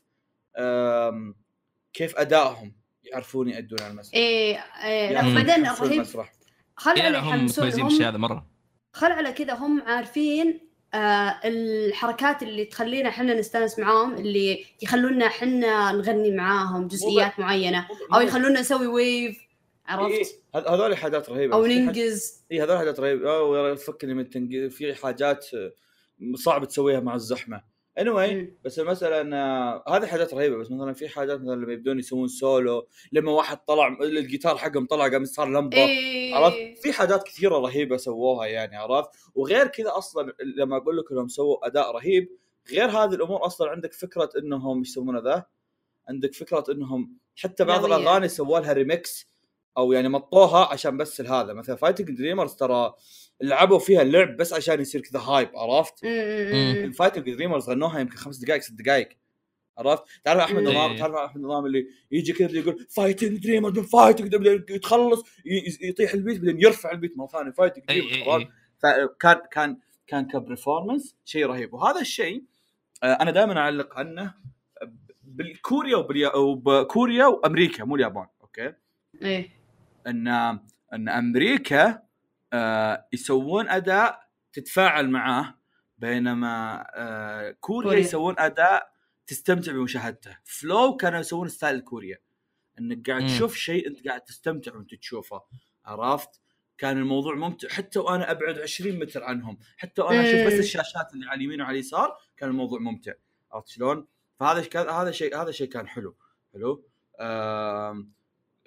كيف ادائهم يعرفون يأدون على المسرح. ايه ايه لا بعدين الرهيب خل على يحمسون هذا مره خل على كذا هم عارفين آه الحركات اللي تخلينا احنا نستانس معاهم، اللي يخلونا احنا نغني معاهم جزئيات معينه او يخلونا نسوي ويف، عرفت؟ إيه هذول حاجات رهيبه او ننجز. اي هذول حاجات رهيبه. او فكرني من التنجيز في حاجات صعب تسويها مع الزحمه. anyway م. بس المساله ان هذه حاجات رهيبه. بس مثلا في حاجات مثلا لما يبدون يسوون سولو، لما واحد طلع الجيتار حقهم طلع قام صار لمبه. إيه. عرفت؟ في حاجات كثيره رهيبه سووها يعني، عرفت؟ وغير كذا اصلا لما اقول لك انهم سووا اداء رهيب، غير هذه الامور اصلا عندك فكره انهم يسمونه ذا عندك فكره انهم حتى بعض يوية. الاغاني سووا لها ريميكس او يعني مطوها عشان بس هذا. مثلا فايتنج دريمرز ترى لعبوا فيها اللعب بس عشان يصير كذا هايب، عرفت؟ فايتنج دريمرز غنوها يمكن خمس دقائق ست دقائق، عرفت؟ تعرف احمد نظام تعرف احمد نظام اللي يجي كذا يقول فايتنج دريمرز فايتنج يتخلص يطيح البيت بعدين يرفع البيت مره ثانيه فايتنج دريمرز. فكان كان كان كبرفورمانس شيء رهيب. وهذا الشيء انا دائما اعلق عنه بالكوريا وباليا وبكوريا وامريكا مو اليابان. اوكي ايه ان ان امريكا آه يسوون اداء تتفاعل معاه، بينما آه كوريا, كوريا يسوون اداء تستمتع بمشاهدته. فلو كانوا يسوون ستايل كوريا انك قاعد تشوف شيء انت قاعد تستمتع وانت تشوفه، عرفت؟ كان الموضوع ممتع حتى وانا ابعد عشرين متر عنهم، حتى وانا اشوف بس الشاشات اللي على اليمين وعلى اليسار كان الموضوع ممتع، عرفت شلون؟ فهذا هذا شيء هذا شيء كان حلو حلو.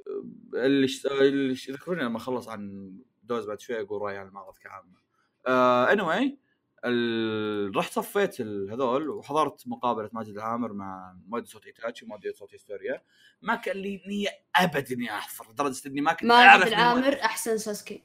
اللي اللي يذكروني لما اخلص عن دوز بعد شوي اقول رايي عن المعرض كعامه. آه anyway ال... رحت صفيت هذول وحضرت مقابله ماجد العامر مع مؤدي صوت ايتاتشي ومؤدي صوت هيستوريا. ما كان لي نيه ابدا اني احضر لدرجه اني ما كنت اعرف ماجد العامر احسن ساسكي.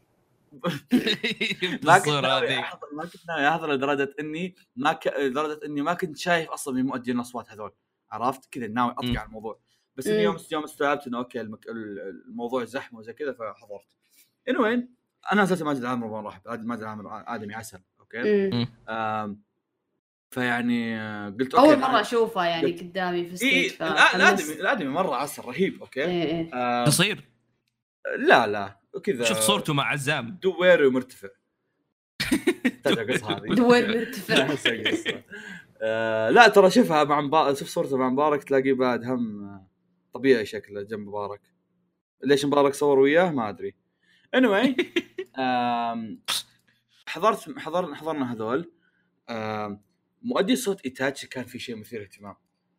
ما كنت ناوي احضر ما كنت ناوي احضر لدرجه اني ما ك... لدرجه اني ما كنت شايف اصلا من مؤدين الاصوات هذول. عرفت كذا ناوي اطقع على الموضوع بس اني يوم يوم استوعبت انه اوكي المك... الموضوع زحمه وزي كذا فحضرت. anyway انا اساسا ماجد العامر ما راح ماجد العامر ادمي عسل اوكي. آم... فيعني قلت اوكي اول مره اشوفه يعني قدامي في ستيج. إيه الادمي الادمي مره عسل رهيب اوكي. إيه آم... قصير لا لا وكذا شفت صورته مع عزام دويري ومرتفع. تجا هذه دوير مرتفع. آه لا ترى شوفها مع مبارك شوف صورته مع مبارك تلاقيه بعد هم طبيعي شكله جنب مبارك. ليش مبارك صور وياه ما ادري. anyway آم حضرت حضرنا حضرنا هذول. مؤدي صوت ايتاتشي كان في شيء مثير اهتمام.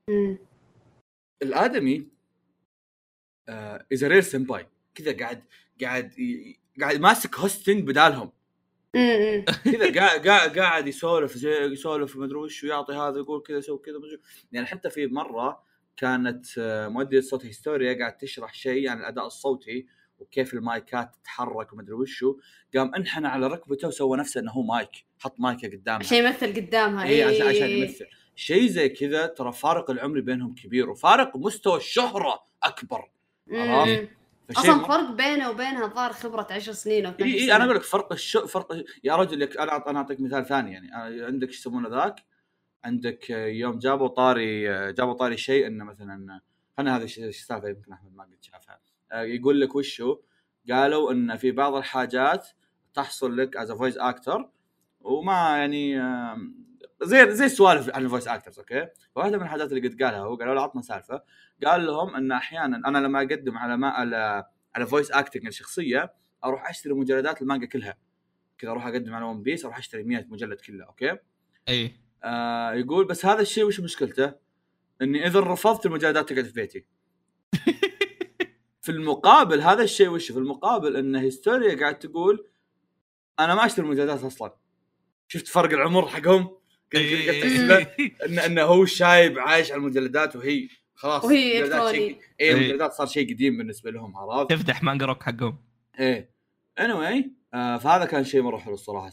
الادمي آه إذا رير سمباي كذا قاعد قاعد قاعد ماسك هوستنج بدالهم كذا قاعد قاعد قاعد يسولف زي يسولف ما ادري وش ويعطي هذا يقول كذا سوي كذا يعني. حتى في مره كانت مؤدية صوت هيستوريا قاعد تشرح شيء عن الاداء الصوتي وكيف المايكات تتحرك وما ادري وشو قام انحنى على ركبته وسوى نفسه انه هو مايك حط مايكه قدامها عشان يمثل قدامها. اي عشان عشان يمثل شيء زي كذا. ترى فارق العمري بينهم كبير وفارق مستوى الشهره اكبر. عرفت اصلا فرق بينه وبينها ظهر خبره عشر سنين او اي اي انا اقول لك فرق الش فرق يا رجل. انا انا اعطيك مثال ثاني يعني عندك ايش يسمونه ذاك عندك يوم جابوا طاري جابوا طاري شيء انه مثلا انا هذا الشيء السالفه يمكن احمد ما قد شافها. يقول لك وشو قالوا ان في بعض الحاجات تحصل لك از فويس اكتر وما يعني زي زي السوالف عن الفويس اكترز اوكي. واحده من الحاجات اللي قد قالها هو قالوا له عطنا سالفه قال لهم ان احيانا انا لما اقدم على ما على على فويس اكتنج الشخصيه اروح اشتري مجلدات المانجا كلها كذا اروح اقدم على ون بيس اروح اشتري مية مجلد كلها اوكي. اي آه يقول بس هذا الشيء وش مشكلته اني اذا رفضت المجلدات تقعد في بيتي. في المقابل هذا الشيء وش في المقابل ان هيستوريا قاعد تقول انا ما اشتري مجلدات اصلا. شفت فرق العمر حقهم ان انه هو شايب عايش على المجلدات وهي خلاص وهي الكتروني. ايه المجلدات صار شيء قديم بالنسبه لهم. عرفت تفتح مانجا روك حقهم. ايه anyway آه فهذا كان شيء مره حلو الصراحه.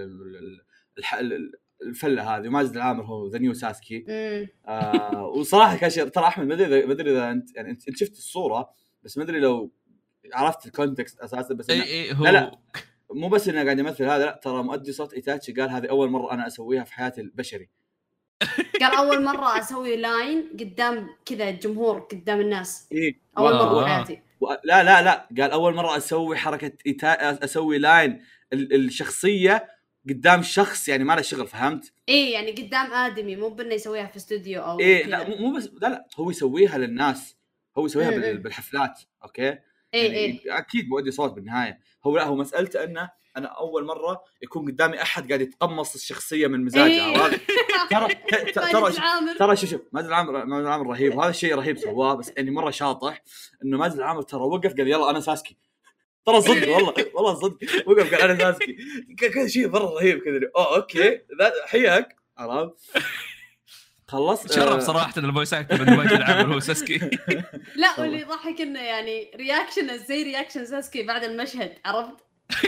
الفله هذه ماجد العامر هو ذا نيو ساسكي. آه وصراحه كان شيء ترى احمد ما ادري ما ادري اذا انت يعني انت شفت الصوره بس ما ادري لو عرفت الكونتكست اساسا. بس إيه إيه هو لا لا مو بس انه قاعد يمثل هذا لا ترى مؤدي صوت ايتاتشي قال هذه اول مره انا اسويها في حياتي البشري. قال اول مره اسوي لاين قدام كذا الجمهور قدام الناس. إيه؟ اول مره في حياتي. لا لا لا قال اول مره اسوي حركه إيتا... اسوي لاين الشخصيه قدام شخص يعني ما له شغل. فهمت ايه يعني قدام ادمي مو بانه يسويها في استوديو او إيه لا مو بس لا لا هو يسويها للناس. هو يسويها بال... بالحفلات اوكي. إيه يعني إيه. اكيد مؤدي صوت بالنهايه. هو لا هو مسالته انه انا اول مره يكون قدامي احد قاعد يتقمص الشخصيه من مزاجها. إيه. ترى ترى ترى شوف شوف ماجد العامر ماجد العامر رهيب وهذا الشيء رهيب سواه. بس اني مره شاطح انه ماجد العامر ترى وقف قال يلا انا ساسكي. ترى صدق والله والله صدق وقف قال انا ساسكي. كان شيء مره رهيب كذا. اوه اوكي حياك عرفت. خلصت شرف صراحه الفويس اكتر انه ماجد العامر هو ساسكي. لا واللي يضحك انه يعني رياكشن زي رياكشن ساسكي بعد المشهد. عرفت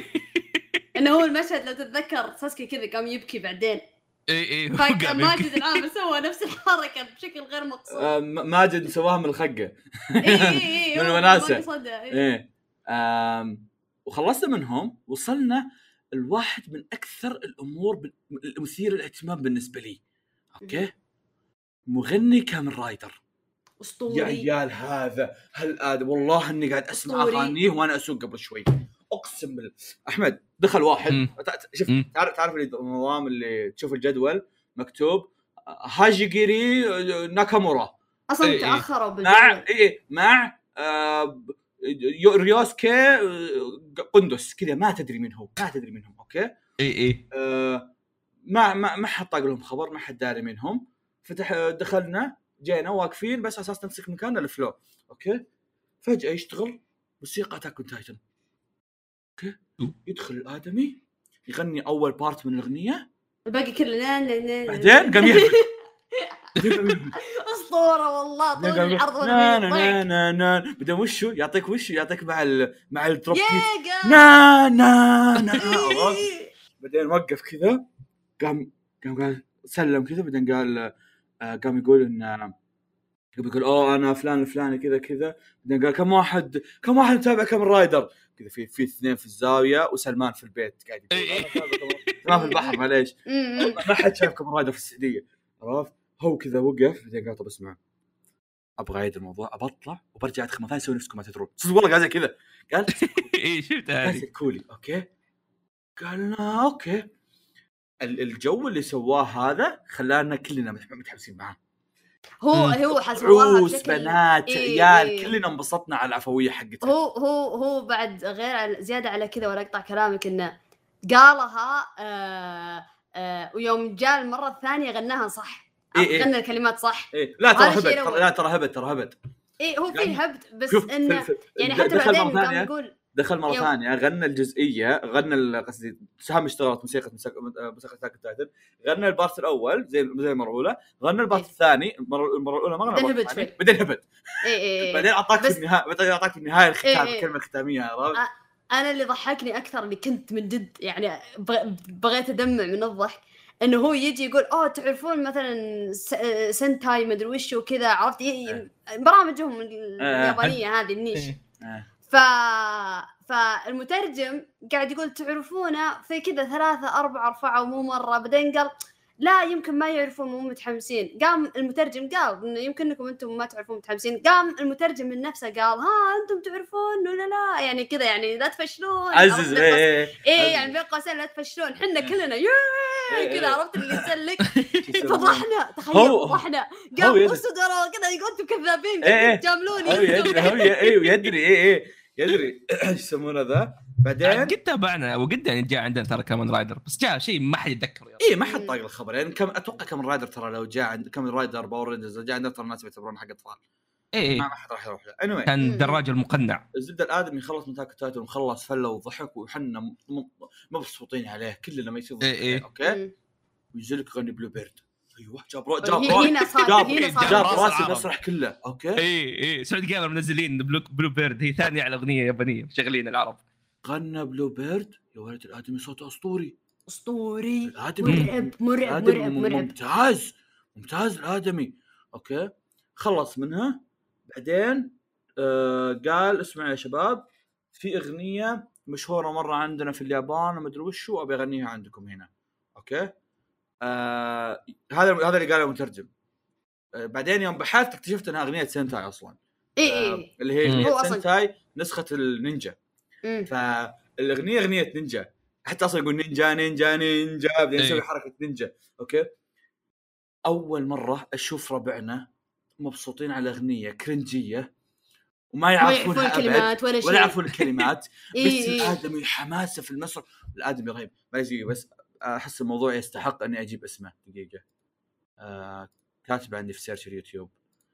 انه هو المشهد لو تتذكر ساسكي كذا قام يبكي بعدين. اي اي ماجد العامر سوى نفس الحركه بشكل غير مقصود. آه ماجد سواها من الخقه. اي اي من الوناسه. ايه آم وخلصت منهم وصلنا الواحد من اكثر الامور المثيره للاهتمام بالنسبه لي اوكي. مغني كامل رايدر اسطوري يا عيال. هذا هل آدم والله اني قاعد اسمع اغانيه وانا اسوق قبل شوي اقسم بالله. احمد دخل واحد شوف تعرف تعرف النظام اللي تشوف الجدول مكتوب هاجيجيري ناكامورا اصلا إيه تاخروا بالجدول مع ايه مع آه ريوسكي قندس كذا ما تدري من هو ما تدري منهم اوكي. اي اي آه ما ما ما حد طاق لهم خبر ما حد داري منهم. فتح دخلنا جينا واقفين بس اساس نمسك مكاننا الفلو اوكي. فجاه يشتغل موسيقى أتاك أون تايتن. اوكي يدخل الادمي يغني اول بارت من الاغنيه، الباقي كله نا نا نا بعدين قام يهبط. اسطوره والله طول العرض وانا نا نا نا بعدين وشو يعطيك وشو يعطيك مع ال... مع الدروب بيت نا نا نا بعدين وقف كذا قام قام قال سلم كذا بعدين قال قام يقول ان يقول اوه انا فلان الفلاني كذا كذا بعدين قال كم واحد كم واحد متابع كم رايدر كذا في في اثنين في الزاويه وسلمان في البيت قاعد يقول ما في البحر معليش ما حد شاف كم رايدر في السعوديه عرفت. هو كذا وقف بعدين قال طب اسمع ابغى اعيد الموضوع ابطلع وبرجع ادخل ثاني اسوي نفسكم ما تدرون والله قاعد زي كذا قال ايه شفت هذه كولي اوكي قالنا اوكي. الجو اللي سواه هذا خلانا كلنا متحمسين معاه. هو هو حسواها بشكل بنات إيه عيال إيه. كلنا انبسطنا على العفويه حقتها. هو هو هو بعد غير زياده على كذا ولا اقطع كلامك انه قالها آه آه ويوم جاء المره الثانيه غناها صح إيه إيه. غنى الكلمات صح إيه. لا ترى هبت ترى لا ترى هبت ترى هبت ايه هو في هبت بس انه يعني حتى بعدين كان يقول دخل مرة ثانية غنى الجزئية غنى قصدي سهم اشتغلت موسيقى موسيقى تاك تايتن غنى البارت الأول زي زي المرة الأولى غنى البارت إيه. الثاني المرة المرة الأولى ما غنى بعدين هبت بعدين هبت إيه إيه بعدين أعطاك في النهاية بعدين أعطاك في النهاية الختام الكلمة إيه. الختامية عرفت. أنا اللي ضحكني أكثر اللي كنت من جد يعني بغيت أدمع من الضحك إنه هو يجي يقول أوه تعرفون مثلا سنتاي مدري وش وكذا عرفت برامجهم اليابانية هذه النيش ف فالمترجم قاعد يقول تعرفونه في كذا ثلاثة أربعة رفعوا مو مرة بعدين قال لا يمكن ما يعرفون مو متحمسين. قام المترجم قال إنه يمكنكم أنتم ما تعرفون متحمسين. قام المترجم من نفسه قال ها أنتم تعرفون ولا لا يعني كذا يعني لا تفشلون عزز إيه إيه يعني بين قوسين لا تفشلون حنا كلنا ياه كذا عرفت اللي يسلك فضحنا تخيل فضحنا قام أسدروا كذا يقول أنتم كذابين تجاملوني هو يدري هو يدري إيه إيه يدري ايش يسمونه ذا. بعدين قد تابعنا وقد يعني جاء عندنا ترى كمان رايدر بس جاء شيء ما حد يتذكره. اي ما حد طاق الخبر يعني كم اتوقع كم رايدر ترى لو جاء عند كم رايدر باور رينجرز جاء عندنا ترى الناس يعتبرون حق اطفال اي ما حد راح يروح له. anyway. كان دراج المقنع الزبده الادمي خلص من تاك تايتن وخلص فله وضحك وحنا مبسوطين عليه كلنا ما يصير إيه اوكي ويجيلك غني بلو بيرد ايوه جاب رو... جاب هنا صار هنا صار جاب راس المسرح كله اوكي اي اي سعود جيمر منزلين بلو, بلو بيرد هي ثانيه على اغنيه يابانيه شغلين العرب غنى بلو بيرد يا ولد الادمي صوته اسطوري اسطوري مرعب مرعب مرعب ممتاز ممتاز الادمي اوكي. خلص منها بعدين آه قال اسمعوا يا شباب في اغنيه مشهوره مره عندنا في اليابان ما ادري وش ابي اغنيها عندكم هنا اوكي. آه هذا هذا اللي قاله المترجم. آه بعدين يوم بحثت اكتشفت انها اغنيه سنتاي اصلا إيه آه اللي هي اغنيه سنتاي نسخه النينجا. فالاغنيه اغنيه نينجا حتى اصلا يقول نينجا نينجا نينجا بعدين يسوي حركه نينجا اوكي. اول مره اشوف ربعنا مبسوطين على اغنيه كرنجيه وما يعرفون الكلمات ولا شيء ولا يعرفون الكلمات بس الادمي حماسه في المسرح الادمي رهيب. ما يجي بس احس الموضوع يستحق اني اجيب اسمه دقيقه. آه كاتب عندي في سيرش اليوتيوب.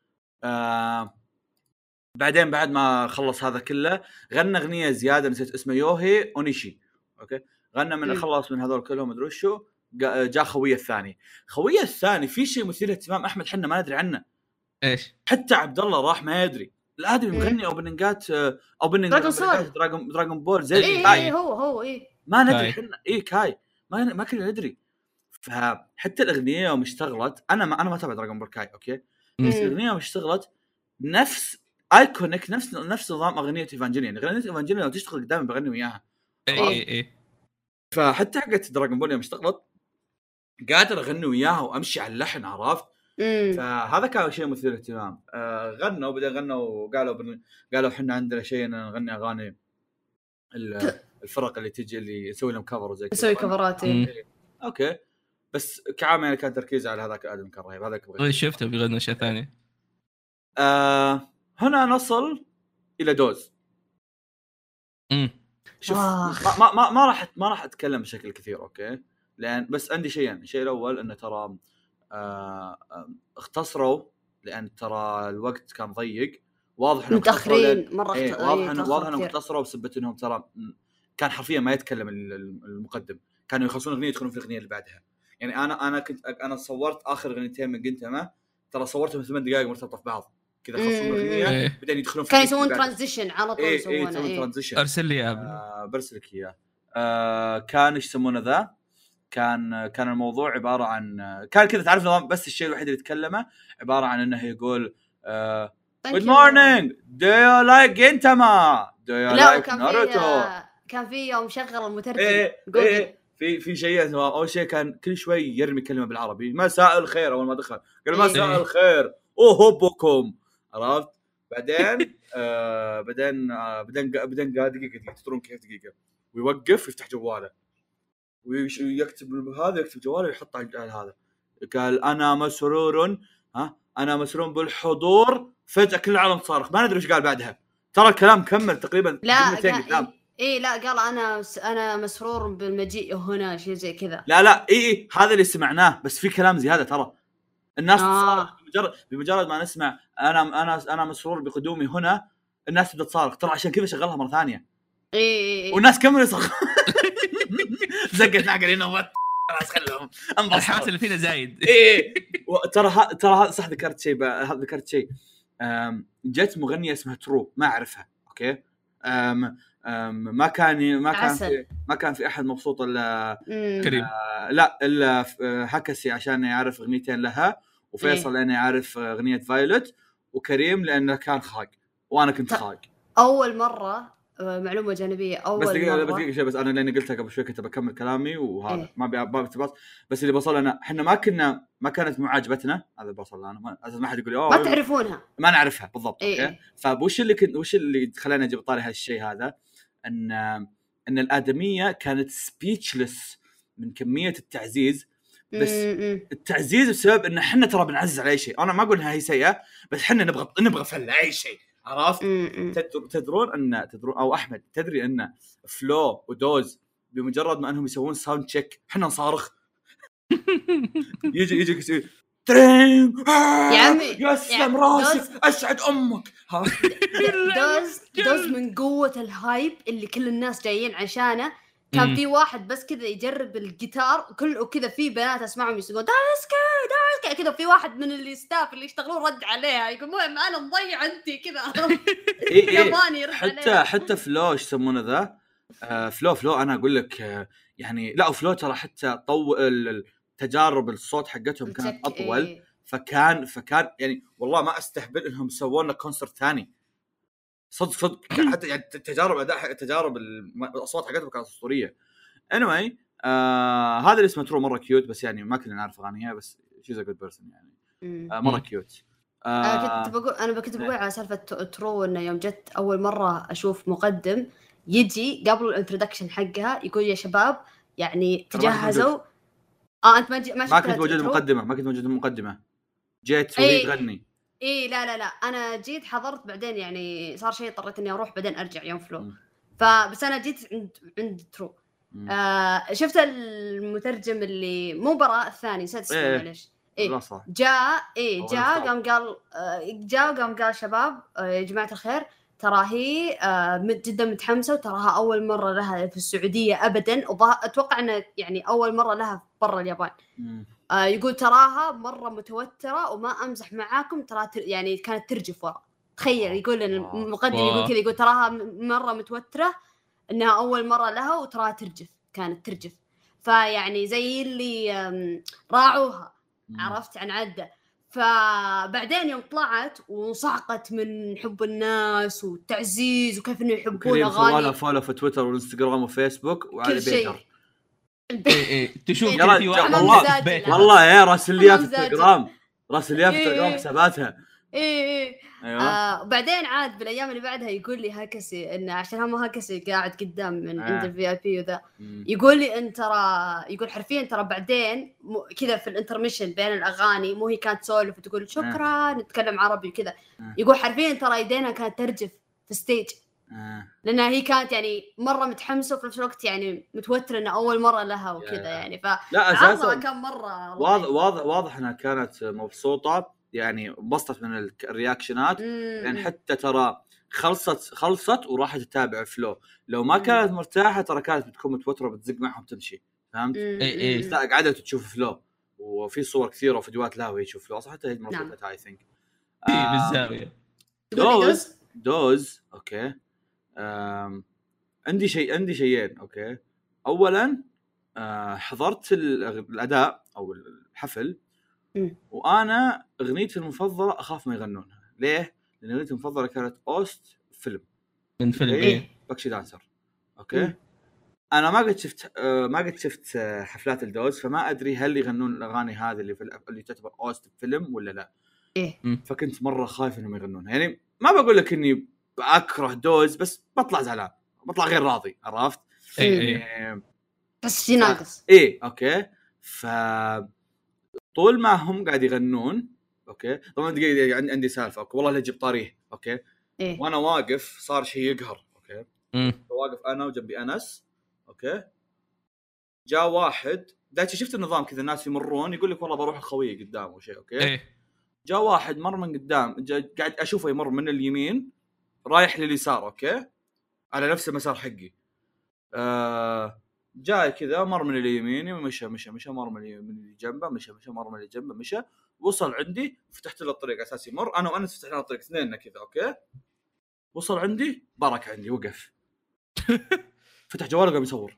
آه بعدين بعد ما خلص هذا كله غنى اغنيه زياده نسيت اسمه يوهي اونيشي اوكي. غنى من خلص من هذول كلهم ادري شو جاء خويه الثاني. خويه الثاني في شيء مثير اهتمام احمد حنا ما ندري عنه ايش حتى عبد الله راح ما يدري الادمي مغني اوبننجات اوبننجات دراغون دراغون بول زي إيه كاي هو هو ايه ما ندري احنا ايه كاي ما ما كنا ندري. فحتى الاغنيه يوم اشتغلت انا ما انا ما تابع دراغون بول كاي اوكي بس الاغنيه يوم اشتغلت نفس ايكونيك نفس نفس نظام اغنيه ايفانجيليون. اغنيه ايفانجيليون لو تشتغل دائما بغني وياها اي اي اي. فحتى حقت دراغون بول يوم اشتغلت قادر اغني وياها وامشي على اللحن عرفت. فهذا كان شيء مثير اهتمام. آه غنوا وبدا غنوا وقالوا بن... قالوا احنا عندنا شيء نغني اغاني الفرق اللي تجي اللي يسوي لهم كفر وزي كذا يسوي كفرات اوكي. بس كعام يعني كان تركيز على هذاك الادم كان رهيب. هذاك بغيت شفته بيغني شيء ثاني. آه هنا نصل الى دوز. امم شوف ما ما ما, ما راح ما راح اتكلم بشكل كثير اوكي لان بس عندي شيئين. الشيء الاول انه ترى آه اختصروا لان ترى الوقت كان ضيق واضح انه متاخرين مره إيه اخت- واضح إيه، انه تأخر واضح انه كثير. اقتصروا بسبه انهم ترى م- كان حرفيا ما يتكلم ال- ال- المقدم، كانوا يخلصون اغنيه يدخلون في الاغنيه اللي بعدها. يعني انا انا كنت انا صورت اخر اغنيتين من جنتما ترى صورتهم ثمان دقائق مرتبطه في بعض كذا، خلصوا مم. الاغنيه إيه. بعدين يدخلون في كانوا الحتة يسوون اللي بعدها. ترانزيشن على طول ايه ايه يسوونه يسوون إيه. ترانزيشن. ارسل لي اياه. آه برسلك اياه. آه كان ايش يسمونه ذا، كان كان الموضوع عباره عن كان كذا تعرف نظام، بس الشيء الوحيد اللي يتكلمه عباره عن انه يقول آه Thank Good you. morning. Do you like Gintama? Do you لا like وكان في Naruto? آه، كان في يوم شغل المترجم إيه جوجل. إيه في في شيء اول شيء كان كل شوي يرمي كلمه بالعربي، مساء الخير اول ما دخل قال إيه. مساء الخير اوهبكم، عرفت؟ بعدين آه بعدين آه بعدين بعدين قاعد دقيقه دقيقه تدرون كيف دقيقه ويوقف يفتح جواله ويكتب هذا يكتب جواله ويحط على هذا. قال انا مسرور ها انا مسرور بالحضور، فجاه كل العالم صارخ ما ندري ايش قال بعدها، ترى الكلام كمل تقريبا لا جملتين قال قدام. إيه, ايه لا قال انا انا مسرور بالمجيء هنا شيء زي كذا. لا لا اي اي هذا اللي سمعناه، بس في كلام زياده ترى الناس آه. تصارخ بمجرد بمجرد ما نسمع انا انا انا مسرور بقدومي هنا، الناس تبدا تصارخ ترى، عشان كذا شغلها مره ثانيه. ايه ايه, إيه. والناس كملوا يصرخون زقت عقلي انه خلاص خلهم الحماس اللي فينا زايد. ايه ترى ها... ترى ها... صح ذكرت شيء هذا ذكرت شيء جت مغنيه اسمها ترو ما اعرفها اوكي. أم... أم... ما كان ما كان في... ما كان في احد مبسوط الا كريم. آه... لا الا هكسي عشان يعرف اغنيتين لها، وفيصل إيه؟ لانه يعرف اغنيه فايلوت، وكريم لانه كان خاق وانا كنت ط... خاق. اول مره معلومه جانبيه اول بس دقيقة مرة. بس دقيقة شيء، بس أنا لأني قلتها قبل شوي كنت بكمل كلامي وهذا إيه؟ ما بي ما بتبص، بس اللي بوصل أنا إحنا ما كنا ما كانت معجبتنا، هذا بوصل أنا ما ما حد يقول ما تعرفونها ما نعرفها بالضبط. إيه؟ أوكي فوش اللي كنت وش اللي خلاني أجيب طاري هالشيء هذا، أن أن الآدمية كانت سبيتشلس من كمية التعزيز، بس م-م. التعزيز بسبب إن إحنا ترى بنعزز على أي شيء. أنا ما أقول إنها هي سيئة، بس إحنا نبغى نبغى فله أي شيء، عرفت؟ تدرون ان تدرون او احمد تدري ان فلو ودوز بمجرد ما انهم يسوون ساوند تشيك احنا نصارخ يجي يجي يسوي تريم يا عمي يسلم راسك اسعد امك. دوز دوز من قوه الهايب اللي كل الناس جايين عشانه. كان في واحد بس كذا يجرب الجيتار وكل وكذا في بنات اسمعهم يسقون داسكا داسكا كذا، في واحد من اللي ستاف اللي يشتغلون رد عليها يقول مهم انا مضيع انت كذا ياباني يرد حتى عليها. حتى فلو ايش يسمونه ذا آه فلو فلو انا اقول لك آه يعني لا فلو ترى حتى طو التجارب الصوت حقتهم كانت اطول. إيه؟ فكان فكان يعني والله ما استهبل انهم سووا لنا كونسرت ثاني صدق صدق حتى يعني تجارب اداء تجارب الاصوات حقتهم كانت اسطوريه. anyway آه هذا اللي اسمه ترو مره كيوت، بس يعني ما كنا نعرف اغانيها، بس شيز ا جود بيرسون يعني آه مره كيوت. آه انا كنت بقول انا كنت بقول على سالفه ترو انه يوم جت اول مره اشوف مقدم يجي قبل الانترودكشن حقها يقول يا شباب يعني تجهزوا. اه انت ما ج... ما, ما كنت موجود المقدمه ما كنت موجود المقدمه جيت وهي أي... تغني. ايه لا لا لا انا جيت حضرت بعدين يعني صار شيء اضطريت اني اروح بعدين ارجع يوم فلو م. فبس انا جيت عند عند ترو. آه شفت المترجم اللي مو براء الثاني نسيت اسمه إيه. معلش ايه جاء ايه جاء قام قال آه جاء قام قال شباب آه يا جماعه الخير ترى هي آه جدا متحمسه وتراها اول مره لها في السعوديه ابدا، واتوقع انه يعني اول مره لها برا اليابان. آه يقول تراها مره متوتره وما امزح معاكم ترى يعني كانت ترجف ورا. تخيل يقول المقدم يقول كذا يقول تراها مره متوتره انها اول مره لها وتراها ترجف كانت ترجف، فيعني زي اللي راعوها عرفت عن عده. فبعدين يوم طلعت وصعقت من حب الناس والتعزيز وكيف انه يحبون اغاني ولا فولو في تويتر والانستغرام وفيسبوك وعلى بيتر ايه ايه تشوف في واحد والله والله يا راسليات في الانستغرام راسليات في الانستغرام حساباتها ايه أيوة. آه بعدين عاد بالايام اللي بعدها يقول لي هاكسي انه عشان هم هاكسي قاعد قدام من آه. عند الفي اي بي وذا يقول لي انت ترى يقول حرفيا ترى بعدين م... كذا في الانترميشن بين الاغاني مو هي كانت تسولف وتقول شكرا آه. نتكلم عربي وكذا آه. يقول حرفيا ترى يدينها كانت ترجف في ستيج آه. لانها هي كانت يعني مره متحمسه وفي نفس الوقت يعني متوتره انه اول مره لها وكذا يعني ف لا اساسا كم مره واضح واضح واضح انها كانت مبسوطه يعني انبسطت من الرياكشنات لان مم. حتى ترى خلصت خلصت وراحت تتابع فلو. لو ما مم. كانت مرتاحه ترى كانت بتكون متوتره بتزق معهم تمشي فهمت. مم. إيه إيه. مم. لا قعدت تشوف فلو وفي صور كثيره وفيديوهات لها وهي تشوف فلو صح حتى هي نعم. مرتبطه اي ثينك إيه بالزاويه. تقول لي دوز دوز اوكي. أم... عندي شيء عندي شيئين اوكي. اولا أه حضرت ال- الاداء او الحفل مم. وانا اغنيتي المفضله اخاف ما يغنونها. ليه؟ لان اغنيتي المفضله كانت اوست فيلم من فيلم إيه؟ ايه بكشي دانسر اوكي. مم. انا ما قد شفت آه ما قد شفت آه حفلات الدوز فما ادري هل يغنون الاغاني هذه اللي في الأف- اللي تعتبر اوست فيلم ولا لا. ايه فكنت مره خايف انهم يغنونها. يعني ما بقول لك اني اكره دوز بس بطلع زعلان بطلع غير راضي عرفت. ايه مم. ايه إيه بس في ناقص. ايه اوكي. ف طول ما هم قاعد يغنون اوكي. طبعا دقيقه عندي عندي سالفه اوكي والله لا اجيب طاريه اوكي. ايه وانا واقف صار شيء يقهر اوكي. مم. واقف انا وجنبي انس اوكي. جاء واحد دايتي شفت النظام كذا الناس يمرون يقول لك والله بروح الخويه قدام وشيء اوكي. ايه جاء واحد مر من قدام جا قاعد اشوفه يمر من اليمين رايح لليسار اوكي على نفس المسار حقي. آه جاي كذا مر من اليمين ومشى مشى مشى مر من اللي- من اللي جنبه مشى مشى مر من اللي جنبه مشى وصل عندي فتحت له الطريق اساسي يمر انا وانس فتحنا الطريق اثنيننا كذا اوكي. وصل عندي برك عندي وقف فتح جواله قام يصور.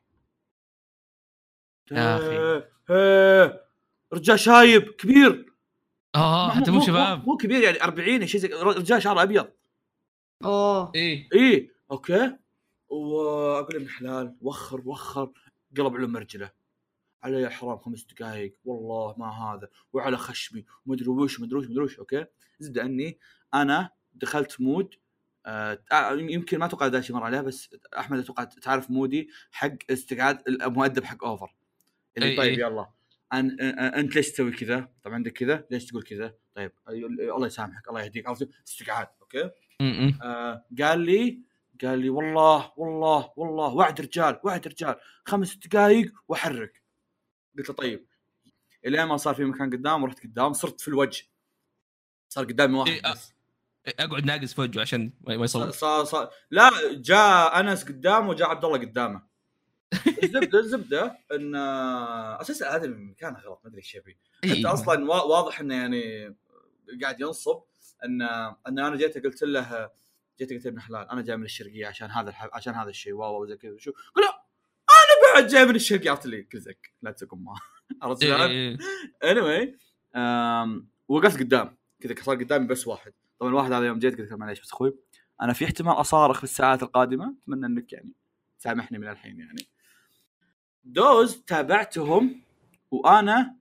يا أخي. آه، آه، رجال شايب كبير اه حتى مو شباب. مو كبير يعني أربعين شيء زي رجال شعره ابيض. اوه ايه ايه اوكي. واقول ابن حلال وخر وخر قلب على مرجله علي يا حرام خمس دقائق والله ما هذا وعلى خشمي ومدري وش مدري وش مدري وش اوكي. زبده اني انا دخلت مود آه يمكن ما توقع ذا شيء مر عليه بس احمد اتوقع تعرف مودي حق استقعاد المؤدب حق اوفر اللي أي طيب أي. يلا أن انت ليش تسوي كذا طبعا عندك كذا ليش تقول كذا طيب الله يسامحك الله يهديك عرفت استقعاد اوكي. م-م. آه قال لي قال لي والله والله والله وعد رجال وعد رجال خمس دقائق واحرك. قلت له طيب الين ما صار في مكان قدام ورحت قدام صرت في الوجه صار قدامي واحد إيه، أ- بس اقعد ناقص في وجهه عشان ما ما يصور. صار صار لا جاء انس قدامه وجاء عبد الله قدامه. الزبده الزبده ان اساسا هذا المكان غلط ما ادري ايش يبي إيه. حتى اصلا وا- واضح انه يعني قاعد ينصب ان ان انا جيت قلت له جيت قلت ابن حلال انا جاي من الشرقيه عشان هذا الح... عشان هذا الشيء واو زي كذا شو قال لا انا بعد جاي من الشرقيه عرفت لي كذاك لا تسكم ما عرفت إيه، شلون. إيه. anyway أم... وقفت قدام كذا صار قدامي بس واحد. طبعا الواحد هذا يوم جيت قلت له معليش بس اخوي انا في احتمال اصارخ في الساعات القادمه اتمنى انك يعني تسامحني من الحين يعني. دوز تابعتهم وانا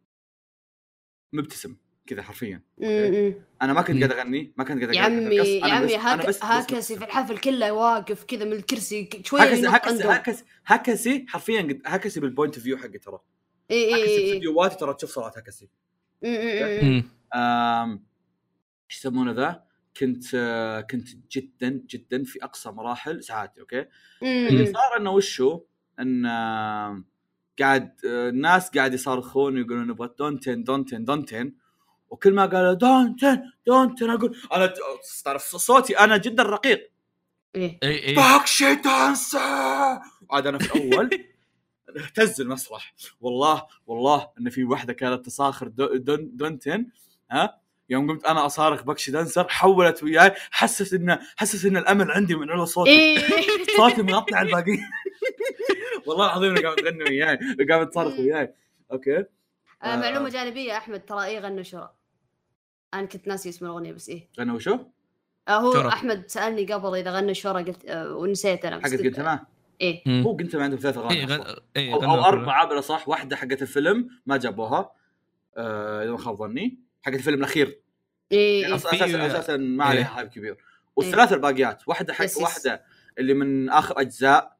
مبتسم كذا حرفيا. م-م. انا ما كنت قاعد اغني ما كنت قاعد يا قاعد عمي أرقص، يا أنا عمي بس- أنا هاك بس- بس هاكسي في الحفل كله واقف كذا من الكرسي ك- شويه هكسي ينط هكسي عنده. هكسي هكسي حرفيا قد- هكسي بالبوينت فيو حقي ترى اي هكسي اي اي فيديوهاتي ترى تشوف صراحه هكسي. م-م-م. م. امم ايش يسمونه ذا كنت آه، كنت جدا جدا في اقصى مراحل سعادتي اوكي. اللي م-م. صار انه وشو ان آه، قاعد آه، الناس قاعد يصارخون ويقولون نبغى دونتن دونتن دونتن وكل ما قالوا دونتن دونتن اقول انا ت- تعرف صوتي انا جدا رقيق ايه اي اي باكشي دانسر عاد انا في الاول اهتز المسرح والله والله ان في واحده كانت تصاخر دو- دون دونتن ها يوم قمت انا اصارخ باكشي دانسر حولت وياي حسس ان حسس ان الامل عندي من علو صوتي ايه صوتي مغطي على الباقيين والله العظيم انها قامت تغني وياي قامت تصرخ وياي اوكي. آه معلومه جانبيه احمد ترى ايه غنوا شرى. انا كنت ناسي اسم الاغنيه بس ايه انا وشو آه هو شرى. احمد سالني قبل اذا غنوا شرى قلت آه ونسيت انا بس حقت قلت ما ايه م. هو قلت ما عندهم ثلاث اي اغاني غن... أصلاً. اي او, غنوا أو كلها. اربعه بلا صح واحده حقت الفيلم ما جابوها آه، اذا ما خاب ظني حقت الفيلم الاخير ايه يعني إيه. أص- اساسا اساسا ما عليها إيه. هايب كبير. والثلاث الباقيات واحده حق يس يس. واحده اللي من اخر اجزاء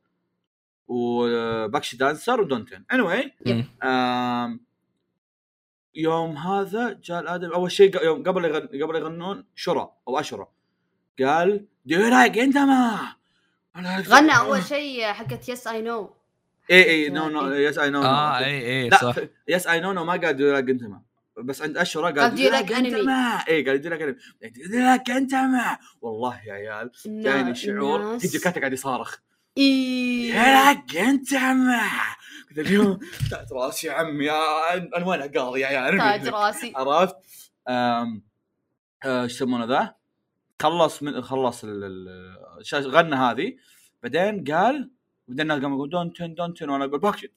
وباكشي دانسر ودونتن anyway م. آم، يوم هذا جاء الادم اول شيء يوم قبل يغن... قبل يغنون شرى او اشرة قال دو رايك انت ما غنى اول شيء حقت يس اي نو. اي اي نو نو يس اي نو اه اي اي لا صح. يس اي نو نو ما قال دو رايك انت ما بس عند اشوره قال أبدي لك انت أنمي. ما اي قال يدي لك انمي يدي لك انت ما والله يا عيال جايني شعور الناس- هيجي كاتا قاعد يصارخ إيه لك انت ما قلت اليوم تاج راسي يا عمي يا انا وين قاضي يا عيال تاج راسي. عرفت امم ايش يسمونه ذا خلص من خلص ال- ال- الشاشه غنى هذه بعدين قال بعدين قام يقول دونتن دونتن وانا اقول باكشي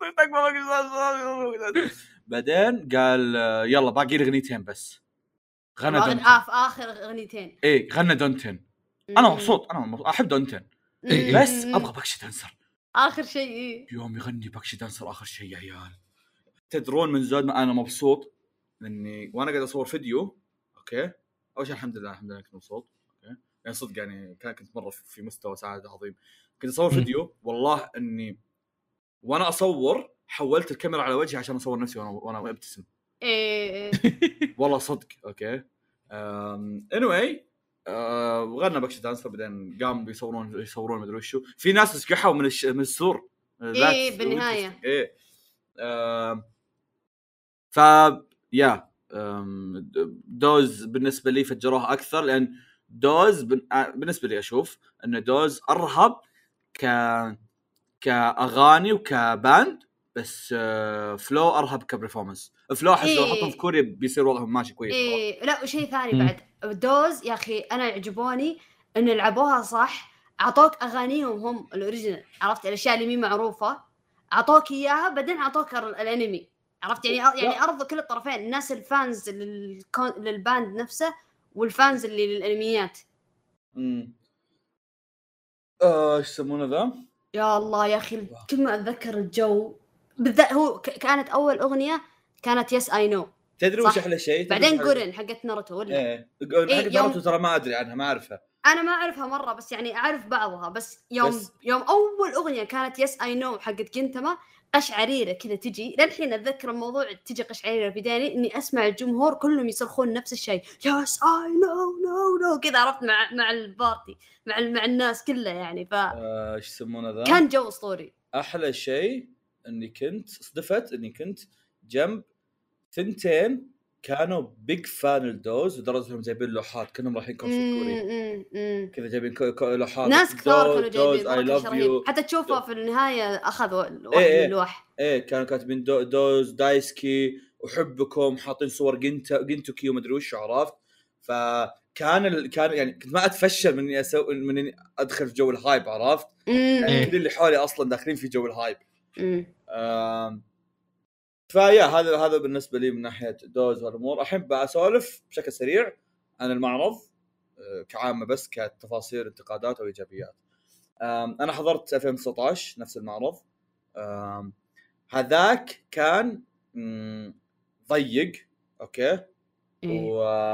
بعدين قال يلا باقي لي اغنيتين بس غنى دونتن آه في آخر أغنيتين ايه غنى دونتن انا مبسوط انا مبسوط. احب دونتن إيه. بس ابغى باكشي دانسر آخر شيء إيه. يوم يغني باكشي دانسر اخر شيء يا عيال تدرون من زود ما انا مبسوط اني وانا قاعد اصور فيديو اوكي اول شيء الحمد لله الحمد لله كنت مبسوط اوكي يعني صدق يعني كنت مره في مستوى سعاده عظيم كنت اصور فيديو والله اني وانا اصور حولت الكاميرا على وجهي عشان اصور نفسي وانا وانا ابتسم إيه والله صدق اوكي امم anyway آه وغنى باكشي دانسر بعدين قام بيصورون يصورون مدري وشو في ناس سقحوا من الش... من السور إيه بالنهاية. ايه آه ف يا آم، دوز بالنسبه لي فجروها اكثر لان دوز بن... آه، بالنسبه لي اشوف ان دوز ارهب ك كاغاني وكباند بس آه، فلو ارهب كبرفورمانس فلو احس لو إيه. حطهم في كوريا بيصير وضعهم ماشي كويس إيه لا وشيء ثاني مم. بعد دوز يا أخي أنا يعجبوني إن لعبوها صح عطوك أغانيهم هم الأوريجينال عرفت الأشياء اللي مي معروفة عطوك إياها بعدين عطوك الأنمي عرفت يعني يعني أرضوا كل الطرفين الناس الفانز للكون للباند نفسه والفانز اللي للأنميات. امم ايش يسمونه ذا يا الله يا أخي كل ما أتذكر الجو بالذات هو ك- كانت أول أغنية كانت يس أي نو تدري صح. وش احلى شيء تدري بعدين وش أحلى- جورين حقت ناروتو ولا ايه إيه، حق يوم- ناروتو ترى ما ادري عنها ما اعرفها انا ما اعرفها مره بس يعني اعرف بعضها بس يوم بس- بس يوم اول اغنيه كانت يس اي نو حقت جنتما قشعريره كذا تجي للحين اتذكر الموضوع تجي قشعريره في داني اني اسمع الجمهور كلهم يصرخون نفس الشيء يس اي نو نو نو كذا عرفت مع مع البارتي مع مع الناس كلها يعني فكان آه، ايش يسمونه ذا كان جو اسطوري. احلى شيء اني كنت صدفت اني كنت جنب ثنتين كانوا بيج فان الدوز لدرجه انهم جايبين لوحات كانهم رايحين كونسرت كوري أمم، أمم. كذا جايبين كو- كو- لوحات ناس كثار كانوا جايبين اي مرة لاف شيء رهيب. يو حتى تشوفها في النهايه اخذوا إيه، واحد من إيه. اللوح ايه كانوا كاتبين دو دوز دايسكي احبكم حاطين صور جنتا جنتوكي ومدري وش عرفت فكان ال... كان يعني كنت ما اتفشل من اني اسوي من اني ادخل في جو الهايب عرفت أمم، يعني إيه. كل اللي حولي اصلا داخلين في جو الهايب أمم. آم، فيا هذا هذا بالنسبه لي من ناحيه دوز والامور. احب اسولف بشكل سريع عن المعرض آه، كعامه بس كتفاصيل انتقادات او ايجابيات. آم، انا حضرت ألفين وتسعة عشر نفس المعرض آم، هذاك كان مم، ضيق اوكي إيه.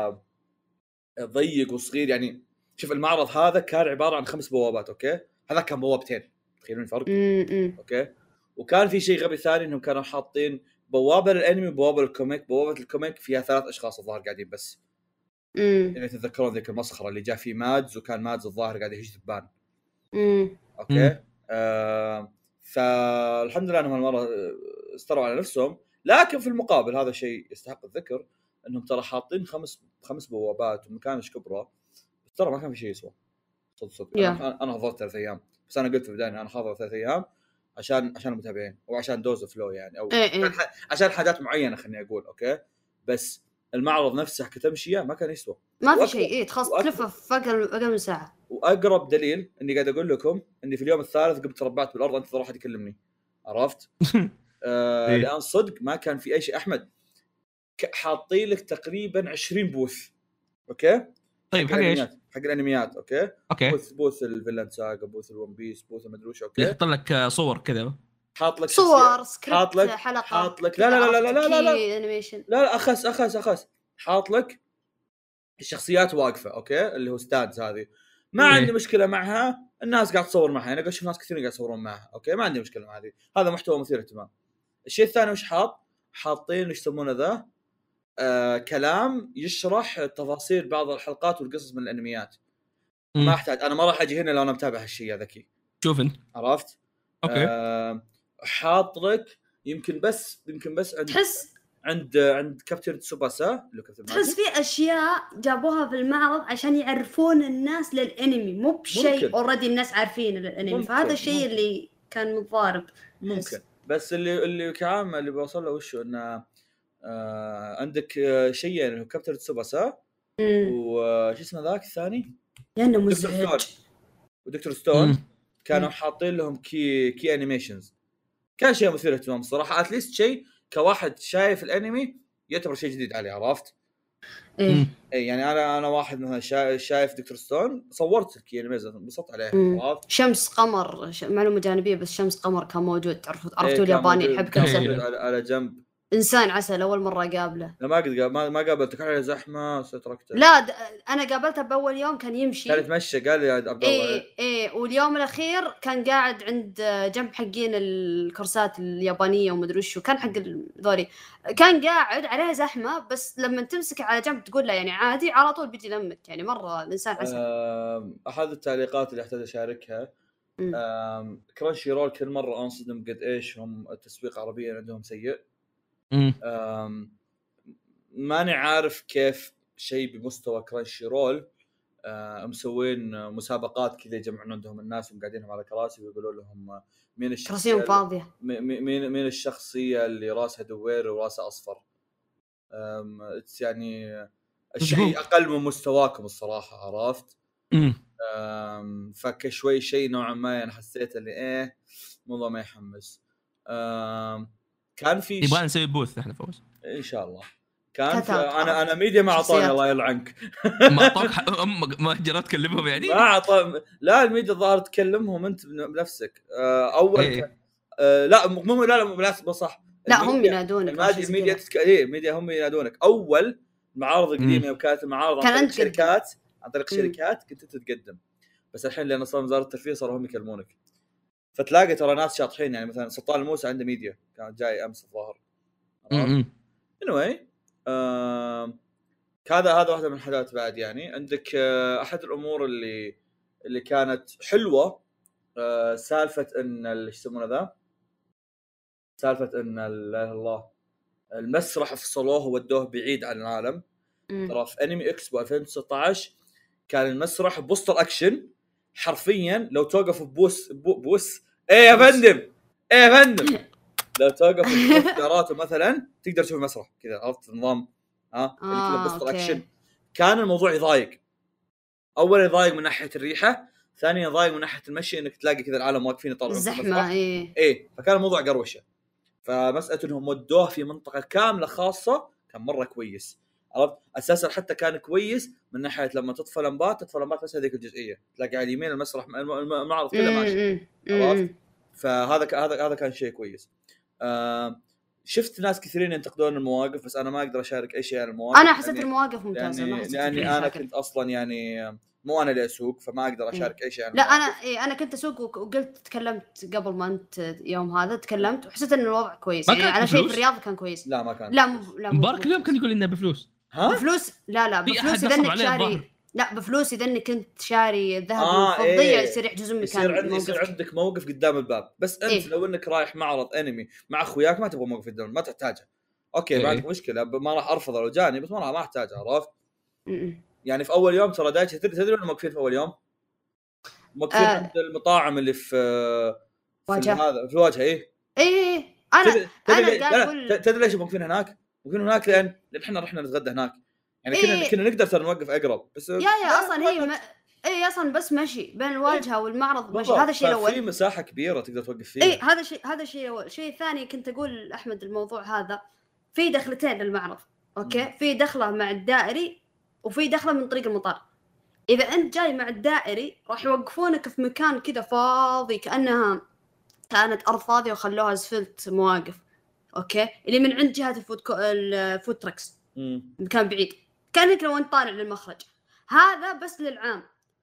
وضيق وصغير يعني شوف المعرض هذا كان عباره عن خمس بوابات اوكي هذا كان بوابتين تخيلون الفرق أمم، أمم. اوكي وكان في شيء غبي ثاني انهم كانوا حاطين بوابه للانمي وبوابه للكوميك. بوابه الكوميك فيها ثلاث اشخاص الظاهر قاعدين بس أمم، يعني تتذكرون ذيك المسخره اللي جاء فيه مادز وكان مادز الظاهر قاعد يهج ذبان أمم. اوكي آه فالحمد لله انهم هالمره استروا على نفسهم لكن في المقابل هذا شيء يستحق الذكر انهم ترى حاطين خمس خمس بوابات ومكانش كبرى بس ترى ما كان في شيء يسوى صدق صدق Yeah. انا انا حضرت ثلاث ايام بس انا قلت في البدايه انا حاضر ثلاث ايام عشان عشان المتابعين وعشان دوز فلو يعني او إيه، إيه. عشان حاجات معينه خليني اقول اوكي بس المعرض نفسه كتمشيه ما كان يسوى ما في وأكبر- شيء إيه تخص وأكبر- تلفه في أقل أقل من ساعة. واقرب دليل اني قاعد اقول لكم اني في اليوم الثالث قمت ربعت بالارض انتظر احد يكلمني عرفت آه إيه. لان صدق ما كان في اي شيء. احمد ك- حاطين لك تقريبا عشرين بوث اوكي طيب حق ايش؟ الأنميات- حق الانميات اوكي اوكي بوث بوث الفيلن ساغا بوث الون بيس بوث المدري وش اوكي يحط لك آه، صور كذا. حاط لك صور حاط سكريبت لك- حلقة حاط لك لا لا لا لا لا لا لا كي انيميشن. لا لا اخس اخس اخس حاط لك الشخصيات واقفه اوكي اللي هو ستادز هذه ما إيه. عندي مشكله معها الناس قاعد تصور معها انا قاعد اشوف ناس كثير قاعد يصورون معها اوكي ما عندي مشكله مع هذه هذا محتوى مثير اهتمام. الشيء الثاني وش حاط حاطين وش يسمونه ذا آه كلام يشرح تفاصيل بعض الحلقات والقصص من الانميات مم. ما احتاج انا ما راح اجي هنا لو انا متابع هالشيء يا ذكي شوف انت. عرفت اوكي آه حاط لك يمكن بس يمكن بس عند تحس عند عند كابتن تسوباسا اللي كابتن تحس في اشياء جابوها في المعرض عشان يعرفون الناس للانمي مو بشيء اوريدي الناس عارفين الانمي. فهذا الشيء اللي كان متضارب ممكن. بس اللي اللي كعامه اللي بوصل له وشو انه آه عندك آه شيئين اللي هو كابتن تسوباسا وش اسمه ذاك الثاني يعني مزعج ودكتور ستون مم. كانوا حاطين لهم كي كي انيميشنز. كان شيء مثير اهتمام صراحه. اتليست شيء كواحد شايف الانمي يعتبر شيء جديد عليه. عرفت ايه اي يعني انا انا واحد مثلا شا... شايف دكتور ستون صورت الكي انيميشن انبسطت عليه. عرفت شمس قمر ش... معلومه جانبيه بس شمس قمر كان موجود. تعرفوا عرفتوا إيه الياباني يحب كنسل على... على جنب انسان عسل اول مره قابله. لا ما قد ما ما قابلتك على زحمه ستركته. لا د... انا قابلته باول يوم كان يمشي كان يتمشى قال لي يا عبد الله ايه ايه واليوم الاخير كان قاعد عند جنب حقين الكورسات اليابانيه ومدري وشو كان حق ذولي. كان قاعد عليها زحمه بس لما تمسك على جنب تقول له يعني عادي على طول بيجي لمك. يعني مره الانسان عسل. أه... احد التعليقات اللي احتاج اشاركها أه... كرانشي رول كل مره انصدم قد ايش هم التسويق عربيا عندهم سيء. امم ماني عارف كيف شيء بمستوى كرانشي رول آه مسوين مسابقات كذا يجمعون عندهم الناس وقاعدينهم على كراسي ويقولوا لهم مين الشخصيه فاضيه مين مين الشخصيه اللي راسها دوير وراسها اصفر. امم يعني الشيء اقل من مستواكم الصراحه. عرفت امم فكشوي شيء نوعا ما انا حسيت اللي ايه موضوع ما يحمس. امم كان في يبغى نسوي بوث احنا فوز ان شاء الله. كان انا انا ميديا ما اعطاني الله يلعنك ما اعطوك ما جربت تكلمهم يعني ما اعطى. لا الميديا ظاهر تكلمهم انت بنفسك اول إيه. ك... آه لا مو لا لا بالعكس صح. لا هم ينادونك الميديا الميديا تك... ايه ميديا هم ينادونك. اول المعارض القديمه وكانت المعارض عن طريق شركات عن طريق شركات كنت تتقدم. بس الحين لان صار وزاره الترفيه صاروا هم يكلمونك. فتلاقي ترى ناس شاطحين يعني مثلا سلطان الموسى عنده ميديا كان جاي امس الظاهر. anyway آه... هذا هذا واحدة من الحاجات. بعد يعني عندك آه... أحد الأمور اللي اللي كانت حلوة آه... سالفة إن ايش يسمونه ذا سالفة إن لا الله المسرح فصلوه وودوه بعيد عن العالم. ترى في أنمي إكسبو ألفين وتسعة عشر كان المسرح بوستر أكشن حرفيا. لو توقف ببوس بوس إيه يا فندم إيه يا فندم لو توقف بوستراته مثلا تقدر تشوف المسرح كذا. عرفت النظام ها اللي كله بوستر اكشن. كان الموضوع يضايق. اول يضايق من ناحيه الريحه ثانيا يضايق من ناحيه المشي انك تلاقي كذا العالم واقفين يطلعون زحمه. ايه ايه فكان الموضوع قروشه. فمساله انهم ودوه في منطقه كامله خاصه كان مره كويس. عرفت اساسا حتى كان كويس من ناحيه لما تطفى لمبات تطفى لمبات بس هذيك الجزئيه تلاقي على اليمين المسرح المعرض كله ماشي. عرفت فهذا هذا هذا كان شيء كويس. آه شفت ناس كثيرين ينتقدون المواقف بس انا ما اقدر اشارك اي شيء عن المواقف. انا حسيت المواقف ممتازه لاني, لأني انا كنت اصلا يعني مو انا اللي اسوق فما اقدر اشارك اي شيء عن لا المواقف. انا إيه انا كنت اسوق وقلت تكلمت قبل ما انت يوم هذا تكلمت وحسيت ان الوضع كويس يعني على شيء في الرياض كان كويس. لا ما كان لا م... لا مبارك اليوم كان يقول انه بفلوس. ها بفلوس لا لا بفلوس اذا انك شاري لا بفلوس اذا انك كنت شاري الذهب آه والفضيه إيه. يصير يحجز مكان يصير عندك يصير عندك موقف قدام الباب. بس انت إيه؟ لو انك رايح معرض انمي مع اخوياك ما تبغى موقف قدام ما تحتاجه. اوكي ما عندك إيه؟ مشكله ما راح ارفض لو جاني بس ما راح ما احتاجه. عرفت يعني في اول يوم ترى دايتش تدري وين موقفين في اول يوم موقفين آه. عند المطاعم اللي في, في هذا في الواجهه. ايه ايه انا تدري انا قاعد تدري ليش موقفين هناك موقفين هناك لان لان احنا رحنا نتغدى هناك يعني كنا إيه؟ كنا نقدر ترى نوقف اقرب بس يا يا اصلا هي ما... ايه اصلا بس مشي بين الواجهه والمعرض مشي. هذا الشيء الاول في مساحه كبيره تقدر توقف فيها. ايه هذا شيء هذا الشيء الاول. شيء ثاني كنت اقول احمد الموضوع هذا في دخلتين للمعرض. اوكي في دخله مع الدائري وفي دخله من طريق المطار. اذا انت جاي مع الدائري راح يوقفونك في مكان كذا فاضي كانها كانت ارض فاضيه وخلوها اسفلت مواقف. اوكي اللي من عند جهه الفود كو... الفود تراكس مكان بعيد كانك لو انت طالع للمخرج. هذا بس للعام.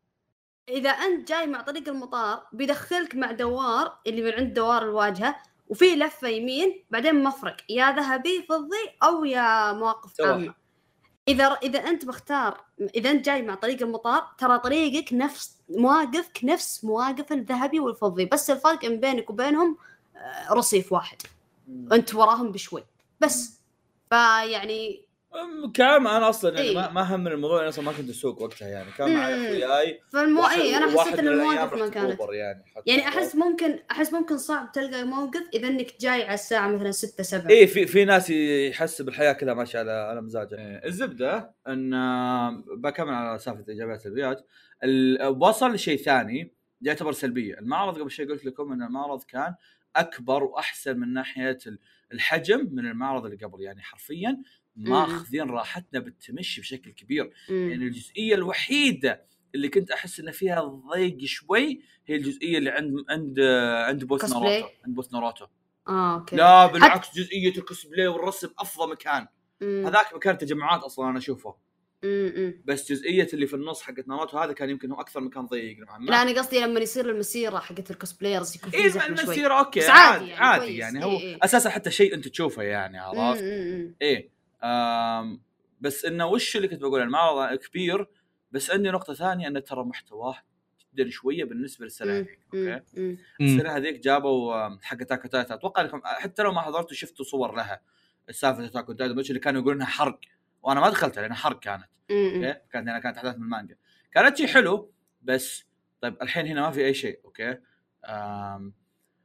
اذا انت جاي مع طريق المطار بيدخلك مع دوار اللي من عند دوار الواجهه وفي لفه يمين بعدين مفرق يا ذهبي فضي او يا مواقف عامه. اذا اذا انت مختار اذا انت جاي مع طريق المطار ترى طريقك نفس مواقفك نفس مواقف الذهبي والفضي بس الفرق بينك وبينهم رصيف واحد انت وراهم بشوي بس. فيعني كان انا اصلا يعني إيه. ما ما هم من الموضوع، انا اصلا ما كنت اسوق وقتها يعني، كان معي مم. اخوياي فالمو اي انا حسيت ان المواقف المواقف ما كانت يعني حتى يعني احس ممكن احس ممكن صعب تلقى موقف اذا انك جاي على الساعه مثلا ستة سبعة. ايه في في ناس يحس بالحياه كذا ماشيه على على مزاجه. إيه الزبده ان آه، بكمل على سالفه ايجابيات سلبيات. وصل لشيء ثاني يعتبر سلبيه. المعرض قبل شيء قلت لكم ان المعرض كان اكبر واحسن من ناحيه الحجم من المعرض اللي قبل، يعني حرفيا ماخذين راحتنا بالتمشي بشكل كبير. مم. يعني الجزئيه الوحيده اللي كنت احس ان فيها ضيق شوي هي الجزئيه اللي عند عند عند بوث كوسبلاي. ناروتو عند بوث ناروتو اه اوكي. لا بالعكس حت... جزئيه الكوسبلاي والرسم افضل مكان. مم. هذاك مكان تجمعات اصلا انا اشوفه. مم. بس جزئيه اللي في النص حقت ناروتو هذا كان يمكن هو اكثر مكان ضيق نوعا ما. لا انا قصدي لما يصير المسيره حقت الكوسبلايرز يكون في زحمه شوي. المسيره اوكي بس عادي عادي يعني, عادي كويس. يعني إيه هو إيه. اساسا حتى شيء انت تشوفه يعني عرفت. مم. ايه آم بس انه وش اللي كنت بقول المعرض كبير، بس عندي نقطه ثانيه انه ترى محتواه جدا شويه بالنسبه للسنه هذيك. اوكي مم. السنه هذيك جابوا حق تاكو تايتن، اتوقع انكم حتى لو ما حضرتوا شفتوا صور لها سالفه تاكو تايتن اللي كانوا يقولون انها حرق، وانا ما دخلتها لانها حرق كانت. اوكي كانت هنا كانت احداث من المانجا، كانت شيء حلو. بس طيب الحين هنا ما في اي شيء. اوكي آم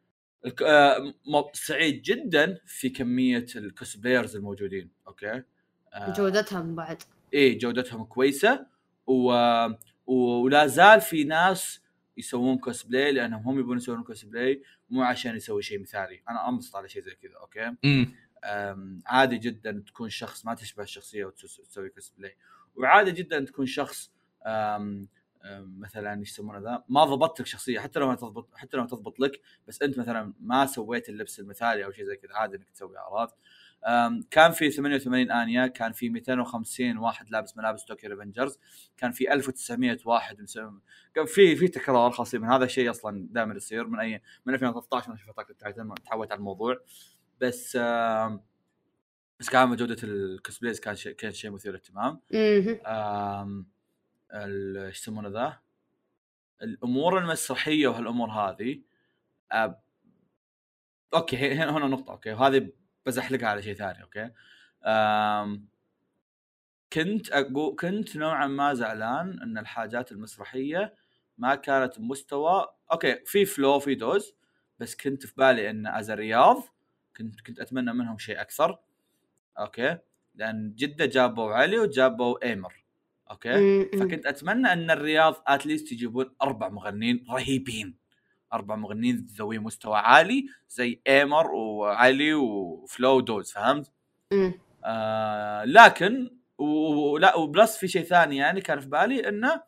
سعيد جدا في كميه الكوسبلايرز الموجودين. اوكي جودتهم بعد ايه جودتهم كويسه و... ولا زال في ناس يسوون كوسبلاي لانهم هم يبون يسوون كوسبلاي مو عشان يسوي شيء مثالي. انا انبسط على شيء زي كذا. اوكي أم عادي جدا تكون شخص ما تشبه الشخصيه وتسوي كوسبلاي، وعادي جدا تكون شخص أم أم مثلا يسمونه ذا ما ضبطت لك شخصيه، حتى لو ما تضبط حتى لو ما تضبط لك، بس انت مثلا ما سويت اللبس المثالي او شيء زي كذا عادي انك تسوي. عرفت كان في ثمانية وثمانين آنية، كان في مئتين وخمسين واحد لابس ملابس طوكيو ريفنجرز، كان في ألف وتسعمية واحد مسوي، كان في في تكرار خاصين من هذا الشيء اصلا دائما يصير من اي من ألفين وثلاثة عشر. انا شفت اتاك التايتن تعودت على الموضوع. بس بس كان جوده الكوسبلايز كان شيء كان شيء مثير للاهتمام. امم ايش يسمونه ذا الامور المسرحيه وهالامور هذه. أب... اوكي هنا هنا نقطه. اوكي وهذه بزحلقها على شيء ثاني. اوكي أم... كنت أقول كنت نوعا ما زعلان ان الحاجات المسرحيه ما كانت بمستوى. اوكي في فلو في دوز، بس كنت في بالي ان از الرياض كنت كنت اتمنى منهم شيء اكثر. اوكي لان جده جابوا علي وجابوا ايمر. اوكي فكنت اتمنى ان الرياض اتليست يجيبون اربع مغنيين رهيبين، اربع مغنيين ذوي مستوى عالي زي ايمر وعلي وفلو دوز. فهمت؟ آه لكن ولا وبلس في شيء ثاني يعني كان في بالي انه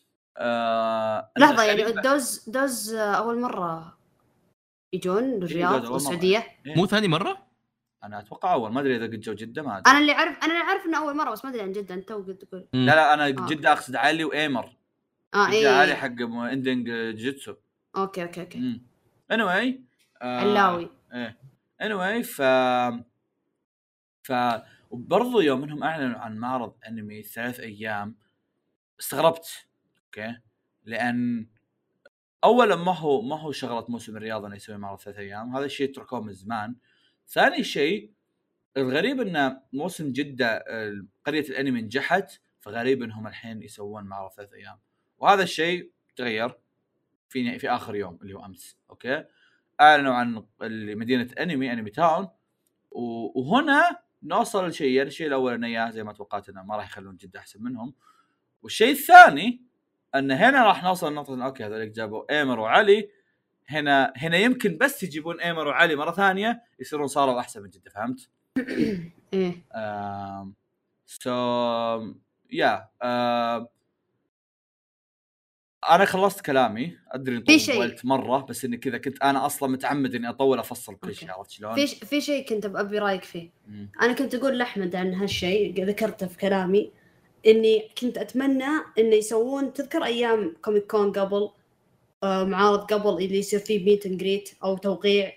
آه لحظه يعني دوز دوز اول مره يجون الرياض إيه والسعوديه. إيه؟ مو ثاني مره؟ انا اتوقع اول، ما ادري اذا قد جو جده ما ادري. انا اللي عارف انا اللي عارف انه اول مره، بس ما ادري عن جده. انت قلت تقول لا لا انا آه. جده اقصد علي وايمر. اه ايه علي حق اندنج جيتسو. اوكي اوكي اوكي anyway علاوي ايه anyway ف ف وبرضه يوم انهم اعلنوا عن معرض انمي ثلاث ايام استغربت. اوكي لان اولا ما هو ما هو شغله موسم الرياضه انه يسوي معرض ثلاث ايام، هذا الشيء تركوه من زمان. ثاني شيء الغريب ان موسم جده قريه الانمي نجحت، فغريب انهم الحين يسوون معرض ثلاث ايام، وهذا الشيء تغير في في اخر يوم اللي هو امس. اوكي اعلنوا عن مدينه انمي انمي تاون، وهنا نوصل لشيء الشيء الاول انه اياه زي ما توقعت انه ما راح يخلون جده احسن منهم، والشيء الثاني ان هنا راح نوصل لنقطه اوكي هذول جابوا ايمر وعلي، هنا هنا يمكن بس يجيبون ايمر وعلي مره ثانيه يصيرون صاروا احسن من جده. فهمت؟ ايه امم سو يا انا خلصت كلامي. ادري طولت مره، بس اني كذا كنت انا اصلا متعمد اني اطول افصل كل شيء. عرفت شلون؟ في في شيء كنت ابي رايك فيه. مم. انا كنت اقول لاحمد عن هالشيء ذكرته في كلامي، اني كنت اتمنى انه يسوون تذكر ايام كوميك كون قبل آه معارض قبل اللي يصير فيه ميت اند جريت او توقيع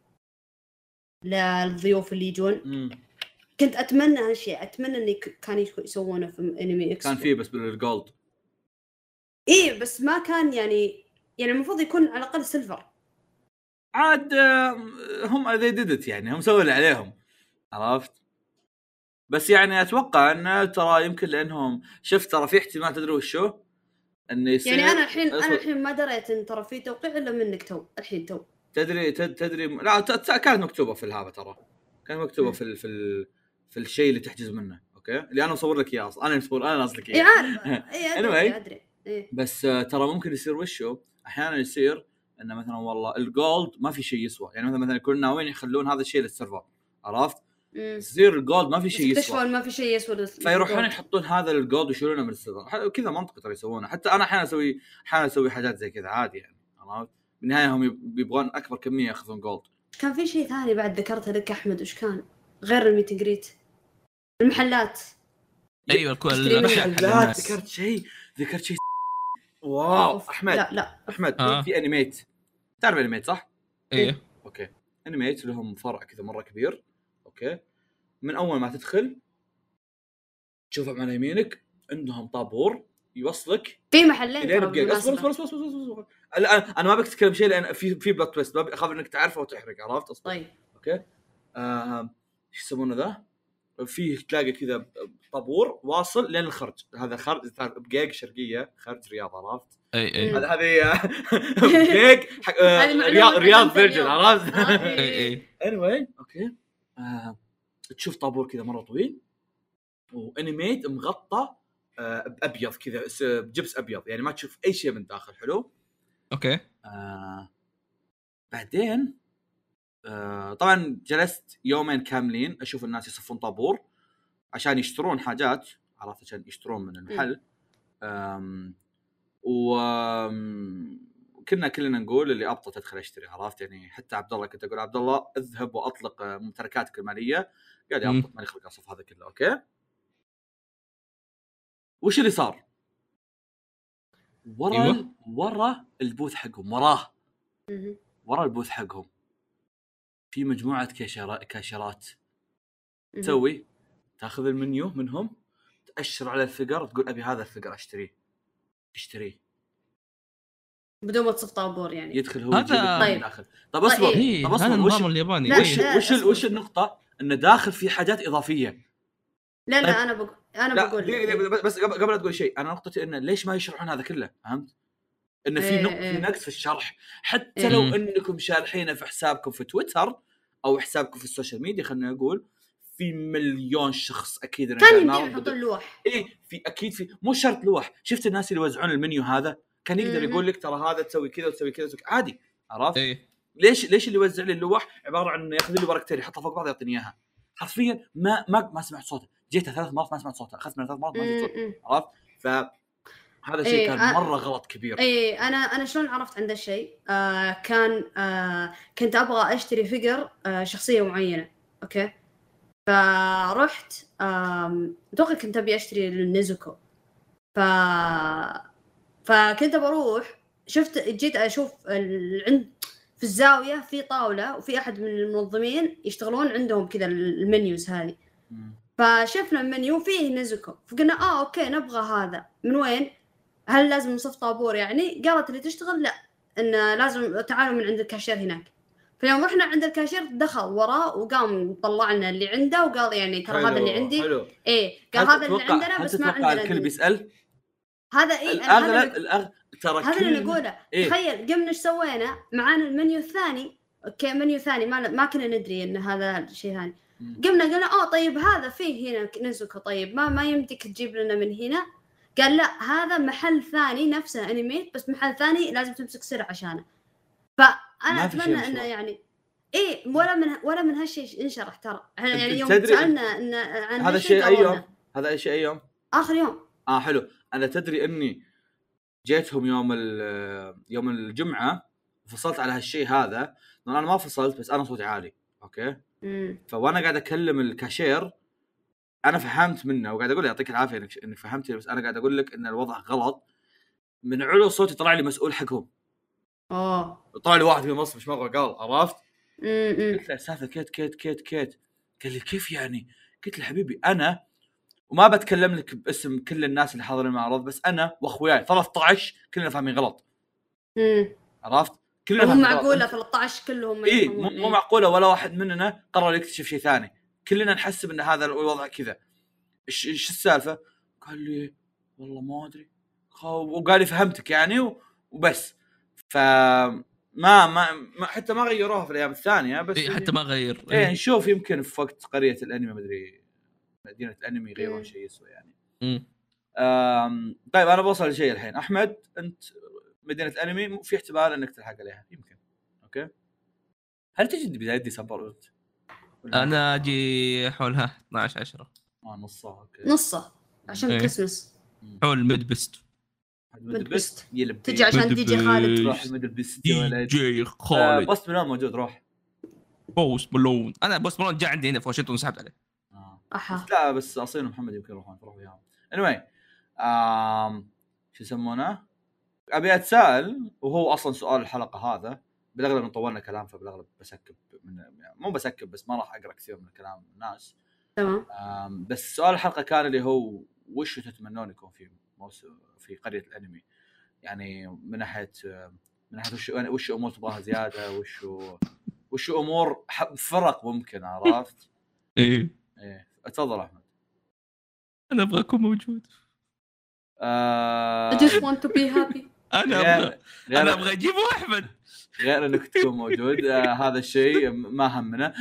للضيوف اللي يجون. مم. كنت اتمنى هالشيء، اتمنى اني كانوا يسوونه في انمي اكس. كان فيه بس بالجولد. ايه بس ما كان يعني يعني المفروض يكون على الاقل سيلفر. عاد هم they did it يعني هم سووا اللي عليهم. عرفت؟ بس يعني اتوقع ان ترى يمكن لانهم شفت ترى في احتمال تدري وشو انه يصير يعني انا الحين أصبر. انا الحين ما دريت ان ترى في توقيع الا منك تو الحين تو تدري تد- تدري لا ت- ت- كانت مكتوبه في الهابه ترى كانت مكتوبه م. في ال في ال في الشيء اللي تحجز منه اوكي اللي انا مصور لك اياه اصلا انا مصور انا نازل لك اي اياه عارفه اي ادري Anyway. ادري إيه. بس آه، ترى ممكن يصير وشو احيانا يصير انه مثلا والله الجولد ما في شيء يسوى يعني مثلا مثلا يكونوا ناويين يخلون هذا الشيء للسيرفر عرفت مم. يصير الجولد ما في شيء اكتشفوا يسوى إن ما في شيء يسوى للس- فيروحون للجولد. يحطون هذا الجولد ويشيلونه من السيرفر ح- كذا منطقي ترى يسوونه حتى انا احيانا اسوي احيانا اسوي حاجات زي كذا عادي يعني عرفت بالنهايه هم يب- يبغون اكبر كميه ياخذون جولد كان في شيء ثاني بعد ذكرته لك احمد وش كان غير الميت اند جريت المحلات ايوه الكل تشتري من الاشياء حق لا الناس. ذكرت شيء ذكرت شيء واو أوف. احمد لا لا احمد آه. في انيميت تعرف انيميت صح ايه اوكي انيميت لهم فرع كذا مره كبير اوكي من اول ما تدخل تشوفهم على يمينك عندهم طابور يوصلك في محلين الين ترى بجيج اصبر بالمناسبة. اصبر اصبر اصبر اصبر الان انا ما بتكلم شيء لان في في بلوت تويست ما اخاف انك تعرفه وتحرق عرفت اصبر طيب اوكي آه، ايش يسمونه ذا فيه تلاقي كذا طابور واصل لين الخرج هذا خرج بجيج شرقيه خرج رياض عرفت اي اي مم. هذا هذه بجيج حق آه، هذه معلومة رياض رياض تعلمتها فيرجن اليوم. عرفت آه، اي إيه. اي anyway اوكي آه، تشوف طابور كذا مره طويل وانيميت مغطى آه، بابيض كذا س- بجبس ابيض يعني ما تشوف اي شيء من داخل حلو اوكي آه، بعدين آه، طبعا جلست يومين كاملين اشوف الناس يصفون طابور عشان يشترون حاجات عرفت عشان يشترون من المحل أم و أم، كنا كلنا نقول اللي ابطل تدخل اشتري عرفت يعني حتى عبد الله كنت اقول عبد الله اذهب واطلق آه، ممتلكاتك الماليه قال لي مم. ابطل مالي خلق اصف هذا كله اوكي وش اللي صار ورا أيوة. ال- ورا البوث حقهم وراه مهم. ورا البوث حقهم في مجموعه كاشيرات كاشيرات مهم. تسوي تاخذ المنيو منهم تاشر على الفقر تقول ابي هذا الفقر اشتريه تشتريه بدون ما تصف طابور يعني يدخل هو هذا- يجيب لك طيب. من داخل طب اصبر طيب. ايه طب هذا اصبر وش النظام الياباني لا، وش لا، وش, ال- أصبر. وش النقطه انه داخل في حاجات اضافيه لا طيب. لا انا بقول انا لا بقول دقيقة لك. دقيقة بس قبل قبل لا تقول شيء انا نقطتي انه ليش ما يشرحون هذا كله فهمت انه في إيه، نقطه في إيه. نقص في الشرح حتى إيه. لو مم. انكم شارحينه في حسابكم في تويتر او حسابكم في السوشيال ميديا خلينا نقول في مليون شخص اكيد كان ما يمديهم رد- يحطون لوح ايه في اكيد في مو شرط لوح شفت الناس اللي يوزعون المنيو هذا كان يقدر مم. يقول لك ترى هذا تسوي كذا وتسوي كذا وتسوي- عادي عرفت ايه ليش ليش اللي يوزع لي اللوح عباره عن انه ياخذ لي ورقتين يحطها فوق بعض يعطيني اياها حرفيا ما ما ما سمعت صوته جيتها ثلاث مرات ما سمعت صوته اخذت من ثلاث مرات ما سمعت صوته مم. عرفت فهذا شيء إيه، كان آه. مره غلط كبير اي انا انا شلون عرفت عن ذا الشيء آه كان آه كنت ابغى اشتري فيجر آه شخصيه معينه اوكي فرحت آم، اتوقع كنت ابي اشتري النيزوكو ف فكنت بروح شفت جيت اشوف ال- عند في الزاويه في طاوله وفي احد من المنظمين يشتغلون عندهم كذا المنيوز هذه مم. فشفنا المنيو فيه نيزوكو فقلنا اه اوكي نبغى هذا من وين هل لازم نصف طابور يعني قالت اللي تشتغل لا ان لازم تعالوا من عند الكاشير هناك فيوم رحنا عند الكاشير دخل وراه وقام طلع لنا اللي عنده وقال يعني ترى هذا اللي عندي حلو ايه قال هل هذا اللي تتوقع- عندنا هل بس ما تتوقع عندنا الكل دنيا. بيسال هذا ايه أنا هذا الاغلب اللي- الاغلب ترى هذا اللي كل- نقوله إيه؟ تخيل قمنا ايش سوينا معانا المنيو الثاني اوكي منيو ثاني ما ما كنا ندري ان هذا شيء ثاني مم. قمنا قلنا اه طيب هذا فيه هنا نزوكو طيب ما ما يمديك تجيب لنا من هنا قال لا هذا محل ثاني نفسه انيميت بس محل ثاني لازم تمسك سر عشانه فانا ما في شيء اتمنى مشروع. انه يعني ايه ولا من ولا من هالشيء انشرح ترى يعني يوم تدري- سالنا ان عن هذا هالشيء الشيء اي قالوا يوم لنا. هذا اي شيء اي يوم اخر يوم اه حلو انا تدري اني جيتهم يوم ال- يوم الجمعه فصلت على هالشيء هذا لأن انا ما فصلت بس انا صوتي عالي اوكي امم فوانا قاعد اكلم الكاشير انا فهمت منه وقاعد اقول له يعطيك العافيه انك انك فهمتني بس انا قاعد اقول لك ان الوضع غلط من علو صوتي طلع لي مسؤول حقهم اه طلع لي واحد من مصر مش مره قال عرفت امم قلت له سالفه كيت كيت كيت كيت قال لي كيف يعني قلت له حبيبي انا وما بتكلم لك باسم كل الناس اللي حاضرين المعرض بس انا واخوياي ثلاثة عشر كلنا فاهمين غلط امم عرفت كلنا هم فاهمين غلط. معقوله ثلاثة عشر كلهم ما ايه يفهمون. مو مو معقوله ولا واحد مننا قرر يكتشف شيء ثاني كلنا نحسب ان هذا الوضع كذا، ايش ايش السالفه؟ قال لي والله ما ادري، وقال لي فهمتك يعني وبس. ف ما ما حتى ما غيروها في الايام الثانيه، بس إيه حتى ما غير. ايه نشوف يمكن في وقت قريه الانمي ما ادري مدينه الانمي يغيرون شيء يسوى يعني. امم طيب انا بوصل لشيء الحين. احمد انت مدينه الانمي في احتمال انك تلحق عليها يمكن، اوكي؟ هل تجد بدايه ديسمبر؟ انا اجي حولها اثناشر عشرة اه نصها اوكي نصه عشان إيه. كريسمس حول ميد بيست ميد بيست يلب تجي عشان دي جي خالد. روح ميد بيست دي يا ولد. جي آه خالد بوست ملون موجود، روح. بوست ملون انا بوست ملون جاء عندي هنا في واشنطن وسحبت عليه. آه. احا بس لا بس اصيل محمد يمكن يروحون تروح وياهم. anyway آم شو يسمونه، ابي اتساءل وهو اصلا سؤال الحلقه هذا، بالاغلب طولنا كلام فبالاغلب بسكب من يعني مو بسكب بس ما راح اقرا كثير من كلام الناس. تمام. بس سؤال الحلقه كان اللي هو وش تتمنون يكون في موسم في قريه الانمي، يعني من ناحيه من ناحيه وش وش امور تبغاها زياده، وش وش امور فرق ممكن، عرفت؟ ايه ايه تفضل احمد. انا ابغى اكون موجود. آه... I just want to be happy. انا غير... ابغى غير... انا ابغى اجيب احمد غير انك تكون موجود. آه هذا الشيء ما همنا.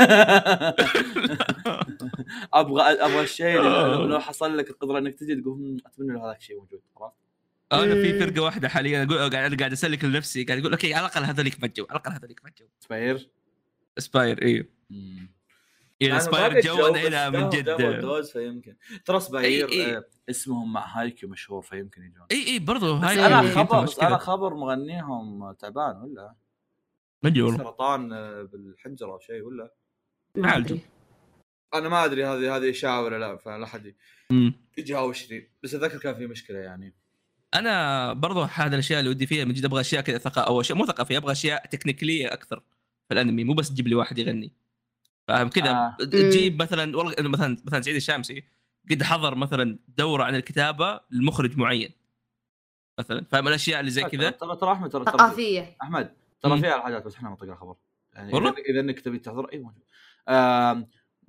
ابغى ابغى الشيء لو, لو حصل لك القدره انك تجي تقول اتمنى لو هذاك الشيء موجود. عرفت؟ انا في فرقه واحده حاليا اقول قاعد قاعد اسلك لنفسي، قاعد اقول اوكي على الاقل هذوليك مجوا، على الاقل هذوليك مجوا. سباير سباير ايه اذا سباير جو هنا من جد دوز فيمكن ترى سباير إيه إيه. آه اسمهم مع هايكي مشهور فيمكن يجون. اي اي برضو بس هاي انا خبر بس انا خبر مغنيهم تعبان ولا مجول سرطان بالحنجره او شيء ولا عالجوا. انا ما ادري هذه هذه اشاعه ولا لا، فلا حد يجاوبني، بس اتذكر كان في مشكله يعني. انا برضو هذا الاشياء اللي ودي فيها من جد، ابغى اشياء كذا ثقافه او اشياء مو ثقافيه، ابغى اشياء تكنيكيه اكثر في الانمي، مو بس تجيب لي واحد يغني فاهم كذا. آه. تجيب مثلا والله مثلا مثلا سعيد الشامسي قد حضر مثلا دوره عن الكتابه لمخرج معين مثلا، فاهم الاشياء اللي زي كذا. ترى ترى احمد ترى ثقافيه احمد ترى فيها الحاجات بس احنا ما نطق الخبر يعني. والله؟ اذا انك تبي تحضر اي موجود. آه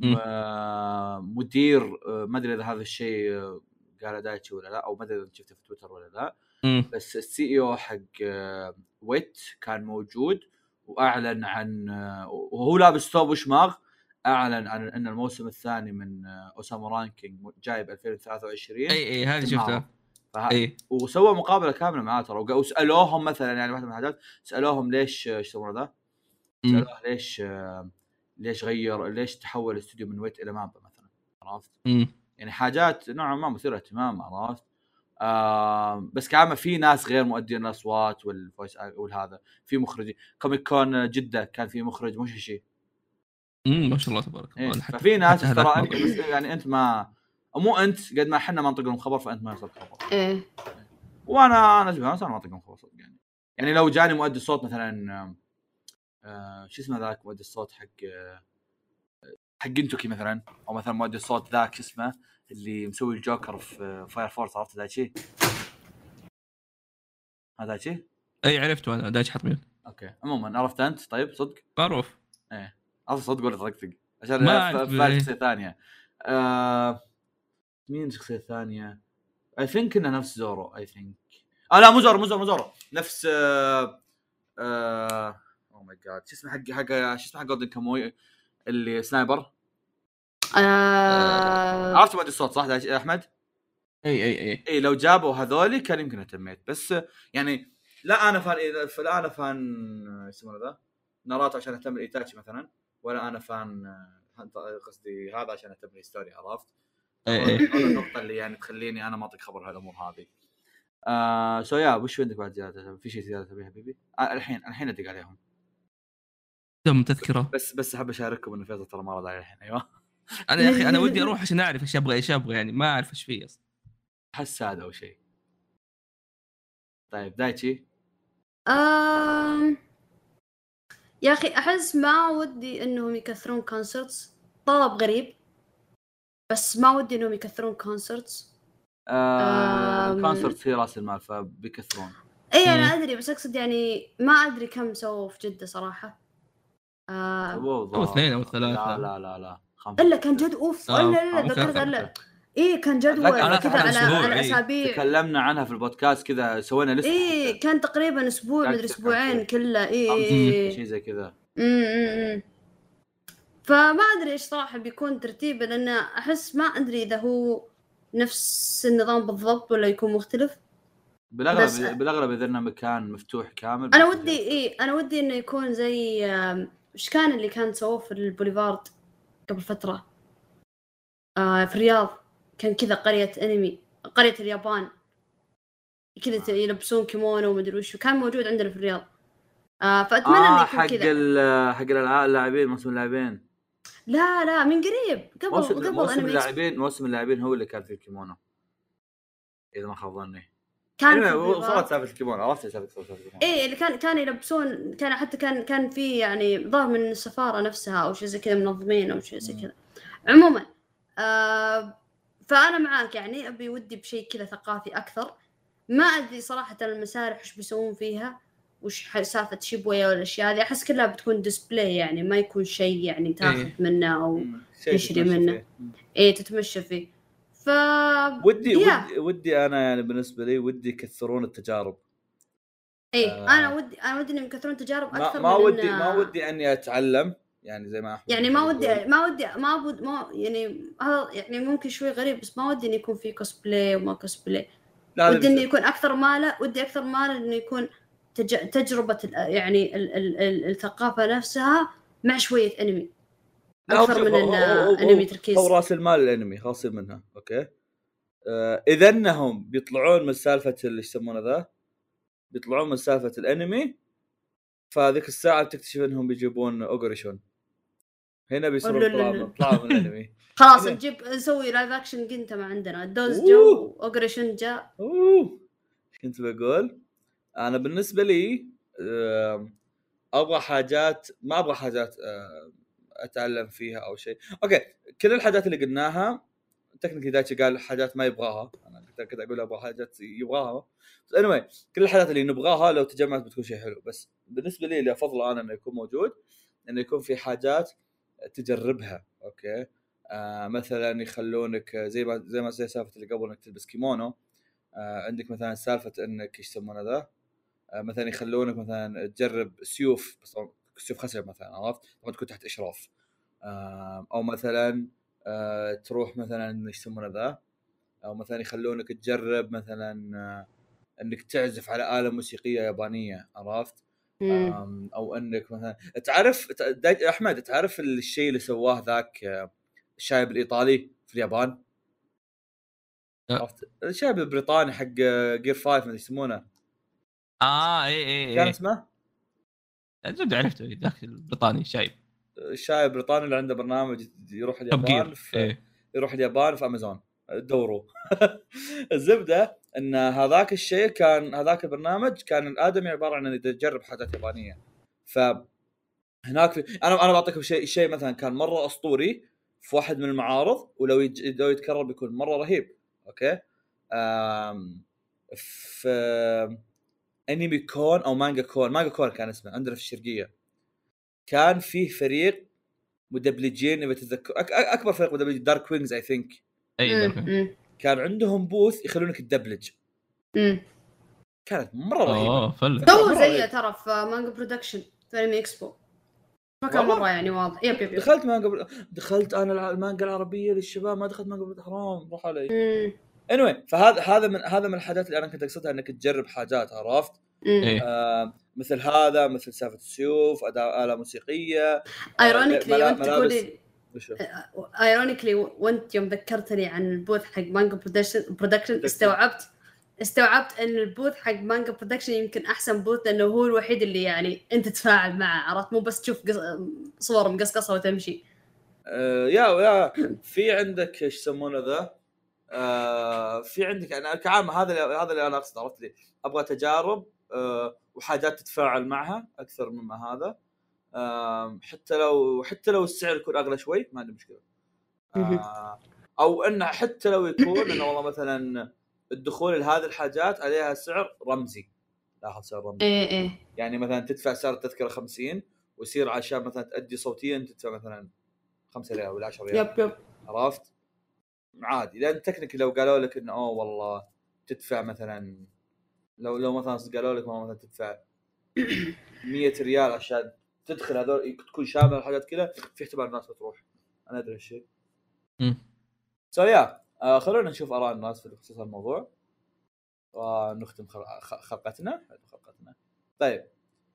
مدير ما ادري اذا هذا الشيء قال دايتشي ولا لا، او ما ادري اذا شفته في تويتر ولا لا. مم. بس السي اي او حق ويت كان موجود واعلن عن، وهو لابس ثوب وشماغ، اعلن عن ان الموسم الثاني من اوسامو رانكينج جايب ألفين وثلاثة وعشرين. اي اي هذه شفتها. فه... اي وسوى مقابله كامله معاه ترى، وسالوهم مثلا يعني واحده من الحاجات سالوهم ليش ايش يسمونه ذا، سالوه ليش ليش غير ليش تحول الاستوديو من ويت الى مابا مثلا، عرفت؟ مم. يعني حاجات نوعا ما مثيره اهتمام، عرفت؟ آه بس كمان في ناس غير مؤدين الاصوات والفويس والهذا، في مخرجين. كوميك كون جده كان في مخرج موشيشي. امم ما شاء الله تبارك الله. إيه. ففي ناس ترى انت بس يعني انت ما مو انت قد ما احنا ما نطق لهم خبر، فانت ما يوصل خبر. ايه وانا انا زمان انا ما اطق لهم خبر صدق يعني. يعني لو جاني مؤدي الصوت مثلا آه شو اسمه ذاك مؤدي الصوت حق آه حق انتوكي مثلا، او مثلا مؤدي الصوت ذاك شو اسمه اللي مسوي الجوكر في فاير فورس، عرفت ذا شيء؟ هذا شيء اي عرفته انا دايتش حط مين. اوكي عموما عرفت انت. طيب صدق معروف. ايه اصلا صدق ولا طقطق عشان ما في شخصيه ثانيه. آه... مين الشخصيه الثانيه؟ اي ثينك انه نفس زورو. اي ثينك اه لا مو زورو مو زورو مو زورو نفس آه... آه... او ماي جاد شو اسمه حق حق شو اسمه حق جولدن كاموي اللي سنايبر. آه... عرفت بعد الصوت صح يا احمد؟ اي اي اي اي لو جابوا هذولي كان يمكن اهتميت، بس يعني لا انا فان لا انا فان اسمه ذا ناروتو عشان اهتم بالايتاتشي مثلا، ولا انا فان قصدي هذا عشان اهتم بالهيستوري، عرفت؟ اي النقطه اللي يعني تخليني انا ما اعطيك خبر هالامور هذه. آه سو يا وش عندك بعد زياده؟ في شيء زياده تبيه حبيبي؟ آه الحين الحين ادق عليهم دم تذكره. بس بس احب اشارككم انه فيصل ترى ما رد علي الحين. ايوه انا يا اخي انا ودي اروح عشان اعرف ايش ابغى ايش ابغى يعني ما اعرف ايش فيه اصلا. حساد او شيء. طيب دايتشي أم... يا اخي احس ما ودي انهم يكثرون كونسرتس، طلب غريب بس ما ودي انهم يكثرون كونسرتس. آه أم... الكونسرت هي راس المال فبيكثرون. اي انا ادري بس اقصد يعني ما ادري كم سووا في جدة صراحة. آه... او اثنين او ثلاثة. لا لا لا لا الا كان جد اوف آه، الا الا ممكن ذكرت أكثر. الا ايه كان جدول أنا كذا كان على أسبوع، على إيه. اسابيع. تكلمنا عنها في البودكاست كذا، سوينا لسه ايه كان تقريبا اسبوع مدري اسبوعين كله ايه شيء زي كذا. امم فما ادري ايش صراحه بيكون ترتيبه، لان احس ما ادري اذا هو نفس النظام بالضبط ولا يكون مختلف. بالاغلب بالاغلب اذا انه مكان مفتوح كامل. انا ودي ايه انا ودي انه يكون زي ايش كان اللي كان سووه في البوليفارد قبل فتره آه في الرياض، كان كذا قريه انمي، قريه اليابان كذا يلبسون كيمونو ومدري وش، كان موجود عندنا في الرياض. آه فاتمنى آه انه يكون كذا حق حق اللاعبين، موسم اللاعبين. لا لا من قريب قبل موسم قبل موسم أنا اللاعبين موسم اللاعبين هو اللي كان فيه الكيمونو اذا ما خاب ظني. كان يعني وصلت سالفه الكيمونو، عرفت سالفه الكيمونو. ايه اللي كان كان يلبسون، كان حتى كان كان في يعني ظهر من السفاره نفسها او شيء زي كذا، منظمين او شيء زي كذا. عموما آه فانا معاك، يعني ابي ودي بشيء كذا ثقافي اكثر. ما ادري صراحه المسارح ايش بيسوون فيها، وش سالفه شيبويا والاشياء هذه، احس كلها بتكون ديسبلاي يعني، ما يكون شيء يعني تاخذ إيه. منه او تشتري منه. ايه تتمشى فيه. ف ودي ودي ودي انا يعني بالنسبه لي ودي يكثرون التجارب. ايه آه انا ودي انا ودي انهم يكثرون تجارب اكثر. ما, ما من ودي إن... ما ودي اني اتعلم يعني زي ما احمد يعني ما ودي ما ودي ما بود ما يعني هذا يعني ممكن شوي غريب، بس ما ودي انه يكون في كوسبلاي وما كوسبلاي. ودي انه يكون اكثر ماله ودي اكثر ماله انه يكون تج... تجربه يعني ال... ال... ال... الثقافه نفسها مع شويه انمي اكثر من ان انمي تركيز. هو راس المال الانمي خاص منها. اوكي آه اذا انهم بيطلعون من سالفه اللي يسمونه ذا، بيطلعون من سالفه الانمي، فهذيك الساعه بتكتشف انهم بيجيبون اوغوريشون هنا، بيصيرون طلعوا من الانمي. خلاص نجيب نسوي لايف اكشن جنتا ما عندنا الدوز جو اوغوريشون جاء. اوه ايش كنت بقول؟ انا بالنسبه لي ابغى حاجات، ما ابغى حاجات اتعلم فيها او شيء. اوكي كل الحاجات اللي قلناها تكنيكلي دايتشي قال حاجات ما يبغاها، انا كنت كذا اقول ابغى حاجات يبغاها. anyway كل الحاجات اللي نبغاها لو تجمعت بتكون شيء حلو. بس بالنسبه لي اللي افضل انا انه يكون موجود انه يكون في حاجات تجربها. اوكي آه مثلا يخلونك زي ما زي ما زي سالفه اللي قبل انك تلبس كيمونو. آه عندك مثلا سالفه انك ايش يسمونه ذا، آه مثلا يخلونك مثلا تجرب سيوف، بس سيوف خشب مثلا، عرفت طبعا تكون تحت اشراف. آه او مثلا آه تروح مثلا ايش يسمونه ذا، او مثلا يخلونك تجرب مثلا آه انك تعزف على آلة موسيقية يابانية، عرفت؟ او انك مثلا تعرف احمد تعرف الشيء اللي سواه ذاك الشايب الايطالي في اليابان؟ عرفت الشايب البريطاني حق جير فايف ما يسمونه؟ اه اي اي كان اسمه جد عرفته ذاك البريطاني شايب، الشايب البريطاني اللي عنده برنامج يروح اليابان في إيه. يروح اليابان في امازون دوروا. الزبده ان هذاك الشيء كان هذاك البرنامج كان الادمي عباره عن انه يجرب حاجات يابانيه. ف هناك في... انا انا بعطيكم شيء شيء مثلا كان مره اسطوري في واحد من المعارض، ولو يج... لو يتكرر بيكون مره رهيب. اوكي أم... في انمي كون او مانجا كون، مانجا كون كان اسمه عندنا في الشرقيه. كان فيه فريق مدبلجين اذا تتذكر أك... اكبر فريق مدبلج دارك وينجز اي ثينك. اي كان عندهم بوث يخلونك تدبلج. امم كانت مره رهيبه. اه فل تو زي ترى في مانجا برودكشن في انمي اكسبو، ما كان مره يعني واضح. يب يب, يب. دخلت مانجا دخلت انا المانجا العربيه للشباب، ما دخلت مانجا حرام روح علي. anyway فهذا هذا من هذا من الحاجات اللي انا كنت اقصدها، انك تجرب حاجات، عرفت؟ آه مثل هذا مثل سالفه السيوف، اداء آلة موسيقيه. ايرونيكلي وانت تقولي ايرونيكلي وانت يوم ذكرتني عن البوث حق مانجا برودكشن استوعبت استوعبت ان البوث حق مانجا برودكشن يمكن احسن بوث، لانه هو الوحيد اللي يعني انت تتفاعل معه، عرفت؟ مو بس تشوف قص... صور مقصقصه وتمشي. آه يا يا في عندك ايش يسمونه ذا، آه في عندك انا كعام هذا هذا اللي انا اقصد، عرفت لي ابغى تجارب آه وحاجات تتفاعل معها اكثر مما هذا. آه حتى لو حتى لو السعر يكون اغلى شوي ما عندي مشكله. آه او انه حتى لو يكون انه والله مثلا الدخول لهذه الحاجات عليها سعر رمزي، لاحظ سعر رمزي. ايه ايه يعني مثلا تدفع سعر التذكره خمسين ويصير عشان مثلا تأدي صوتيا تدفع مثلا خمسة ريال ولا عشرة ريال. يب يب عرفت عادي، لان تكنيك لو قالوا لك انه اوه والله تدفع مثلا، لو لو مثلا قالوا لك مثلا تدفع مية ريال عشان تدخل هذول تكون شامل الحاجات كذا، في احتمال الناس بتروح. انا ادري هالشيء. امم سو يا آه خلونا نشوف اراء الناس في خصوص الموضوع ونختم خلقتنا خلقتنا طيب.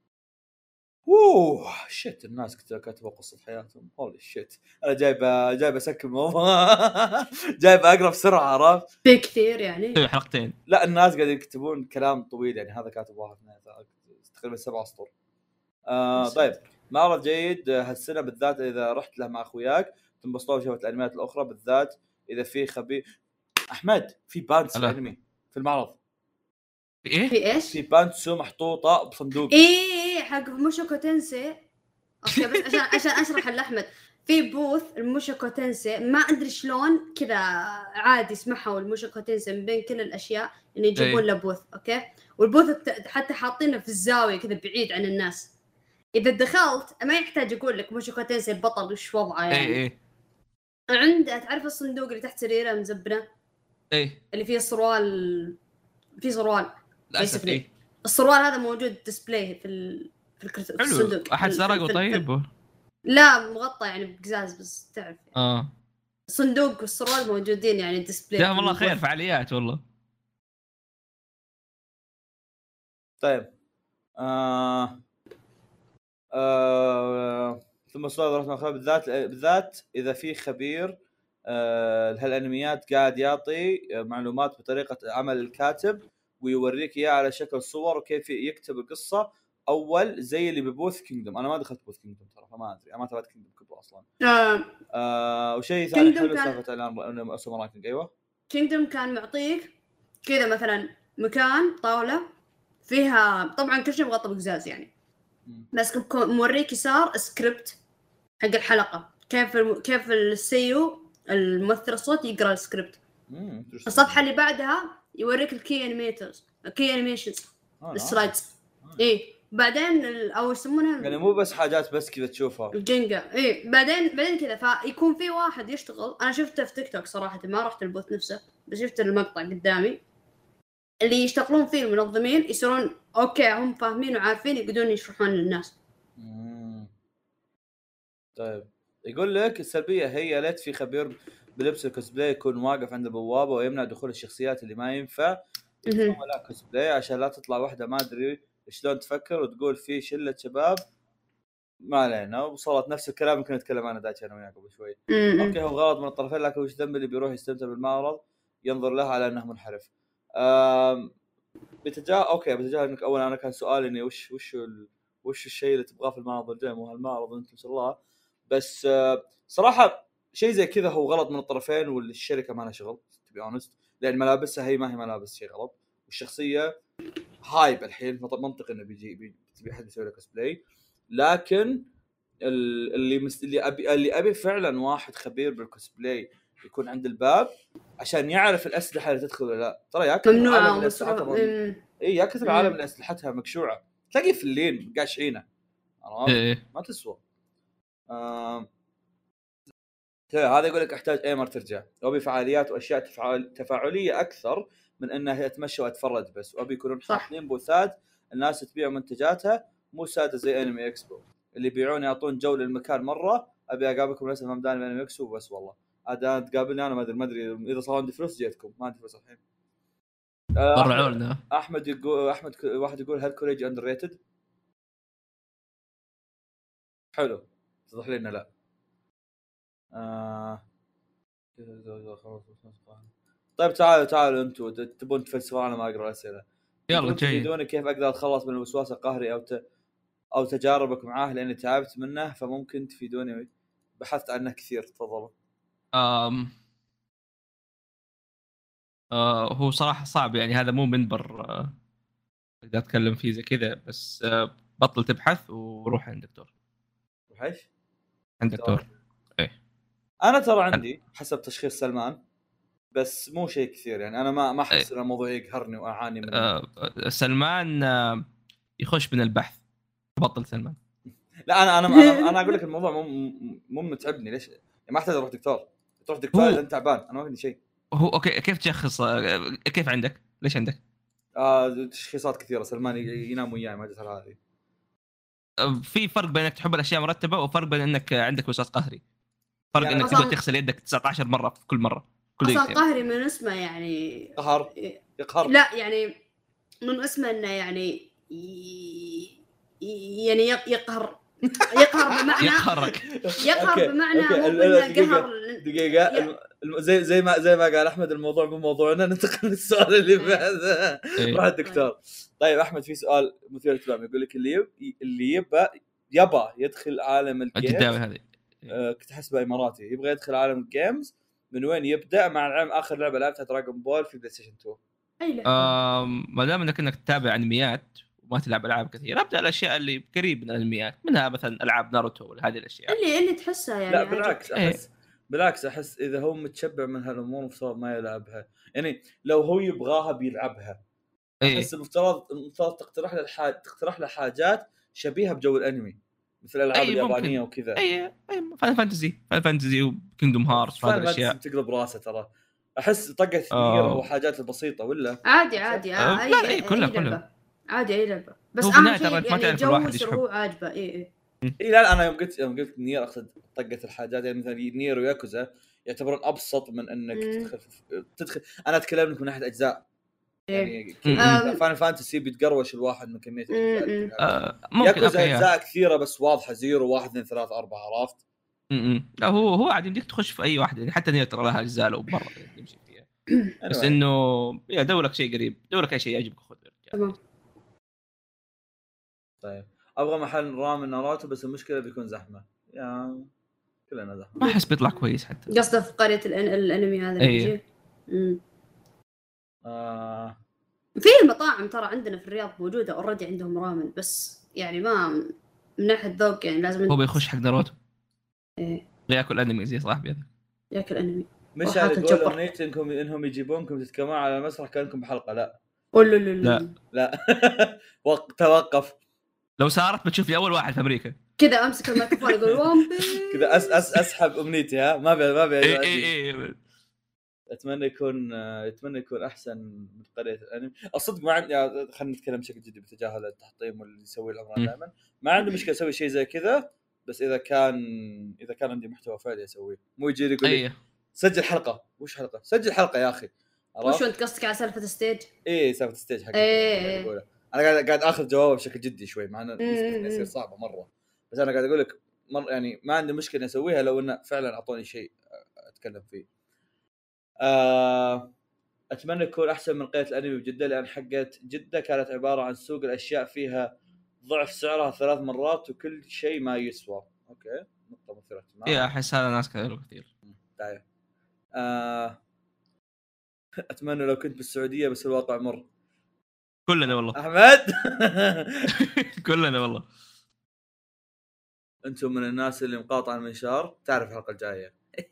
اوه شيت، الناس كاتبه قصه حياتهم. هولي شيت، انا جايب جايب اسكر الموضوع جايب اقرا بسرعه. عرفت في كثير يعني حلقتين. لا الناس قاعدين يكتبون كلام طويل يعني. هذا كاتب واحد اثنين تقريبا سبع اسطر. آه طيب معرض جيد هالسنه بالذات اذا رحت له مع اخوياك تنبسطوا وشوفت الانميات الاخرى، بالذات اذا في خبير. احمد في بانتس في انمي في المعرض. في ايه؟ في ايش؟ في بانتسو محطوطه بصندوق. ايه حق موشوكو تنسي. اوكي بس عشان عشان اشرح لاحمد، في بوث الموشوكو تنسي ما ادري شلون كذا عادي سمحوا الموشوكو تنسي من بين كل الاشياء ان يجيبون له بوث. اوكي والبوث حتى حاطينه في الزاويه كذا بعيد عن الناس. اذا دخلت ما يحتاج اقول لك موشوكو تنسي البطل وش وضعه يعني. ايه ايه عنده تعرف الصندوق اللي تحت سريره مزبنه ايه اللي فيه السروال، في سروال للاسف. ايه السروال هذا موجود ديسبلاي في ال... في, الكرت... في الصندوق. احد سرقه طيب في... لا مغطى يعني بقزاز بس تعرف يعني. اه الصندوق والسروال موجودين يعني ديسبلاي. جزاهم الله خير فعاليات والله. طيب آه آه ثم صور رسم الخبر بالذات بالذات اذا في خبير آه هالانميات قاعد يعطي معلومات بطريقه عمل الكاتب ويوريك اياها على شكل صور وكيف يكتب القصه اول زي اللي ببوث كينجدوم. انا ما دخلت بوث كينجدوم ترى فما ادري، انا ما تابعت كينجدوم كله اصلا. آه. آه وشيء ثاني حلو كان... سالفه اعلان اسم رايكنج. ايوه كينجدوم كان معطيك كذا مثلا مكان طاوله فيها طبعا كل شيء مغطى بقزاز يعني م. بس موريك يسار سكريبت حق الحلقه، كيف الم... كيف السيو الممثل الصوت يقرا السكريبت. الصفحه اللي بعدها يوريك الكي انيميترز الكي انيميشنز السلايدز. ايه بعدين او يسمونها يعني مو بس حاجات بس كذا تشوفها الجنجا. ايه بعدين بعدين كذا فيكون في واحد يشتغل. انا شفته في تيك توك صراحه ما رحت البوث نفسه بس شفت المقطع قدامي اللي يشتغلون فيه المنظمين يصيرون اوكي هم فاهمين وعارفين يقدرون يشرحون للناس. مم. طيب يقول لك السلبيه هي ليت في خبير بلبس الكوسبلاي يكون واقف عند البوابه ويمنع دخول الشخصيات اللي ما ينفع يكون لا كوسبلاي عشان لا تطلع واحده ما ادري شلون تفكر وتقول في شله شباب ما علينا. وصلت نفس الكلام يمكن نتكلم عنه دايتش انا وياك قبل شوي. اوكي هو غلط من الطرفين لكن وش ذنب اللي بيروح يستمتع بالمعرض ينظر له على انه منحرف. امم بتجاه اوكي بتجاه انك اولا انا كان سؤال اني وش وش ال... وش الشيء اللي تبغاه في المعرض الجاي مو هالمعرض انت ما شاء الله. بس صراحه شيء زي كذا هو غلط من الطرفين والشركه ما لها شغل تبي اونست لان ملابسها هي ما هي ملابس شيء غلط والشخصيه هايب الحين منطقي انه بيجي بيجي احد يسوي له كوسبلاي. لكن اللي مست... اللي ابي اللي ابي فعلا واحد خبير بالكوسبلاي يكون عند الباب عشان يعرف الاسلحه اللي تدخل ولا لا. ترى يا كثر العالم الاسلحه من... اي يا كثر العالم اللي اسلحتها مكشوعه تلاقي في اللين قاشعينه إيه. ما تسوى. آه... هذا يقول لك احتاج ايمر ترجع وابي فعاليات واشياء تفاعل... تفاعليه اكثر من انها اتمشى واتفرج بس. وابي يكونون حاطين بوثات الناس تبيع منتجاتها مو ساده زي انمي اكسبو اللي يبيعون يعطون جو للمكان مره. ابي اقابلكم لسه ما مداني انمي اكسبو بس. والله عاد تقابلني انا ما ادري ما ادري اذا صار عندي فلوس جيتكم ما عندي فلوس الحين. طلعوا احمد يقول احمد واحد يقول هل كوريجي اندر ريتد؟ حلو توضح لنا لا. آه... طيب تعالوا تعالوا انتم تبون تفلسفون انا ما اقرا الاسئله. يلا جاي تريدون كيف اقدر اتخلص من الوسواس القهري او ت... او تجاربك معاه لاني تعبت منه فممكن تفيدوني. بحثت عنه كثير تفضلوا. امم آه هو صراحه صعب يعني هذا مو منبر آه اقدر اتكلم فيه زي كذا بس آه بطل تبحث وروح عند دكتور. روح ايش عند دكتور. ايه انا ترى عندي حسب تشخيص سلمان بس مو شيء كثير يعني انا ما ما احس ان الموضوع يقهرني واعاني منه. آه سلمان آه يخش من البحث بطل سلمان لا انا انا انا, أنا اقول لك الموضوع مو مو متعبني. ليش ما احتاج اروح دكتور؟ تروح دكتور اذا انت تعبان. انا ما عندي شيء. هو اوكي كيف تشخص؟ كيف عندك؟ ليش عندك؟ آه تشخيصات كثيره. سلمان ينام وياي ما ادري هذه. في فرق بين انك تحب الاشياء مرتبه وفرق بين انك عندك وسواس قهري. فرق يعني انك تبغى تغسل يدك تسعة عشر مره في كل مره كل اصلا قهري من اسمه يعني قهر يقهر. لا يعني من اسمه انه يعني ي... يعني يقهر يقهر بمعنى يقهرك يقهر بمعنى مو انه قهر. دقيقه زي زي ما زي ما قال احمد الموضوع مو موضوعنا. ننتقل للسؤال اللي بعده. روح الدكتور. طيب احمد في سؤال مثير للاهتمام يقول لك اللي يب... اللي يبى يبى يدخل عالم الجيمز الجداوي هذه أه كنت حسبه اماراتي يبغى يدخل عالم الجيمز من وين يبدا؟ مع العلم اخر لعبه لعبتها دراغون بول في بلاي ستيشن تو. اي لعبه آه ما دام انك انك تتابع انميات وما تلعب العاب كثير ابدا الاشياء اللي قريب من الانميات منها مثلا العاب ناروتو وهذه الاشياء اللي اللي تحسها يعني. لا بالعكس عجب. احس بالعكس احس اذا هو متشبع من هالامور مفترض ما يلعبها. يعني لو هو يبغاها بيلعبها. احس المفترض المفترض تقترح له الحاج تقترح له حاجات شبيهه بجو الانمي مثل الالعاب أي اليابانيه وكذا. اي اي فان فانتزي فان فانتزي وكينجدوم هارت وهذه الاشياء تقلب راسه ترى. احس طقه آه. نير وحاجات البسيطه ولا عادي عادي آه. اي لا، اي كلها لعبة. كلها عادي اي لعبه بس هو اهم بناء شيء ترى ما يعني تعرف جو الواحد ايش يحب. هو عاجبه. اي اي اي لا انا يوم قلت يوم قلت نير اقصد طقه الحاجات يعني مثلا نير وياكوزا يعتبرون ابسط من انك مم. تدخل تدخل. انا اتكلم لك من ناحيه اجزاء يعني مم. فاين فانتسي بيتقروش الواحد من كميه الاجزاء. آه ممكن ياكوزا اوكي اجزاء كثيره بس واضحه زيرو واحد اثنين ثلاثة أربعة عرفت. امم لا هو هو عادي يمديك تخش في اي واحده يعني حتى نير ترى لها اجزاء لو برا تمشي فيها بس انه يا دورك شيء قريب دورك اي شيء يعجبك خذ. تمام. طيب ابغى محل رامن ناروتو بس المشكله بيكون زحمه. يا كلنا زحمه. ما احس بيطلع كويس حتى. قصده في قريه الأن... الانمي هذا اللي يجي. امم آه. في المطاعم ترى عندنا في الرياض موجوده اوريدي عندهم رامن بس يعني ما من ناحيه ذوق يعني لازم هو بيخش حق ناروتو ايه ياكل انمي زي صاحبي هذا ياكل انمي. مش يقولون نيت انكم انهم يجيبونكم تتكلمون على المسرح كانكم بحلقه. لا قول له لا لا لا وقت توقف. لو صارت بتشوف لي اول واحد في امريكا كذا امسك الميكروفون اقول وامبي كذا أس أس اسحب امنيتي. ها ما بي ما بي اي اي اي اتمنى يكون اتمنى يكون احسن من قريه الانمي. الصدق ما عندي خلينا نتكلم بشكل جدي بتجاهل التحطيم واللي يسوي الامر دائما. ما عندي مشكله اسوي شيء زي كذا بس اذا كان اذا كان عندي محتوى فعلي اسويه مو يجي يقول لي سجل حلقه. وش حلقه؟ سجل حلقه يا اخي. وش انت قصدك على سالفه الستيج؟ ايه سالفه الستيج حقي. ايه اقوله انا قاعد قاعد اخذ جوابه بشكل جدي شوي مع انه يصير صعبه مره بس انا قاعد اقول لك مر يعني ما عندي مشكله اسويها لو انه فعلا اعطوني شيء اتكلم فيه. آه اتمنى يكون احسن من قريه الانمي بجده لان حقت جده كانت عباره عن سوق الاشياء فيها ضعف سعرها ثلاث مرات وكل شيء ما يسوى. اوكي نقطه مثيره للاهتمام. ايه احس هذا ناس كثير. طيب آه اتمنى لو كنت بالسعوديه بس الواقع مر. كلنا والله احمد كلنا والله. انتم من الناس اللي مقاطعه المنشار. تعرف الحلقه الجايه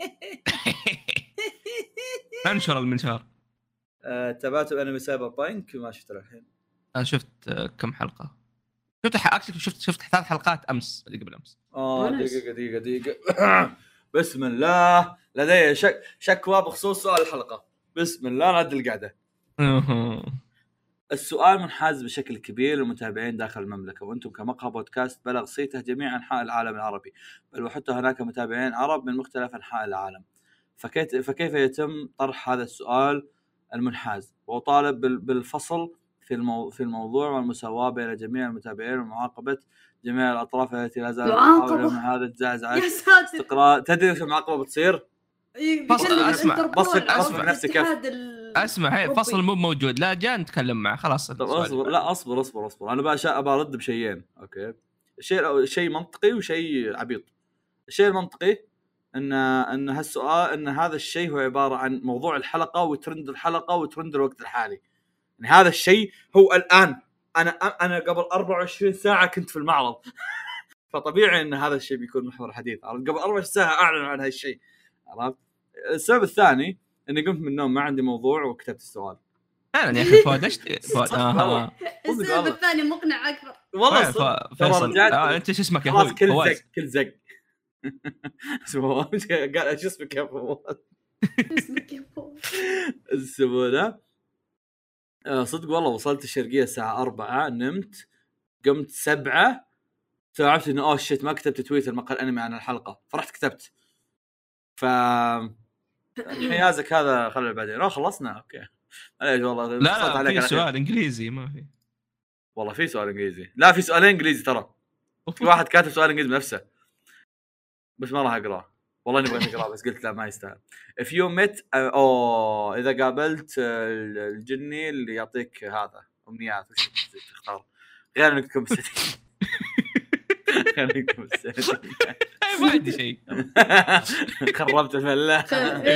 انشر المنشار. أه، تابعتوا انمي سايبر بانك؟ ما شفته الحين. انا شفت كم حلقه. شفت اكشلي شفت شفت ثلاث حلقات امس اللي قبل امس. اه دقيقه دقيقه دقيقه بسم الله لدي شك شكوى بخصوص سؤال الحلقه. بسم الله نعد القعده. السؤال منحاز بشكل كبير للمتابعين داخل المملكة وأنتم كمقهى بودكاست بلغ صيته جميع أنحاء العالم العربي بل وحتى هناك متابعين عرب من مختلف أنحاء العالم. فكيف, فكيف يتم طرح هذا السؤال المنحاز وطالب بالفصل في, المو... في الموضوع والمساواة بين جميع المتابعين ومعاقبة جميع الأطراف التي لا زالت تحاول من هذا الزعزعة استقرار. تدري وش المعاقبة بتصير؟ فصل اسمع بص اسمع نفسك كيف اسمع هي فصل مو موجود لا جاء نتكلم معه خلاص. اصبر لا اصبر اصبر اصبر انا بقى ابى ارد بشيئين. اوكي شيء شيء منطقي وشيء عبيط. الشيء المنطقي ان ان هالسؤال ان هذا الشيء هو عباره عن موضوع الحلقه وترند الحلقه وترند الوقت الحالي. يعني هذا الشيء هو الان انا انا قبل أربعة وعشرين ساعه كنت في المعرض فطبيعي ان هذا الشيء بيكون محور الحديث. قبل أربعة وعشرين ساعه اعلن عن هالشيء. عرفت؟ السبب الثاني اني قمت من النوم ما عندي موضوع وكتبت السؤال. فعلا يا اخي فؤاد ايش فؤاد والله. اه السبب الثاني مقنع اكثر. والله فعلا، صدق. ف- ترى فيصل رجعت آه انت شو اسمك يا خلاص اخوي كل فواز زق كل زق اسمه قال شو اسمك يا فواز اسمك يا فوز. السبوله. آه، صدق والله وصلت الشرقيه الساعه أربعة، نمت قمت سبعة، تعرفت انه اوه شيت ما كتبت تويتر مقال انمي عن الحلقه، فرحت كتبت. ف حيازك هذا خلي بعدين. اه خلصنا اوكي. معليش والله لا اتصلت لا عليك في على خير. سؤال انجليزي ما في والله في سؤال انجليزي، لا في سؤالين انجليزي ترى. في واحد كاتب سؤال انجليزي بنفسه بس ما راح اقراه، والله اني بغيت اقراه بس قلت لا ما يستاهل. if you met او اذا قابلت الجني اللي يعطيك هذا امنيات وش تختار غير انك تكون بالسيتي؟ غير انك تكون بالسيتي. ما عندي شيء خربت الملاح.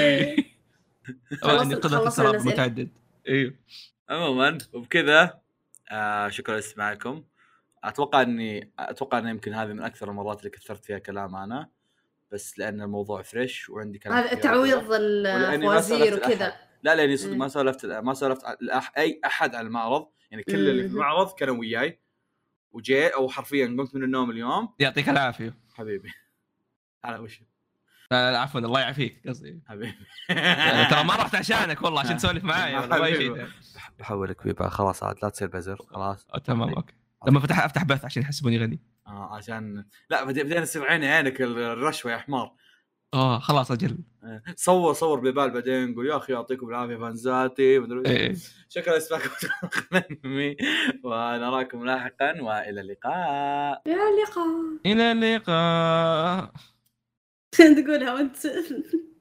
عندي قدرة الترابط متعدد. ايوه عموما وبكذا آه شكرا لاستماعكم. اتوقع اني اتوقع ان يمكن هذه من اكثر المرات اللي كثرت فيها كلام انا، بس لان الموضوع فريش وعندي كلام هذا تعويض الفوازير وكذا. لا لاني صدق ما سولفت ما سولفت الأح... اي احد على المعرض، يعني كل اللي في المعرض كانوا وياي وجاي او حرفيا قمت من النوم اليوم. يعطيك العافيه حبيبي. على وش لا عفوا الله يعافيك قصدي حبيبي. ترى ما رحت عشانك والله عشان تسولف معايا ولا اي شيء. بحولك بيبا خلاص عاد لا تصير بزر خلاص. تمام اوكي. لما فتح افتح بث عشان يحسبوني غني. اه عشان لا بدينا نصير عيني عينك الرشوه يا حمار. اه خلاص اجل صور صور ببال بعدين قول يا اخي يعطيكم العافيه فانزاتي إيه. شكرا لسماعكم ونراكم لاحقا والى اللقاء. الى اللقاء الى اللقاء تقولها وانت